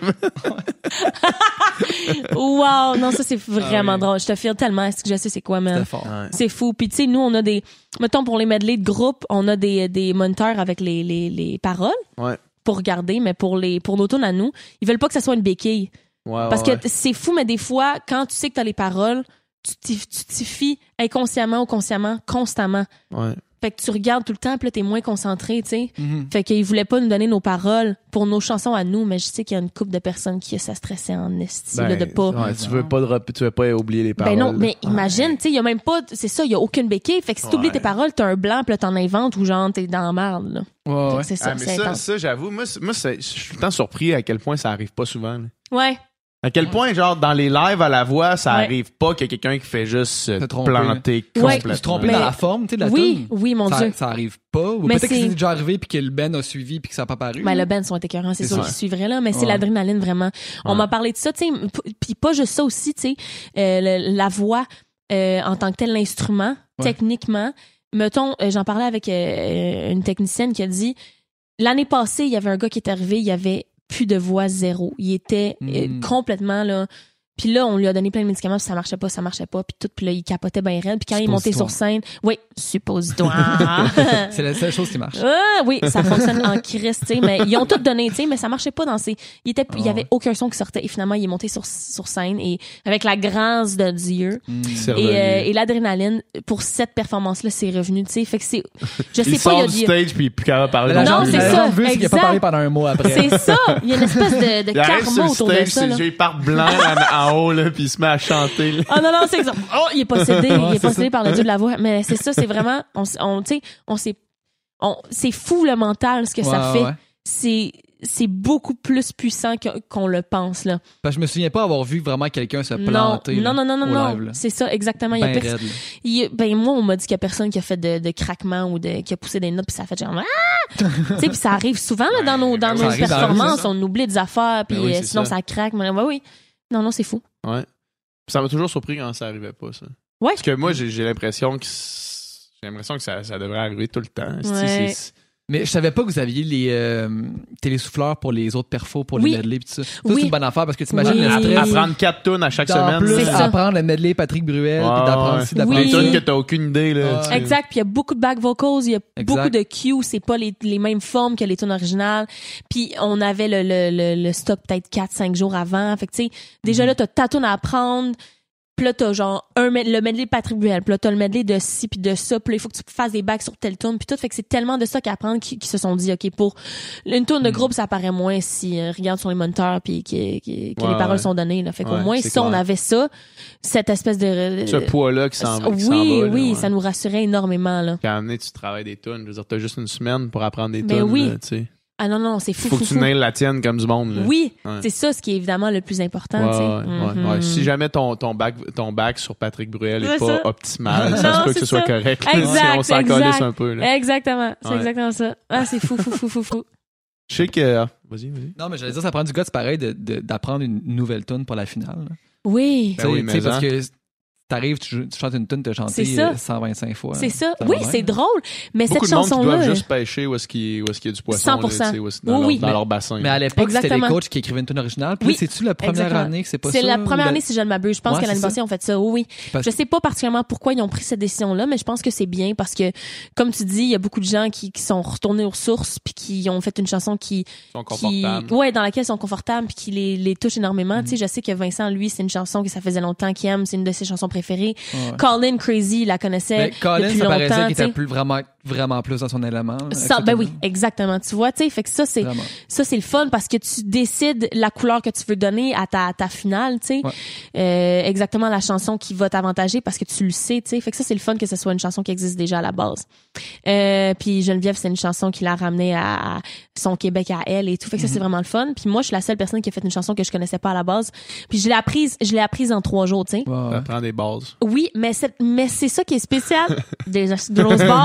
Wow, non, ça, c'est vraiment
Ah oui.
drôle. Je te file tellement. Est-ce que je sais c'est quoi, man?
C'était fort.
C'est fou. Puis, tu sais, nous, on a des... Mettons, pour les medleys de groupe, on a des, des moniteurs avec les, les, les paroles
Ouais.
pour regarder, mais pour les pour nos tunes à nous, ils veulent pas que ça soit une béquille.
Ouais,
Parce
ouais,
que c'est fou, mais des fois, quand tu sais que t'as les paroles, tu t'y tu t'y fies inconsciemment ou consciemment, constamment.
ouais.
Fait que tu regardes tout le temps, puis là, t'es moins concentré, tu sais.
Mhm.
Fait qu'ils voulaient pas nous donner nos paroles pour nos chansons à nous, mais je sais qu'il y a une couple de personnes qui ça stressait en esti, là, de pas...
ouais, tu veux pas de rep- tu veux pas oublier les paroles.
Ben non, mais imagine, tu sais, il y a même pas... C'est ça, il y a aucune béquille. Fait que si t'oublies
Ouais.
tes paroles, t'as un blanc, puis là, t'en inventes ou genre, t'es dans la merde, là.
Ouais,
Fait
ouais.
que C'est ça,
Ah, mais
c'est
ça,
intense.
ça, j'avoue, moi, c'est- moi c'est- je suis tout le temps surpris à quel point ça arrive pas souvent. là.
Ouais.
À quel point, genre, dans les lives à la voix, ça
Ouais.
arrive pas qu'il y a quelqu'un qui fait juste se
Se tromper.
planter
Ouais.
complètement.
Se tromper
Mais-
dans la forme, tu sais, de la
Oui,
tune.
oui, mon
ça,
Dieu.
ça arrive pas. Ou
Mais
peut-être que
c'est-
c'est déjà arrivé puis que le Ben a suivi puis que ça n'a pas paru.
Ben, le band sont écœurants, c'est
C'est
sûr
ça.
qu'ils suivraient, là, mais c'est
Ouais.
l'adrénaline, vraiment. On
Ouais.
m'a parlé de ça, tu sais, p- puis pas juste ça aussi, tu sais, euh, le- la voix euh, en tant que tel, l'instrument,
Ouais.
techniquement. Mettons, euh, j'en parlais avec euh, une technicienne qui a dit, l'année passée, il y avait un gars qui est arrivé, il y avait plus de voix, zéro. Il était euh,
Mm.
complètement, là... Puis là, on lui a donné plein de médicaments, puis ça marchait pas, ça marchait pas, puis tout, puis là, il capotait bien raide. Puis quand il est monté sur
Suppositoire.
scène, oui, suppositoire.
C'est la seule chose qui marche.
Ah, oui, ça fonctionne en crise, tu sais, mais ils ont tout donné, tu sais, mais ça marchait pas dans ces... Il était, il y avait aucun son qui sortait, et finalement, il est monté sur, sur scène, et avec la grâce de Dieu,
C'est
et,
revenu.
euh, et l'adrénaline, pour cette performance-là, c'est revenu, tu sais, fait que c'est... Je sais
il
pas,
sort
il y a
du
des...
stage puis il est plus capable de parler.
La
Non,
non
jambe-
c'est
la
ça,
jambe veut, c'est qu'il a pas
exact.
parlé pendant un mois après.
C'est ça! Il y a une espèce de, de
Il arrête sur
karma
le
autour de
stage,
ça,
ses
là.
yeux partent blancs en, en haut, là, puis il se met à chanter. là.
Oh non, non, c'est exemple. Oh, il est possédé,
Ouais,
il est
c'est
possédé
ça.
par le dieu de la voix. Mais c'est ça, c'est vraiment, on, s- on tu sais, on s'est, on, c'est fou le mental, ce que ça
Ouais,
fait.
ouais.
C'est, c'est beaucoup plus puissant que- qu'on le pense, là.
Parce que je me souviens pas avoir vu vraiment quelqu'un se
Non,
planter.
non,
là,
non, non, non,
au
non.
live, là.
C'est ça, exactement. Il y a
Ben
pers-
raide, là.
il y a- ben, moi, on m'a dit qu'il y a personne qui a fait de, de craquement ou de, qui a poussé des notes puis ça a fait genre, ah! Tu sais, puis ça arrive souvent, là, dans nos, dans
Ça
nos
arrive dans la vie,
performances.
c'est ça.
On oublie des affaires puis
Ben oui,
euh,
c'est
sinon
ça.
ça craque. Mais, ouais, oui. Non, non, c'est fou.
Ouais. Puis ça m'a toujours surpris quand ça arrivait pas, ça.
Ouais.
Parce que moi, j'ai j'ai l'impression que c- j'ai l'impression que ça, ça devrait arriver tout le temps. C'est-
Ouais.
c'est-
Mais je savais pas que vous aviez les euh, télésouffleurs pour les autres perfos, pour
Oui.
les medley pis tout ça. Ça,
Oui.
c'est une bonne affaire parce que t'imagines
Oui.
le
App-
stress
Apprendre quatre tunes à chaque
d'en
semaine.
plus
C'est
là.
ça.
apprendre le medley Patrick Bruel
Ouais,
puis d'apprendre
ouais.
ci, d'apprendre
Oui.
Des tunes
ça.
que t'as aucune idée, là.
Ouais.
tu sais.
Exact, puis il y a beaucoup de back vocals, il y a
Exact.
beaucoup de cues, c'est pas les, les mêmes formes que les tunes originales. Puis on avait le, le, le, le stop peut-être quatre cinq jours avant. Fait que tu sais, déjà
Mhm.
là, t'as ta tune à apprendre. Puis là, t'as genre un, med- le medley de Patrick Bruel. Puis là, t'as le medley de ci puis de ça. Puis là, il faut que tu fasses des backs sur telle tune. Puis tout, fait que c'est tellement de ça qu'à apprendre qui, qui se sont dit, OK, pour une tune de groupe, ça paraît moins si euh, regarde sur les moniteurs puis que, que, que
Ouais,
les paroles
ouais.
sont données. Là. Fait qu'au
Ouais,
moins,
c'est
ça, on
clair.
avait ça. Cette espèce de...
Ce poids-là qui s'en va. qui s'en
oui,
va, là,
oui,
ouais.
ça nous rassurait énormément, là.
Quand amené, tu travailles des tunes. Je veux dire, t'as juste une semaine pour apprendre des
Ben
tunes.
oui.
là, tu sais.
Ah non, non, c'est fou,
Faut
fou,
que tu
fou.
nailes la tienne comme du monde. Là.
Oui,
Ouais.
c'est ça ce qui est évidemment le plus important.
Ouais,
tu sais.
ouais, ouais,
Mhm.
ouais. Si jamais ton, ton, bac, ton bac sur Patrick Bruel est
C'est
pas
ça.
optimal, ça
Non,
se peut que
c'est
ce soit
ça.
correct. là,
Exact,
si on s'en
exact.
calisse un peu. Là.
Exactement, c'est
Ouais.
exactement ça. Ah, c'est fou, fou, fou, fou, fou.
Je sais que... ah, Vas-y, vas-y.
Non, mais j'allais dire, ça prend du gars, c'est pareil, de- de- d'apprendre une nouvelle tune pour la finale. là.
Oui,
Ben
Tu sais,
oui,
tu sais,
mais
parce
hein.
que t'arrives, tu, joues- tu chantes une tune, t'as chanté
C'est ça.
euh, cent vingt-cinq fois.
c'est ça.
Ça
Oui,
va
c'est
bien.
drôle, mais
Beaucoup
cette
de monde qui
chanson-là...
doivent juste pêcher où est-ce qu'il où est-ce qu'il y a du poisson.
cent pour cent.
Là, tu sais, où est-ce- dans,
Oui,
leur,
oui.
dans
Mais-
leur bassin.
Mais à l'époque, c'était les
Exactement.
coachs qui écrivaient une tune originale. Puis
Oui,
là, c'est-tu la première
exactement.
année que c'est pas ça?
C'est la
ou
première année, si je ne m'abuse. Je pense
Ouais,
que l'année
c'est
passée, on fait ça. Oui, oui.
Parce-
Je sais pas particulièrement pourquoi ils ont pris cette décision-là, mais je pense que c'est bien parce que, comme tu dis, il y a beaucoup de gens qui, qui sont retournés aux sources puis qui ont fait une chanson qui,
Ils sont
qui,
confortables.
ouais, dans laquelle ils sont confortables puis qui les, les touche énormément. Tu sais, je sais que Vincent, lui, c'est une chanson que ça faisait longtemps qu'il aime, c'est une de ses chansons préférées.
Ouais.
Colin Crazy, il la connaissait
Mais Colin,
depuis
ça paraissait
longtemps.
qu'il
tu sais.
était plus vraiment, vraiment plus dans son élément. là, avec
Ça,
cette
ben oui,
tune-là.
exactement. Tu vois, tu sais, fait que ça, c'est,
Vraiment.
ça, c'est le fun parce que tu décides la couleur que tu veux donner à ta, à ta finale, tu sais.
Ouais.
Euh, exactement la chanson qui va t'avantager parce que tu le sais, tu sais. Fait que ça, c'est le fun que ce soit une chanson qui existe déjà à la base. Euh, puis Geneviève, c'est une chanson qui l'a ramenée à, à son Québec à elle et tout. Fait que ça, c'est vraiment le fun. Puis moi, je suis la seule personne qui a fait une chanson que je connaissais pas à la base. Puis je l'ai apprise, je l'ai apprise en trois jours, tu sais.
Ouais, ouais.
Ça prend des bases.
Oui, mais c'est, mais c'est ça qui est spécial. Des grosses balles.
Des grosses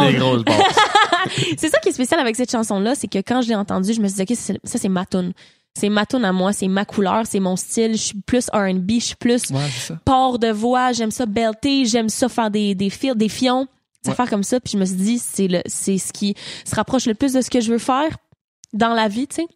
passe.
C'est ça qui est spécial avec cette chanson-là, c'est que quand je l'ai entendue, je me suis dit, OK, ça, ça c'est ma toune. C'est ma toune à moi, c'est ma couleur, c'est mon style. Je suis plus R and B, je suis plus
Ouais, c'est ça.
port de voix, j'aime ça belter, j'aime ça faire des, des fils, des fions, des
Ouais.
affaires comme ça. Puis je me suis dit, c'est le, c'est ce qui se rapproche le plus de ce que je veux faire dans la vie, tu sais.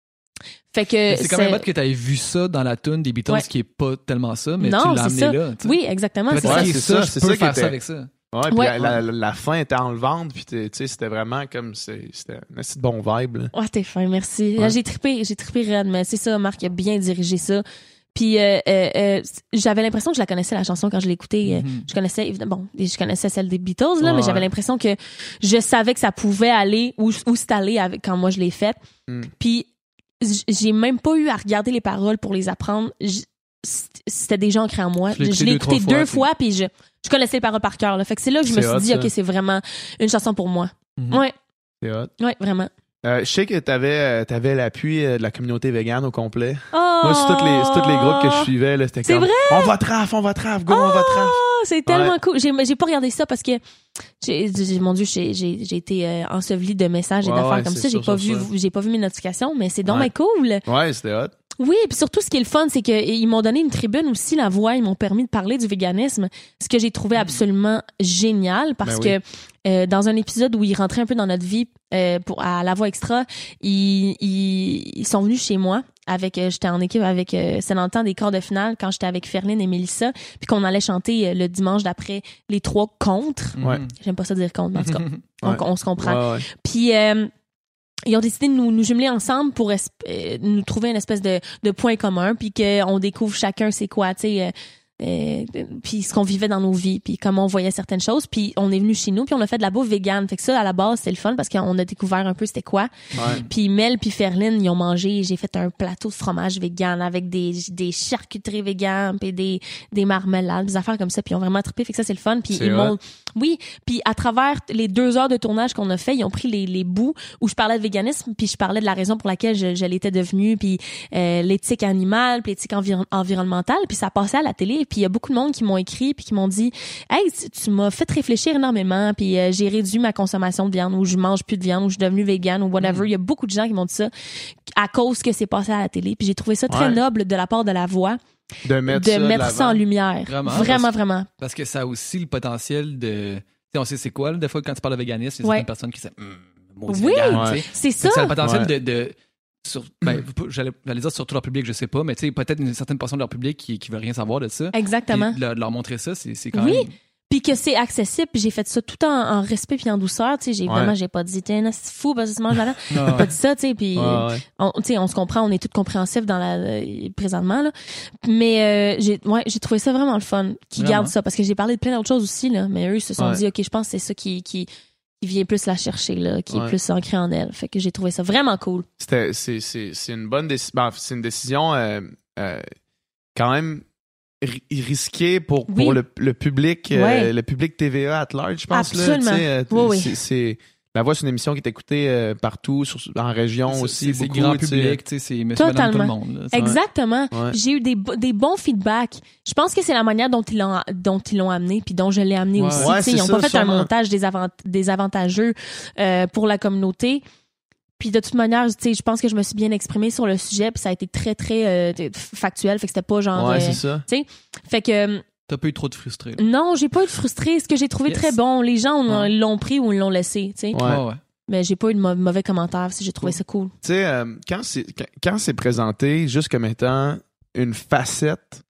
Fait que
Mais c'est quand même hot que tu aies vu ça dans la tune des Beatles,
Ouais.
qui est pas tellement ça, mais
non,
tu l'as
c'est
amené
ça.
là. tu sais.
Oui, exactement,
Fait
c'est
que
ça.
Ouais,
c'est
c'est
ça,
ça,
je
c'est
peux
ça qui
faire ça
était-
avec ça.
Ouais, puis
Ouais.
la, la, la fin était enlevante, puis t'es- tu sais, c'était vraiment comme, c'est- c'était un assez bon vibe, là.
Ouais, t'es fin, merci.
Ouais.
Là, j'ai trippé, j'ai trippé raide, mais c'est ça, Marc a bien dirigé ça. Puis euh, euh, euh, j'avais l'impression que je la connaissais, la chanson, quand je l'écoutais.
Mhm.
Euh, je connaissais, évidemment, bon, je connaissais celle des Beatles, là,
Ouais,
mais j'avais
ouais.
l'impression que je savais que ça pouvait aller où, où c'est allé avec, quand moi je l'ai faite.
Mm.
Puis j- j'ai même pas eu à regarder les paroles pour les apprendre. J- C'était déjà ancré en moi.
Tu l'as
Je
écouté
l'ai
deux,
écouté
trois
deux
fois,
fois, puis je, je connaissais les paroles par cœur. Là. Fait que c'est là que je me
C'est
suis
hot,
dit,
ça.
OK, c'est vraiment une chanson pour moi.
Mhm.
Ouais,
C'est hot.
ouais, vraiment.
Euh, je sais que t'avais, euh, t'avais l'appui euh, de la communauté végane au complet.
Oh!
Moi, c'est tous les, c'est tous les groupes que je suivais, là, c'était
C'est
comme,
vrai?
on va traf, on va traf, go, on va traf.
Oh, c'est tellement
Ouais.
cool. J'ai, j'ai pas regardé ça parce que, j'ai, j'ai- mon Dieu, j'ai, j'ai, j'ai été euh, ensevelie de messages et
Ouais,
d'affaires
ouais,
comme
c'est
ça. J'ai
sûr,
pas
sûr,
vu,
sûr.
j'ai pas vu mes notifications, mais c'est donc
Ouais.
bien cool.
Ouais, c'était hot.
Oui, puis surtout, ce qui est le fun, c'est qu'ils m'ont donné une tribune aussi, La Voix. Ils m'ont permis de parler du véganisme, ce que j'ai trouvé absolument génial parce
Ben
que euh, dans un épisode où ils rentraient un peu dans notre vie euh, pour à La Voix Extra, ils, ils, ils sont venus chez moi. Avec, euh, j'étais en équipe avec, euh, c'est dans le temps des quarts de finale quand j'étais avec Ferline et Mélissa, puis qu'on allait chanter euh, le dimanche d'après les trois contre.
Ouais.
Mhm.
J'aime pas ça dire contre, mais en tout cas, on,
Ouais.
on se comprend.
Ouais, ouais.
Puis euh, ils ont décidé de nous, nous jumeler ensemble pour es- euh, nous trouver une espèce de, de point commun, puis qu'on découvre chacun c'est quoi, tu sais, euh, euh, puis ce qu'on vivait dans nos vies, puis comment on voyait certaines choses. Puis on est venu chez nous, puis on a fait de la bouffe végane. Fait que ça, à la base, c'était le fun parce qu'on a découvert un peu c'était quoi.
Ouais.
Puis Mel puis Ferline, ils ont mangé. J'ai fait un plateau de fromage vegan avec des, des charcuteries véganes, puis des, des marmelades, des affaires comme ça. Puis ils ont vraiment trippé. Fait que ça, c'est le fun. Puis
C'est
ils
hot.
m'ont... Oui, puis à travers les deux heures de tournage qu'on a fait, ils ont pris les, les bouts où je parlais de véganisme, puis je parlais de la raison pour laquelle je, je l'étais devenue, puis euh, l'éthique animale, puis l'éthique environ- environnementale, puis ça passait à la télé. Puis il y a beaucoup de monde qui m'ont écrit puis qui m'ont dit « Hey, tu, tu m'as fait réfléchir énormément, puis euh, j'ai réduit ma consommation de viande, ou je mange plus de viande, ou je suis devenue végane, ou whatever. Il y a beaucoup de gens qui m'ont dit ça à cause que c'est passé à la télé. Puis j'ai trouvé ça très
Ouais.
noble de la part de La Voix
De mettre
de
ça, de
mettre ça en
l'avant.
lumière.
Vraiment,
Vraiment,
parce-
vraiment.
Parce que ça a aussi le potentiel de. Tu sais, on sait c'est quoi, là, des fois, quand tu parles de véganisme, il y a
Ouais.
certaines personnes qui disent Hum, maudit
Oui.
vegan,
Ouais.
tu sais.
C'est
Fait
ça.
que ça a le potentiel
Ouais.
de. de sur, ben, j'allais, j'allais dire sur tout leur public, je sais pas, mais tu sais, peut-être une certaine portion de leur public qui, qui veut rien savoir de ça.
Exactement.
Puis de leur, de leur montrer ça, c'est, c'est quand
Oui.
même.
Puis que c'est accessible, puis j'ai fait ça tout en, en respect puis en douceur, tu sais, j'ai
Ouais.
évidemment j'ai pas dit t'es un asti fou parce que tu manges la viande.
Non,
J'ai pas dit ça, tu sais, puis
Ouais, ouais.
on tu sais on se comprend, on est tous compréhensifs dans la euh, présentement là. Mais euh, j'ai ouais, j'ai trouvé ça vraiment le fun qu'ils
Vraiment.
gardent ça parce que j'ai parlé de plein d'autres choses aussi là, mais eux ils se sont
Ouais.
dit OK, je pense que c'est ça qui qui qui vient plus la chercher là, qui
Ouais.
est plus ancré en elle. Fait que j'ai trouvé ça vraiment cool.
C'était, c'est, c'est, c'est une bonne décision. c'est une décision euh, euh, quand même ri- risquée pour,
Oui.
pour le, le public, euh,
Ouais.
le public T V A at large, je pense.
Absolument.
Là, tu sais, euh,
Oui, oui.
c'est, c'est- La Voix, c'est une émission qui est écoutée euh, partout, sur, en région
C'est-
aussi.
c'est, c'est
beaucoup,
grand
tu sais.
public, tu sais, c'est monsieur, madame, tout le
Totalement.
monde. là, tu sais.
Exactement.
Ouais.
J'ai eu des, bo- des bons feedbacks. Je pense que c'est la manière dont ils l'ont, dont ils l'ont amené, puis dont je l'ai amené
Ouais.
aussi.
Ouais,
Tu sais,
c'est
ils n'ont
ça,
pas fait
sûrement.
un montage désavant- désavantageux euh, pour la communauté. Puis de toute manière, tu sais, je pense que je me suis bien exprimée sur le sujet, puis ça a été très, très euh, t- factuel. Fait que c'était pas genre...
Ouais,
euh,
c'est ça.
fait que...
T'as pas eu trop de frustrés. là.
Non, j'ai pas été frustrée. Ce que j'ai trouvé
Yes.
très bon, les gens on-
Ouais.
l'ont pris ou ils l'ont laissé, tu sais.
Ouais.
Ouais, ouais.
Mais j'ai pas eu de mau- mauvais commentaires. J'ai trouvé ça cool.
Tu sais, euh, quand, c'est, quand, quand c'est présenté juste comme étant une facette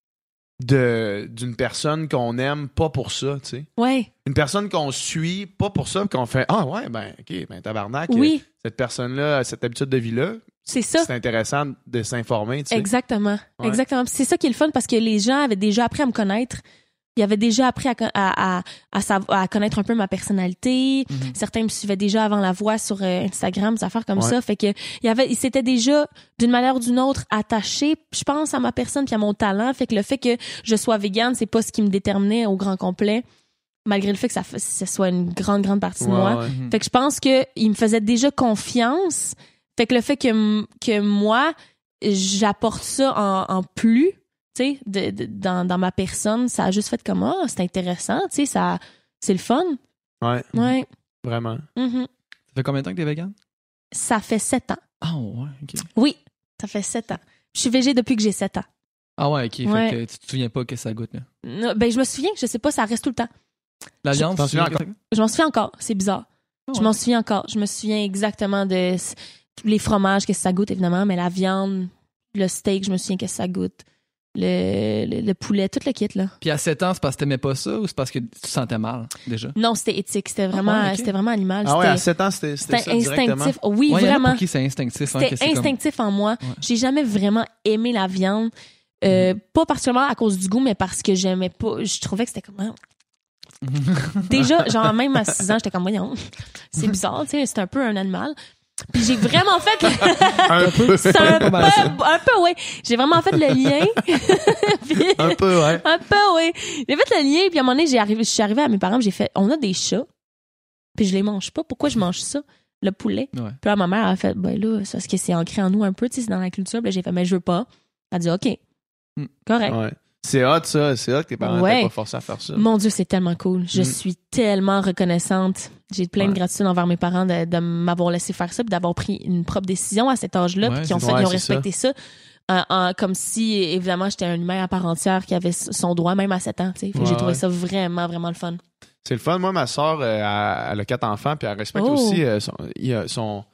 de, d'une personne qu'on aime, pas pour ça, tu sais.
Ouais.
Une personne qu'on suit, pas pour ça, qu'on fait « Ah ouais, ben, OK, ben tabarnak,
Oui,
euh, cette personne-là a cette habitude de vie-là. »
c'est ça.
C'est intéressant de s'informer, tu sais.
Exactement.
Ouais.
Exactement. Puis c'est ça qui est le fun parce que les gens avaient déjà appris à me connaître. Ils avaient déjà appris à, co- à, à, à, sav- à connaître un peu ma personnalité.
Mhm.
Certains me suivaient déjà avant la voix sur euh, Instagram, des affaires comme
Ouais.
ça. Fait que il y avait, ils s'étaient déjà d'une manière ou d'une autre attachés, je pense, à ma personne puis à mon talent. Fait que le fait que je sois végane, c'est pas ce qui me déterminait au grand complet, malgré le fait que ça, f- ça soit une grande, grande partie de
Ouais,
moi.
ouais.
Mhm.
Fait que je pense que il me faisait déjà confiance. Fait que le fait que, m- que moi, j'apporte ça en, en plus, tu sais, de, de- dans, dans ma personne, ça a juste fait comme, ah, c'est intéressant, tu sais, ça, c'est le fun.
Ouais.
Ouais.
Vraiment.
Mm-hmm.
Ça fait combien de temps que t'es vegan?
Ça fait sept ans.
Ah ouais, ok.
Oui, ça fait sept ans. Je suis végé depuis que j'ai sept ans.
Ah ouais, ok.
Ouais.
Fait que tu te souviens pas que ça goûte, là.
Non, ben, je me souviens, je sais pas, ça reste tout le temps.
La
Je-
viande,
t'en
tu te souviens
souviens
que ça goûte?
Je m'en souviens encore, c'est bizarre.
Ah
Je
ouais.
m'en souviens encore. Je me souviens exactement de s- les fromages, qu'est-ce que ça goûte, évidemment, mais la viande, le steak, je me souviens qu'est-ce que ça goûte. Le, le, le poulet, tout le kit, là.
Puis à sept ans, c'est parce que t'aimais pas ça ou c'est parce que tu te sentais mal, déjà?
Non, c'était éthique, c'était vraiment,
Ah ouais, ok.
c'était vraiment animal.
Ah ouais, à
C'était,
sept ans, c'était c'était
c'était
ça directement.
instinctif. Oui,
Ouais, y en a
vraiment.
pour qui c'est instinctif. hein,
C'était
que c'est comme-
instinctif en moi.
Ouais.
J'ai jamais vraiment aimé la viande. Euh, Pas particulièrement à cause du goût, mais parce que j'aimais pas. Je trouvais que c'était comme. ah. Déjà, genre, même à six ans, j'étais comme, voyons, c'est bizarre, tu sais, c'est un peu un animal. Puis j'ai vraiment fait. Le...
Un peu.
c'est un
Pas
peu,
mal ça.
un peu, oui. J'ai vraiment fait le lien. Puis-
Un peu, ouais.
un peu, oui. J'ai fait le lien, puis à un moment donné, j'ai arrivé, je suis arrivée à mes parents, puis j'ai fait, on a des chats, puis je les mange pas. Pourquoi je mange ça? Le poulet.
Ouais.
Puis là, ma mère a fait, ben là, c'est parce que c'est ancré en nous un peu, tu sais, c'est dans la culture. Puis là, j'ai fait, mais je veux pas. Elle a dit, OK.
Mm.
Correct.
Ouais. C'est hot, ça. C'est hot que tes parents
Ouais.
t'aient pas forcé à faire ça.
Mon Dieu, c'est tellement cool. Je
Mm.
suis tellement reconnaissante. J'ai plein de
Ouais.
gratitude envers mes parents de, de m'avoir laissé faire ça, puis d'avoir pris une propre décision à cet âge-là,
Ouais,
puis qui ont,
c'est-
fait,
ouais,
ils ont
c'est
respecté ça. Euh, en- comme si, évidemment, j'étais un humain à part entière qui avait son droit, même à sept ans. tu sais. Fait que
Ouais,
j'ai trouvé
ouais.
ça vraiment, vraiment le fun.
C'est le fun. Moi, ma soeur, euh, elle, elle a quatre enfants, puis elle respecte
Oh.
aussi euh, son, il a son,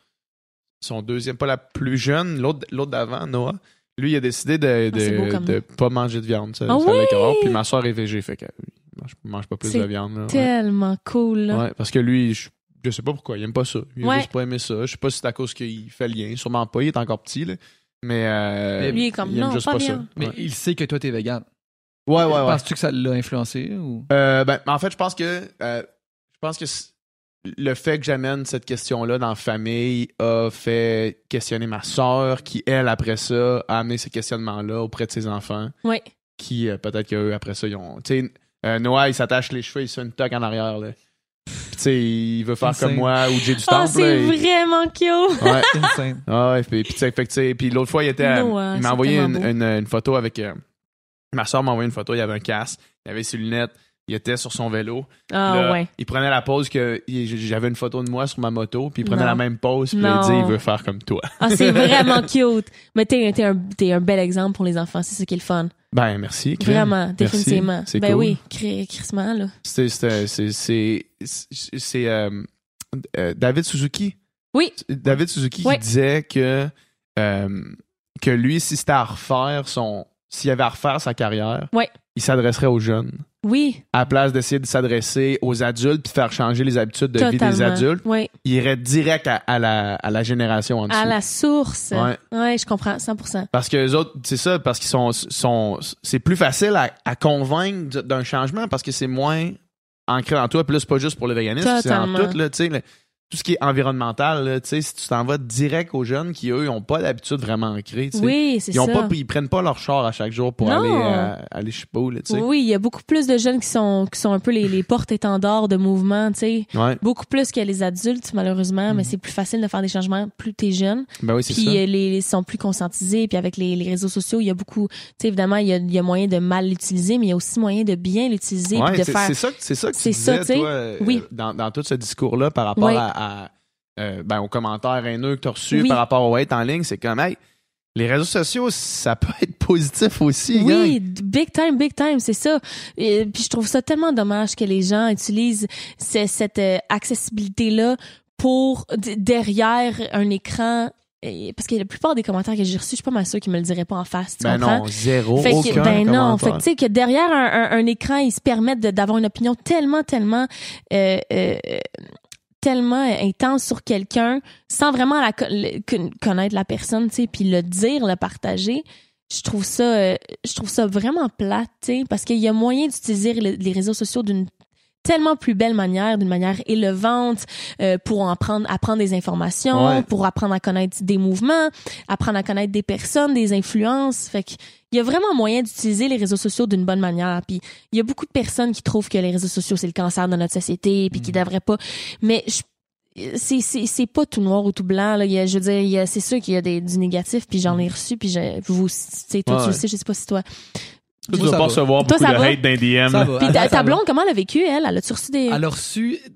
son deuxième, pas la plus jeune, l'autre l'autre d'avant, Noah. Lui, il a décidé de,
Ah, c'est beau
de,
comme
de
nom.
pas manger de viande. Ça,
Ah
ça
oui?
l'écœure. Puis ma soeur est végé, fait qu'elle mange, mange pas plus
C'est
de viande. Là, ouais.
Tellement cool, là.
Ouais, parce que lui, je, je sais pas pourquoi, il aime pas ça. Il a
Ouais.
juste pas aimé ça. Je sais pas si c'est à cause qu'il fait le lien. Sûrement pas, il est encore petit, là. Mais, euh,
Mais
lui, il est comme,
il aime
non,
juste
pas
pas
viande.
ça.
Mais
Ouais,
il sait que toi, t'es vegan.
ouais, ouais. ouais.
Penses-tu que ça l'a influencé ou?
Euh, ben, en fait, je pense que euh, je pense que c- le fait que j'amène cette question-là dans la famille a fait questionner ma sœur, qui elle après ça a amené ces questionnements-là auprès de ses enfants,
Oui.
qui euh, peut-être qu'eux après ça ils ont, tu sais, euh, Noah il s'attache les cheveux, il se fait une toque en arrière là. Puis, tu sais, il veut faire
Insane.
comme moi ou Jay du
Oh,
Temple.
c'est
là, il-
vraiment cute!
Ouais.
Insane.
Ah ouais, puis, puis, tu sais, fait que, tu sais, puis l'autre fois, il était. à-
Noah,
il
c'est
m'a envoyé une,
tellement beau.
une, une photo avec. euh, ma soeur m'a envoyé une photo, il y avait un casque, il avait ses lunettes, il était sur son vélo.
Ah,
Là,
ouais.
Il prenait la pose que il- j'avais une photo de moi sur ma moto, puis il prenait
Non.
la même pose, puis là, il
Non.
disait il veut faire comme toi.
Ah, c'est vraiment cute. Mais t'es, t'es, un, t'es un bel exemple pour les enfants, c'est ça qui est le fun.
Ben merci. Crème.
Vraiment,
Merci.
définitivement.
C'est
Ben
cool.
oui, cré- crissement, là.
C'est c'est c'est c'est c'est- c'est, euh, euh, David Suzuki.
Oui.
David Suzuki
Oui.
qui disait que euh, que lui, si c'était à refaire son, s'il avait à refaire sa carrière,
Oui.
il s'adresserait aux jeunes.
Oui,
À la place d'essayer de s'adresser aux adultes puis de faire changer les habitudes de vie
totalement.
des adultes,
Oui.
il irait direct à, à la, à la génération en dessous.
À la source.
Ouais.
Ouais, je comprends, cent pour cent.
Parce que les autres, c'est ça, parce qu'ils sont, sont c'est plus facile à, à convaincre d'un changement parce que c'est moins ancré en toi. Puis là, c'est pas juste pour le véganisme, c'est en
Totalement.
tout, là, tu sais, le- tout ce qui est environnemental, là, tu sais, si tu t'en vas direct aux jeunes qui, eux, ont pas d'habitude vraiment ancrée, tu sais.
Oui, c'est
Ils, ont
ça.
pas, ils prennent pas leur char à chaque jour pour
Non.
aller, euh, aller chez Pau, là, tu sais.
Oui, il y a beaucoup plus de jeunes qui sont, qui sont un peu les, les porte-étendards de mouvement, tu sais.
Ouais.
Beaucoup plus que les adultes, malheureusement, mais c'est plus facile de faire des changements plus t'es jeune.
Ben oui, c'est
Puis
ça.
euh, les, les sont plus conscientisés. Puis avec les, les réseaux sociaux, il y a beaucoup... Tu sais, évidemment, il y a, il y a moyen de mal l'utiliser, mais il y a aussi moyen de bien l'utiliser
Ouais,
puis de
c'est
faire...
c'est ça, c'est ça que tu
c'est ça,
disais,
tu sais.
toi, euh,
Oui.
dans, dans tout ce discours-là par rapport
Oui.
à, à, euh, ben, aux commentaires haineux que tu as reçus
Oui.
par rapport au hate en ligne. C'est comme, hey, les réseaux sociaux, ça peut être positif aussi.
Oui,
gang.
big time, big time, c'est ça. Et, puis je trouve ça tellement dommage que les gens utilisent ce- cette euh, accessibilité-là pour d- derrière un écran. Et- parce que la plupart des commentaires que j'ai reçus, je suis pas mal sûre qu'ils me le diraient pas en face. Tu
Ben
comprends?
non, zéro,
Fait que,
aucun
ben non, fait
commentaire.
que tu sais que derrière un, un, un écran, ils se permettent de- d'avoir une opinion tellement, tellement, euh, euh, tellement intense sur quelqu'un, sans vraiment la, co- le- con- connaître la personne, tu sais, puis le dire, le partager. Je trouve ça, euh, je trouve ça vraiment plate, tu sais, parce qu'il y a moyen d'utiliser le- les réseaux sociaux d'une tellement plus belle manière, d'une manière élevante, euh, pour en prendre, apprendre des informations,
Ouais.
pour apprendre à connaître des mouvements, apprendre à connaître des personnes, des influences. Fait que il y a vraiment moyen d'utiliser les réseaux sociaux d'une bonne manière. Puis il y a beaucoup de personnes qui trouvent que les réseaux sociaux c'est le cancer de notre société, puis qui devraient pas. Mais je c'est c'est c'est pas tout noir ou tout blanc là. Il y a, je veux dire, il y a, c'est sûr qu'il y a des, du négatif, puis j'en ai reçu, puis je, vous, tu sais, toi
Ouais,
tu le
ouais.
sais, je sais pas si toi.
Tu
Moi,
dois
ça
pas
va.
recevoir
Toi,
beaucoup
ça
de
va?
hate d'un D M.
Ça va.
Puis
Ah,
ta,
ça
ta
va.
blonde, comment elle a vécu elle? Elle a-tu reçu des...
Elle a reçu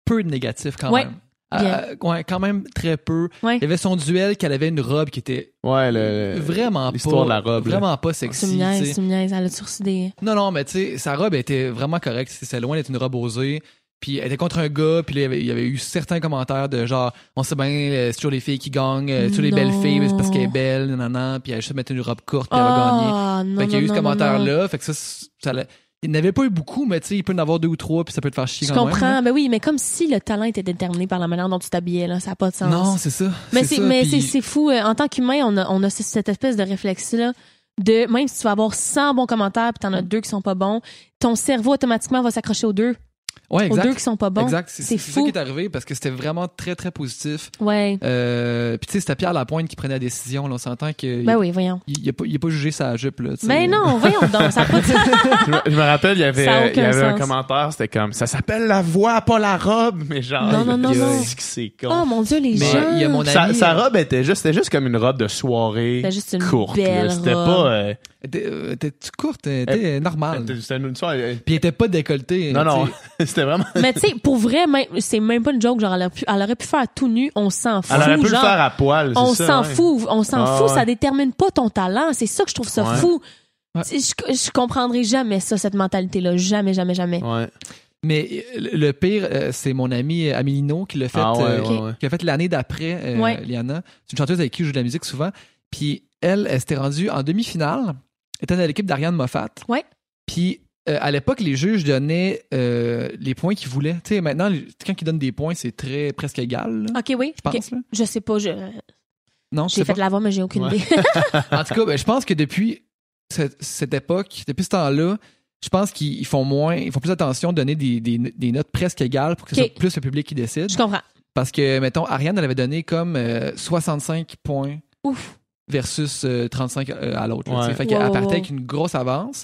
peu de négatif quand
Ouais.
même.
Bien.
Euh, ouais, quand même très peu.
Ouais.
Il y avait son duel qu'elle avait une robe qui était
Ouais, le,
vraiment
l'histoire
pas,
de la robe, là.
vraiment pas
Tu
sexy.
me niaises,
tu sais.
tu me niaises, elle a toujours des...
Non, non, mais tu sais, sa robe était vraiment correcte. C'est loin d'être une robe osée. Puis elle était contre un gars, puis là, il y avait- il y avait eu certains commentaires de genre, on sait bien, euh, c'est toujours les filles qui gagnent, euh, c'est toujours les
Non.
belles filles, mais c'est parce qu'elle est belle, nanana, puis elle a juste mettre une robe courte, puis elle va gagner.
Ah, non,
Fait qu'il y a eu
non,
ce
non, non,
commentaire-là, fait que ça, ça l'a- il n'avait pas eu beaucoup, mais tu sais, il peut en avoir deux ou trois, puis ça peut te faire chier
Je
quand même.
comprends,
là.
ben oui, mais comme si le talent était déterminé par la manière dont tu t'habillais, là, ça n'a pas de sens.
Non, c'est ça.
mais c'est,
ça,
mais
puis-
c'est, c'est fou. euh, En tant qu'humain, on a, on a ce- cette espèce de réflexe-là de, même si tu vas avoir cent bons commentaires puis t'en as deux qui sont pas bons, ton cerveau automatiquement va s'accrocher aux deux,
Ouais,
aux
exact.
deux qui sont pas bons.
Exact. C'est,
C'est
c'est ça
fou.
qui est arrivé parce que c'était vraiment très, très positif.
Ouais.
Euh, puis tu sais, c'était Pierre Lapointe qui prenait la décision. Là, on s'entend qu'il
Ben oui, voyons.
il, il a pas, il a pas jugé sa jupe. Là, tu sais.
Mais non, voyons donc, ça n'a pas de sens.
je, me, je me rappelle, il y avait,
Ça a
il y
aucun
avait un
sens.
commentaire, c'était comme, ça s'appelle la voix, pas la robe, mais genre,
Non, non, non,
non.
c'est que c'est con.
Oh mon Dieu, les
Mais
gens.
il y a mon
Sa,
ami,
sa
euh,
robe était juste, c'était juste comme une robe de soirée
C'était juste une
courte.
belle
là. C'était
robe.
pas, euh,
était, euh, était courte, elle était normale.
c'était- c'était une soirée.
Puis elle était pas décolletée.
Non, non,
tu sais.
c'était vraiment.
Mais tu sais, pour vrai, même, c'est même pas une joke, genre, elle aurait pu, elle aurait pu faire tout nu, on s'en fout.
Elle aurait pu
genre,
le faire à poil.
on
c'est ça,
s'en
ouais.
fout, on s'en
Ah,
fout,
ouais.
ça détermine pas ton talent. C'est ça que je trouve ça
Ouais.
fou.
Ouais.
Tu sais, Je, je comprendrai jamais ça, cette mentalité-là. Jamais, jamais, jamais.
Ouais.
Mais euh, le pire, euh, c'est mon ami Amilino qui l'a fait,
Ah ouais,
euh,
ouais, ouais.
qui a fait l'année d'après, euh,
Ouais.
Liana. C'est une chanteuse avec qui je joue de la musique souvent. Puis elle, elle s'était rendue en demi-finale. Elle était dans l'équipe d'Ariane Moffat.
Ouais.
Puis euh, à l'époque, les juges donnaient euh, les points qu'ils voulaient. Tu sais, maintenant, les- quand ils donnent des points, c'est très presque égal. là,
OK, oui.
je pense.
Ok.
Là.
Je sais pas, je,
Non, je
j'ai
sais
fait
pas.
la voix, mais j'ai aucune
Ouais.
idée.
En tout cas, ben, je pense que depuis cette, cette époque, depuis ce temps-là, je pense qu'ils ils font moins, ils font plus attention de donner des, des, des notes presque égales pour que ce
Ok.
soit plus le public qui décide.
Je comprends.
Parce que, mettons, Ariane, elle avait donné comme euh, soixante-cinq points
Ouf.
versus euh, trente-cinq euh, à l'autre. là,
Ouais.
tu sais. Fait qu'elle
Wow, wow,
partait
wow.
avec une grosse avance.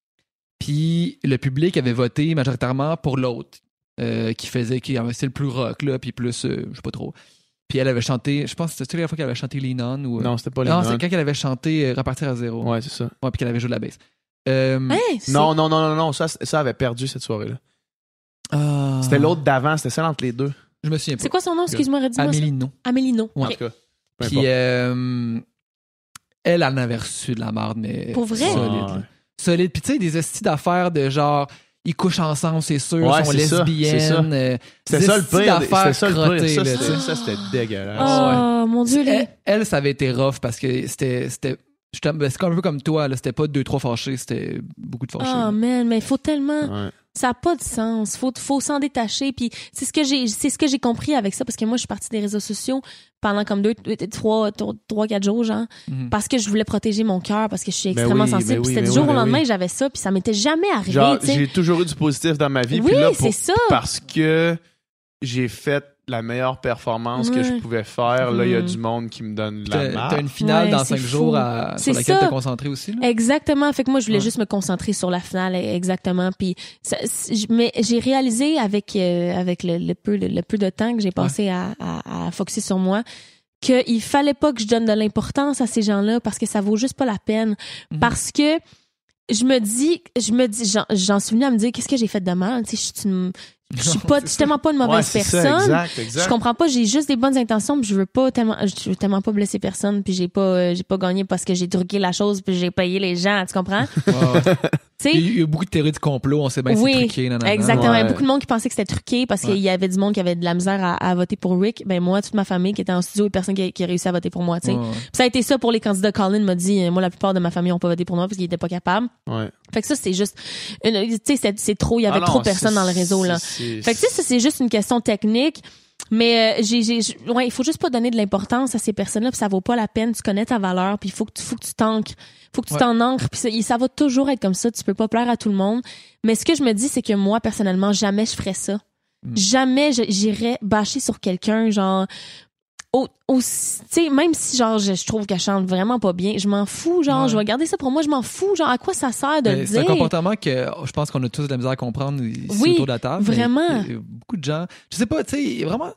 Puis le public avait voté majoritairement pour l'autre, euh, qui faisait, qui avait un style plus rock, là, puis plus, euh, je sais pas trop. Puis elle avait chanté, je pense que c'était la fois qu'elle avait chanté Lean On ou. euh,
Non, c'était pas les
non,
notes.
c'est quand elle avait chanté euh, Repartir à zéro.
Ouais, c'est ça.
Ouais, puis qu'elle avait joué de la bass. Euh,
Hein, c'est-
Non, non, non, non, non, ça, ça avait perdu cette soirée-là.
ah,
C'était l'autre d'avant, c'était celle entre les deux.
Je me souviens pas.
C'est quoi son nom? Excuse-moi, redis-moi. ça.
Amélino.
Amélino.
Ouais.
En
Ok.
tout cas, peu
Puis
importe.
euh, elle, elle en avait reçu de la marde, mais
Pour vrai?
solide.
Ah,
là.
ouais.
Solide. Puis tu sais, des estis d'affaires de genre, ils couchent ensemble, c'est sûr,
Ouais,
ils sont
c'est ça,
lesbiennes.
c'est ça.
euh,
C'était
des
ça le
estis
pire.
d'affaires
C'était ça le pire.
crottées,
Ça,
là,
c'était-
tu sais.
ça, c'était dégueulasse.
Oh, mon Dieu, les...
Elle, elle, ça avait été rough parce que c'était. c'était j'étais- ben, c'est comme un peu comme toi, là. C'était pas deux, trois fâchés, c'était beaucoup de fâchés.
Oh
là.
man, mais il faut tellement...
Ouais.
Ça n'a pas de sens. Faut, faut s'en détacher. Puis c'est ce que j'ai, c'est ce que j'ai compris avec ça parce que moi, je suis partie des réseaux sociaux pendant comme deux, deux, trois, trois, trois, quatre jours, genre,
Mhm.
parce que je voulais protéger mon cœur, parce que je suis
Ben
extrêmement
oui,
sensible.
ben
Puis
oui,
c'était
ben
du
oui,
jour au
ben
lendemain,
oui.
j'avais ça, puis ça m'était jamais arrivé.
Genre,
tu sais.
j'ai toujours eu du positif dans ma vie.
Oui,
puis là,
c'est
pour-
ça.
parce que j'ai fait la meilleure performance que
Ouais.
je pouvais faire, là, il y a
Mhm.
du monde qui me donne de la
T'as, t'as
marde.
une finale
Ouais,
dans
c'est
cinq
fou.
jours à,
C'est
sur laquelle
ça.
te concentrer aussi. Là.
Exactement. Fait que moi, je voulais
Ouais.
juste me concentrer sur la finale, exactement. Puis, ça, c'est- j- mais j'ai réalisé avec euh, avec le, le peu le, le peu de temps que j'ai passé à, à, à focuser sur moi qu'il fallait pas que je donne de l'importance à ces gens-là parce que ça vaut juste pas la peine.
Mhm.
Parce que je me dis, je me dis, j'en, j'en suis venue à me dire qu'est-ce que j'ai fait de mal. Tu sais, je suis une- je suis pas, je suis tellement pas une
Ouais,
mauvaise
c'est ça,
personne.
exact, exact.
Je comprends pas, j'ai juste des bonnes intentions, puis je veux pas tellement je veux tellement pas blesser personne, puis j'ai pas euh, j'ai pas gagné parce que j'ai truqué la chose puis j'ai payé les gens, tu comprends?
Ouais, ouais.
Tu sais,
Il y a- il y a beaucoup de théories du complot, on sait bien que
Oui,
c'est truqué. nanana.
exactement, il y a
Ouais.
beaucoup de monde qui pensait que c'était truqué parce
Ouais.
qu'il y avait du monde qui avait de la misère à, à voter pour Rick. Ben moi, toute ma famille qui était en studio et personne qui a, qui a réussi à voter pour moi, tu sais.
Ouais, ouais.
Puis ça a été ça pour les candidats. Colin m'a dit euh, moi la plupart de ma famille ont pas voté pour moi parce qu'ils étaient pas capables.
Ouais.
Fait que ça c'est juste une- tu sais c'est, c'est trop, il y avait
Ah non,
trop de personnes
c'est-
dans le réseau là.
c'est-
Fait que tu sais, ça, c'est juste une question technique. Mais euh, j'ai, j'ai, j'- ouais, il faut juste pas donner de l'importance à ces personnes-là, puis ça vaut pas la peine. Tu connais ta valeur, puis il faut que tu, faut que tu t'ancres, faut que tu
Ouais.
t'en ancres, puis ça, ça va toujours être comme ça. Tu peux pas plaire à tout le monde. Mais ce que je me dis, c'est que moi personnellement, jamais je ferais ça.
Mm.
Jamais je- j'irais bâcher sur quelqu'un, genre. Au, au- tu sais, même si genre je, je trouve qu'elle chante vraiment pas bien, je m'en fous, genre
Ouais.
je vais garder ça pour moi, je m'en fous, genre à quoi ça sert de
Mais
le
c'est un
dire?
comportement que oh, je pense qu'on a tous de la misère à comprendre ici
Oui,
autour de la table. mais
vraiment.
il y a beaucoup de gens. Je sais pas, tu sais, il y a vraiment.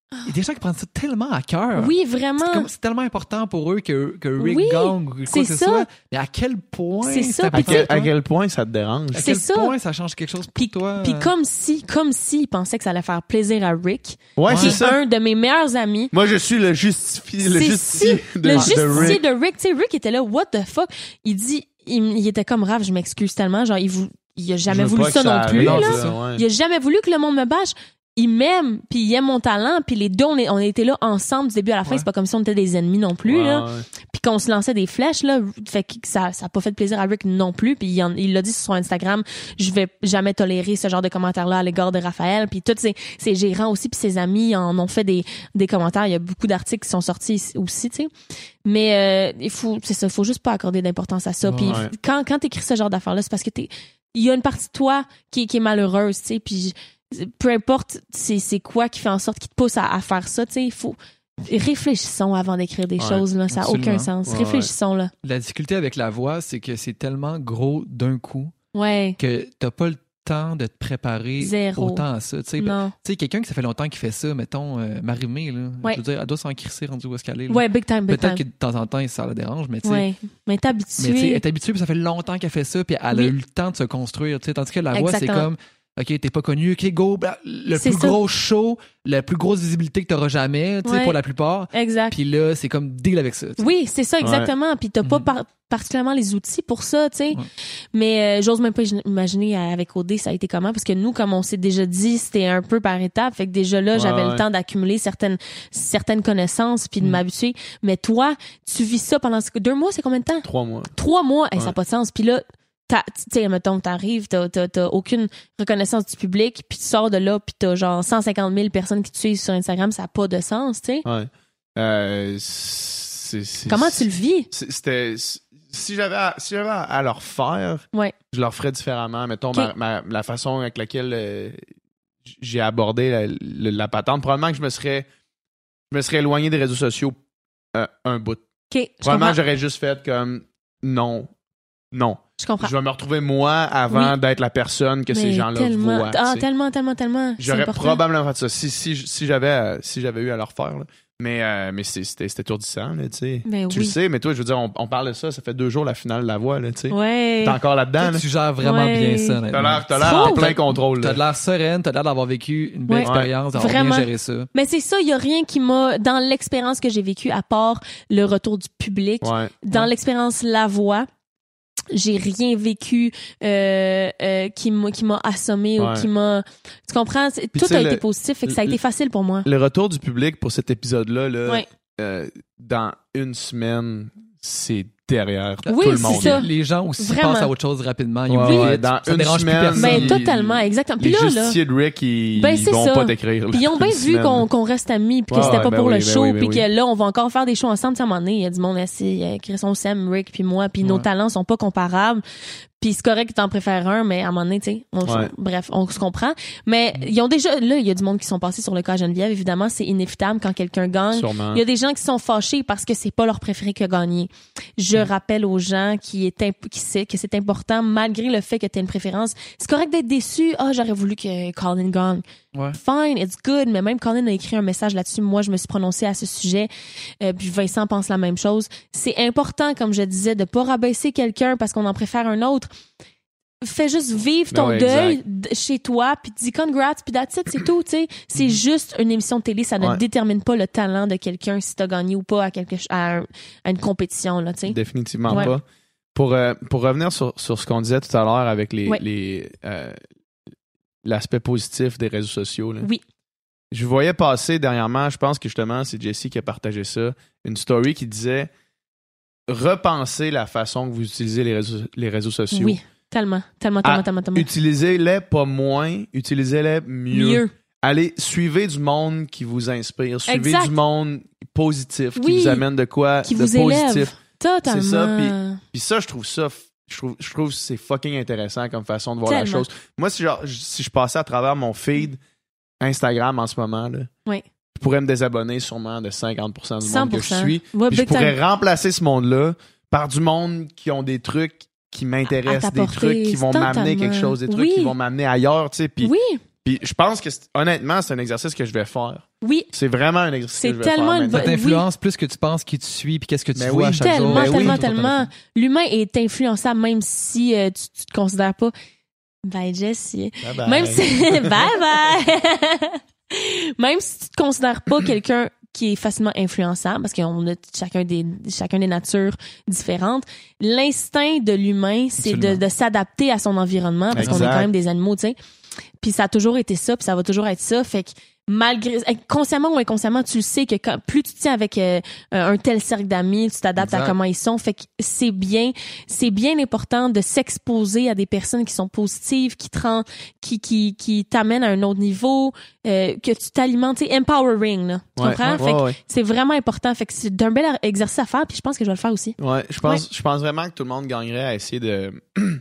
Il y a des gens qui prennent ça tellement à cœur.
Oui, vraiment.
C'est, comme, c'est tellement important pour eux que, que Rick
Oui,
gagne ou quoi
c'est
que ce
ça.
soit. Mais à quel point
C'est ça,
À
puis
quel,
tu sais-
à quel point ça te dérange?
À
C'est
quel
ça.
point ça change quelque chose pour
Puis,
toi?
puis comme si, comme si il pensait que ça allait faire plaisir à Rick,
Ouais,
Ouais.
c'est
qui est
ça.
un de mes meilleurs amis.
Moi, je suis le justifié, le
C'est
justicier
si,
de,
le
de
justicier
Rick.
de Rick. Tu sais, Rick était là, what the fuck? Il dit, il, il était comme rave, je m'excuse tellement, genre, il, vou, il a jamais
Je veux
voulu
pas
ça
que
non plus,
arrive,
là.
ça, ouais.
Il a jamais voulu que le monde me bâche. Il m'aime, puis il aime mon talent, puis les deux, on, est, on était là ensemble du début à la fin.
Ouais.
C'est pas comme si on était des ennemis non plus,
Ouais,
là.
ouais.
Puis qu'on se lançait des flèches, là. Fait que ça, ça a pas fait plaisir à Rick non plus. Puis il, en- il l'a dit sur son Instagram, je vais jamais tolérer ce genre de commentaires-là à l'égard de Raphaël. Puis tous ses, ses gérants aussi, puis ses amis en ont fait des, des commentaires. Il y a beaucoup d'articles qui sont sortis ici- aussi, tu sais. Mais euh, il faut, c'est ça, faut juste pas accorder d'importance à ça. Puis
Ouais.
quand, quand t'écris ce genre d'affaires-là, c'est parce que t'es, il y a une partie de toi qui, qui est malheureuse, tu sais. Puis peu importe c'est, c'est quoi qui fait en sorte qui te pousse à, à faire ça, tu sais, il faut réfléchissons avant d'écrire des
Ouais,
choses, là. Ça a
absolument.
aucun sens.
Ouais,
Réfléchissons, là.
La difficulté avec la voix, c'est que c'est tellement gros d'un coup
Ouais.
que t'as pas le temps de te préparer
Zéro.
autant à ça. Tu sais,
Non.
tu sais, quelqu'un qui ça fait longtemps qu'il fait ça, mettons, euh, Marie-Mé, là,
Ouais.
je veux dire, elle doit s'en crisser rendu où est-ce qu'elle est. là.
Ouais, big time, big
Peut-être
time.
que de temps en temps, ça la dérange, mais tu sais,
Ouais. Mais t'es
mais tu sais, elle
habitué.
est habituée, puis ça fait longtemps qu'elle fait ça, puis elle
Oui.
a eu le temps de se construire. Tu sais, tandis que la voix, c'est
Exactement.
comme, OK, t'es pas connu, OK, go, bah, le
C'est
plus
ça.
gros show, la plus grosse visibilité que t'auras jamais, tu sais,
Ouais.
pour la plupart.
Exact.
Puis là, c'est comme deal avec ça. tu sais.
Oui, c'est ça, exactement. Puis t'as pas
Mhm.
par- particulièrement les outils pour ça, tu sais.
Ouais.
Mais euh, j'ose même pas imaginer euh, avec O D ça a été comment, parce que nous, comme on s'est déjà dit, c'était un peu par étapes. Fait que déjà là,
Ouais,
j'avais
ouais.
le temps d'accumuler certaines certaines connaissances puis de
Mhm.
m'habituer. Mais toi, tu vis ça pendant ce- deux mois, c'est combien de temps?
Trois mois.
Trois mois, hey, ça
Ouais.
n'a pas de sens. Puis là, t'as- tu sais, mettons, t'arrives, t'as, t'as, t'as aucune reconnaissance du public, puis tu sors de là, puis t'as genre cent cinquante mille personnes qui te suivent sur Instagram, ça n'a pas de sens, tu sais.
Ouais. Euh, c'est, c'est-
Comment tu le vis?
c'est- C'était. Si j'avais, à, si j'avais à- à leur faire,
Ouais.
je leur ferais différemment. Mettons,
Ok.
ma, ma- la façon avec laquelle euh, j'ai abordé la, la- la patente, probablement que je me serais, je me serais éloigné des réseaux sociaux euh, un bout.
OK, je
Probablement,
comprends.
j'aurais juste fait comme non, non.
Je comprends.
Je vais me retrouver moi avant
Oui.
d'être la personne que ces
Mais
gens-là
tellement,
voient.
Ah,
tu sais.
tellement, tellement, tellement. c'est
J'aurais
important.
probablement fait ça si, si, si, j'avais, euh, si j'avais eu à leur faire. Là. Mais, euh, mais c'est- c'était, c'était étourdissant, là, tu sais.
Ben
Tu
oui.
le sais, mais toi, je veux dire, on, on parle de ça, ça fait deux jours la finale de la voix, là, tu sais.
Ouais.
T'es encore là-dedans,
Toi,
là.
tu gères vraiment
Ouais.
bien ça,
T'as
honnêtement.
l'air, t'as l'air
Trop.
en plein contrôle,
T'as
là.
de l'air sereine, t'as l'air d'avoir vécu une belle
Ouais.
expérience, d'avoir
Vraiment.
bien géré ça.
Mais c'est ça, il y a rien qui m'a, dans l'expérience que j'ai vécue, à part le retour du public,
Ouais.
dans
Ouais.
l'expérience La Voix, j'ai rien vécu euh, euh, qui m'a qui m'a assommé
Ouais.
ou qui m'a tu comprends. C'est-
Puis
tout
tu sais,
a
le-
été positif, fait que ça a
le-
été facile pour moi.
Le retour du public pour cet épisode-là, là,
Ouais.
euh, dans une semaine, c'est derrière
Oui,
tout le
c'est
monde.
ça.
Les gens aussi
Vraiment.
passent à autre chose rapidement. Ils
Ouais,
oublient
ouais,
vite.
dans
ça
une
dérange
semaine,
plus personne.
Ben
ils-
totalement, exactement. Puis
Les
là, là,
justiciers de Rick, ils,
Ben,
ils
c'est
vont
ça.
pas t'écrire. là,
puis ils ont bien
une
vu
semaine.
qu'on qu'on reste amis, puis que
Ouais,
c'était
ouais,
pas
ben
pour
oui,
le
ben
show,
oui, ben
puis
oui.
que là, on va encore faire des shows ensemble. Tu sais, à un moment donné, il y a du monde assis, euh, Chris, on s'aime, Rick, puis moi, puis nos
Ouais.
talents sont pas comparables. Puis c'est correct que t'en préfères un, mais à un moment donné, tu sais, on-
Ouais.
bref, on se comprend. Mais ils ont déjà, là, il y a du monde qui sont passés sur le cas Geneviève. Évidemment, c'est inévitable quand quelqu'un gagne.
Sûrement.
Il y a des gens qui sont fâchés parce que c'est pas leur préféré qui a gagné. Je rappelle aux gens qui est imp- qui sait que c'est important malgré le fait que tu as une préférence. C'est correct d'être déçu. Ah, j'aurais voulu que Colin gagne.
Ouais.
Fine, it's good, mais même Colin a écrit un message là-dessus. Moi, je me suis prononcée à ce sujet. Euh, puis Vincent pense la même chose. C'est important, comme je disais, de pas rabaisser quelqu'un parce qu'on en préfère un autre. Fais juste vivre ton
Ben ouais,
deuil
exact.
d- chez toi, puis dis congrats, puis that's it, c'est tout, tu sais. C'est juste une émission de télé, ça ne
Ouais.
détermine pas le talent de quelqu'un si t'as gagné ou pas à, quelque, ch- à, un- à une compétition, là, tu sais.
Définitivement
Ouais.
pas. Pour, euh, pour revenir sur, sur ce qu'on disait tout à l'heure avec les,
Ouais.
les, euh, l'aspect positif des réseaux sociaux. Là.
Oui.
Je voyais passer dernièrement, je pense que justement, c'est Jessie qui a partagé ça, une story qui disait repensez la façon que vous utilisez les réseaux, les réseaux sociaux.
Oui, tellement, tellement, tellement,
Ah,
tellement, tellement.
Utilisez-les pas moins, utilisez-les mieux.
Mieux.
Allez, suivez du monde qui vous inspire, suivez
Exact.
du monde positif qui
Oui.
vous amène de quoi
Qui
de
vous
positif.
élève. Totalement.
C'est ça, Puis ça, je trouve ça, je trouve, je trouve que c'est fucking intéressant comme façon de voir la
Tellement.
chose. Moi, si, genre, si je passais à travers mon feed Instagram en ce moment, là,
Oui.
je pourrais me désabonner sûrement de cinquante pour cent du
cent
monde que
pour
je
cent.
suis.
Ouais,
Puis je
big time.
pourrais remplacer ce monde-là par du monde qui ont des trucs qui
À
m'intéressent,
ta
des
portée,
trucs qui vont m'amener
totalement.
quelque chose, des trucs
Oui.
qui vont m'amener ailleurs, tu sais. Puis,
Oui.
Puis je pense que, c'est- honnêtement, c'est un exercice que je vais faire.
Oui.
C'est vraiment un exercice
C'est
que je vais
tellement
faire.
une
maintenant.
Ça
Oui.
t'influence plus que tu penses qui tu suis puis qu'est-ce que tu
Ben
vois
oui.
à chaque
Tellement,
jour. Ben oui,
tellement,
sur ton
tellement.
téléphone.
L'humain est influençable même si euh, tu, tu te considères pas. Bye, Jessie.
Bye bye.
Même si. Bye bye! Même si tu te considères pas quelqu'un qui est facilement influençable, parce qu'on a chacun des, chacun des natures différentes, l'instinct de l'humain, c'est de,
Absolument.
de s'adapter à son environnement, parce qu'on est
Exact.
quand même des animaux, tu sais. Puis ça a toujours été ça, puis ça va toujours être ça. Fait que malgré, consciemment ou inconsciemment, tu le sais que quand, plus tu tiens avec euh, un tel cercle d'amis, tu t'adaptes
Exact.
à comment ils sont. Fait que c'est bien, c'est bien important de s'exposer à des personnes qui sont positives, qui te rendent, qui, qui, qui t'amènent à un autre niveau, euh, que tu t'alimentes, tu sais, empowering, là. Tu
Ouais,
comprends?
ouais,
Fait que
ouais.
c'est vraiment important. Fait que c'est d'un bel exercice à faire, puis je pense que je vais le faire aussi.
Ouais, je pense, je pense vraiment que tout le monde gagnerait à essayer de.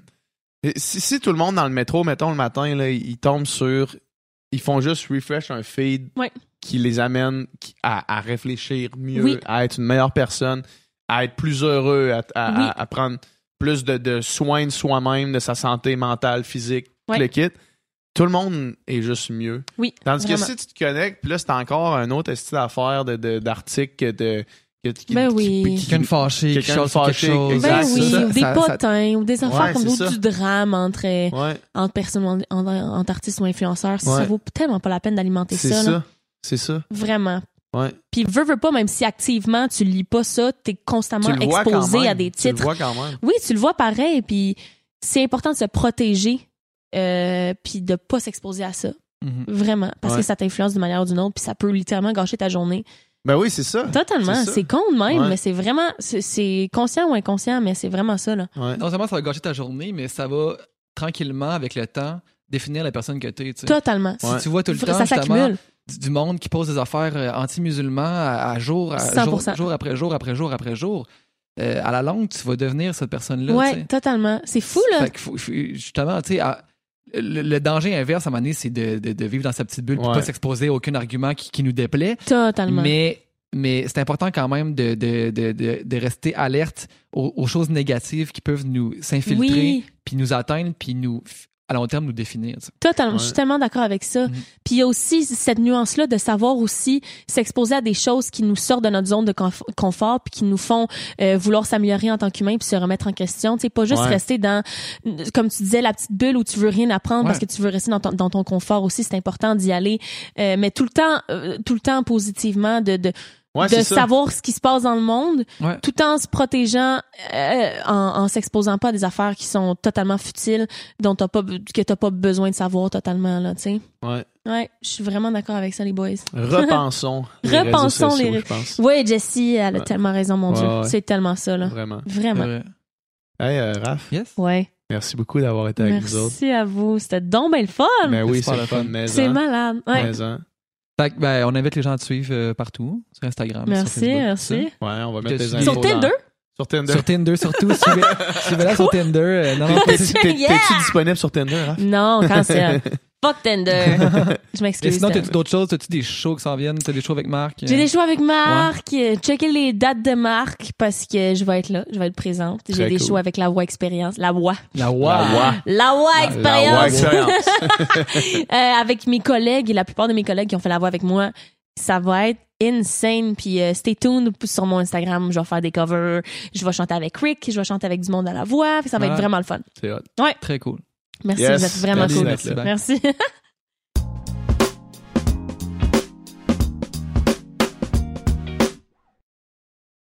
si, si tout le monde dans le métro, mettons le matin, là, ils tombent sur. Ils font juste refresh un feed
Ouais.
qui les amène qui- à, à réfléchir mieux,
Oui.
à être une meilleure personne, à être plus heureux, à, à,
Oui.
à- à prendre plus de, de soins de soi-même, de sa santé mentale, physique,
Ouais.
tout le kit. Tout le monde est juste mieux.
Oui.
Tandis
vraiment.
que si tu te connectes, puis là, c'est encore un autre style d'affaires de, de, d'articles de, que- qui-
Ben
qui-
oui.
qui- qui-
Quelqu'un de fâché, qui
Quelqu'un de
chante sur quelque
fâché,
chose.
exact,
Ben
c'est
oui,
ça.
ou des
Ça- ça-
potins, ou des affaires
Ouais,
comme
c'est
ou
ça.
du drame entre, euh,
Ouais,
entre personnes, en- en- entre artistes ou influenceurs. Ça
Ouais.
vaut tellement pas la peine d'alimenter
c'est
ça,
ça.
là.
C'est ça.
Vraiment.
Ouais.
Puis veux, veux pas, même si activement tu lis pas ça, t'es constamment
Tu le vois quand
exposé
même.
à des
Tu le
titres.
vois quand même.
Oui, tu le vois pareil, puis c'est important de se protéger, euh, puis de pas s'exposer à ça.
Mhm.
Vraiment. Parce
Ouais.
que ça t'influence d'une manière ou d'une autre, puis ça peut littéralement gâcher ta journée.
Ben oui, c'est ça.
Totalement.
C'est ça.
C'est con de même,
Ouais.
mais c'est vraiment, c'est- c'est conscient ou inconscient, mais c'est vraiment ça, là.
Ouais.
Non seulement ça va gâcher ta journée, mais ça va tranquillement, avec le temps, définir la personne que t'es. tu sais.
Totalement.
Si
Ouais.
tu vois tout le
Ça
temps, justement,
s'accumule.
du du monde qui pose des affaires euh, anti-musulmans à, à jour, à
cent
jour,
pour cent.
jour après jour, après jour, après jour, euh, à la longue, tu vas devenir cette personne-là. tu
Ouais,
sais.
totalement. C'est fou, là.
Fait qu'il faut- faut- justement, tu sais, à- le, le danger inverse, à un moment donné, c'est de, de, de vivre dans sa petite bulle et
Ouais.
pas s'exposer à aucun argument qui, qui nous déplaît.
Totalement.
Mais, mais c'est important quand même de, de, de, de, de rester alerte aux, aux choses négatives qui peuvent nous s'infiltrer,
Oui.
puis nous atteindre, puis nous, à long terme, nous définir. tu sais.
Totalement,
Ouais.
je suis tellement d'accord avec ça.
Mhm.
Puis il y a aussi cette nuance-là de savoir aussi s'exposer à des choses qui nous sortent de notre zone de conf- confort puis qui nous font euh, vouloir s'améliorer en tant qu'humain puis se remettre en question. Tu sais, pas juste
Ouais.
rester dans, comme tu disais, la petite bulle où tu veux rien apprendre
Ouais.
parce que tu veux rester dans ton, dans ton confort aussi. C'est important d'y aller, euh, mais tout le temps, euh, tout le temps positivement, de de
Ouais,
de
c'est ça.
savoir ce qui se passe dans le monde,
Ouais.
tout en se protégeant, euh, en, en s'exposant pas à des affaires qui sont totalement futiles, dont t'as pas, que t'as pas besoin de savoir totalement, là, tu sais.
Ouais.
Ouais, je suis vraiment d'accord avec ça, les boys.
Repensons. les réseaux
Repensons
sociaux,
les-
je pense.
Ouais, Jessie, elle a
Ouais.
tellement raison, mon
Ouais,
Dieu.
ouais.
C'est tellement ça, là.
Vraiment.
Vraiment.
Euh,
Hey, euh, Raph,
yes?
Ouais.
merci beaucoup d'avoir été avec nous autres.
Merci à vous. C'était donc bien le fun.
Mais oui,
super
c'est
le
le fun,
fun.
mais
C'est
hein,
malade. Ouais.
mais hein.
Fait que, ben, on invite les gens à te suivre euh, partout, sur Instagram, sur
Merci,
Facebook,
merci.
Ouais, on va mettre
Je
tes
suis-
infos
Sur
dans-
Tinder?
Sur Tinder.
Sur Tinder surtout, suivez- suivez-la sur Tinder. euh, non, non,
T'es-
c'est-
t'es-
Yeah!
T'es-tu disponible sur Tinder, Raph?
Non, cancel. Fuck Tinder. Je
Et
m'excuse.
sinon,
Tinder.
t'as-tu d'autres choses? T'as-tu des shows qui s'en viennent? T'as des shows avec Marc?
J'ai des shows avec Marc. euh, Checker les dates de Marc parce que je vais être là. Je vais être présente. J'ai
Très
des
cool.
shows avec la Voix Expérience. La Voix.
La WA.
La Voix.
La Voix
La Voix
Expérience.
expérience.
Euh, avec mes collègues et la plupart de mes collègues qui ont fait la voix avec moi. Ça va être insane. Puis euh, stay tuned sur mon Instagram. Je vais faire des covers. Je vais chanter avec Rick. Je vais chanter avec du monde à la voix. Ça va
Ouais.
être vraiment le fun.
C'est hot.
Très cool.
Merci,
Yes.
vous êtes vraiment
Merci
cool.
d'être là.
Merci.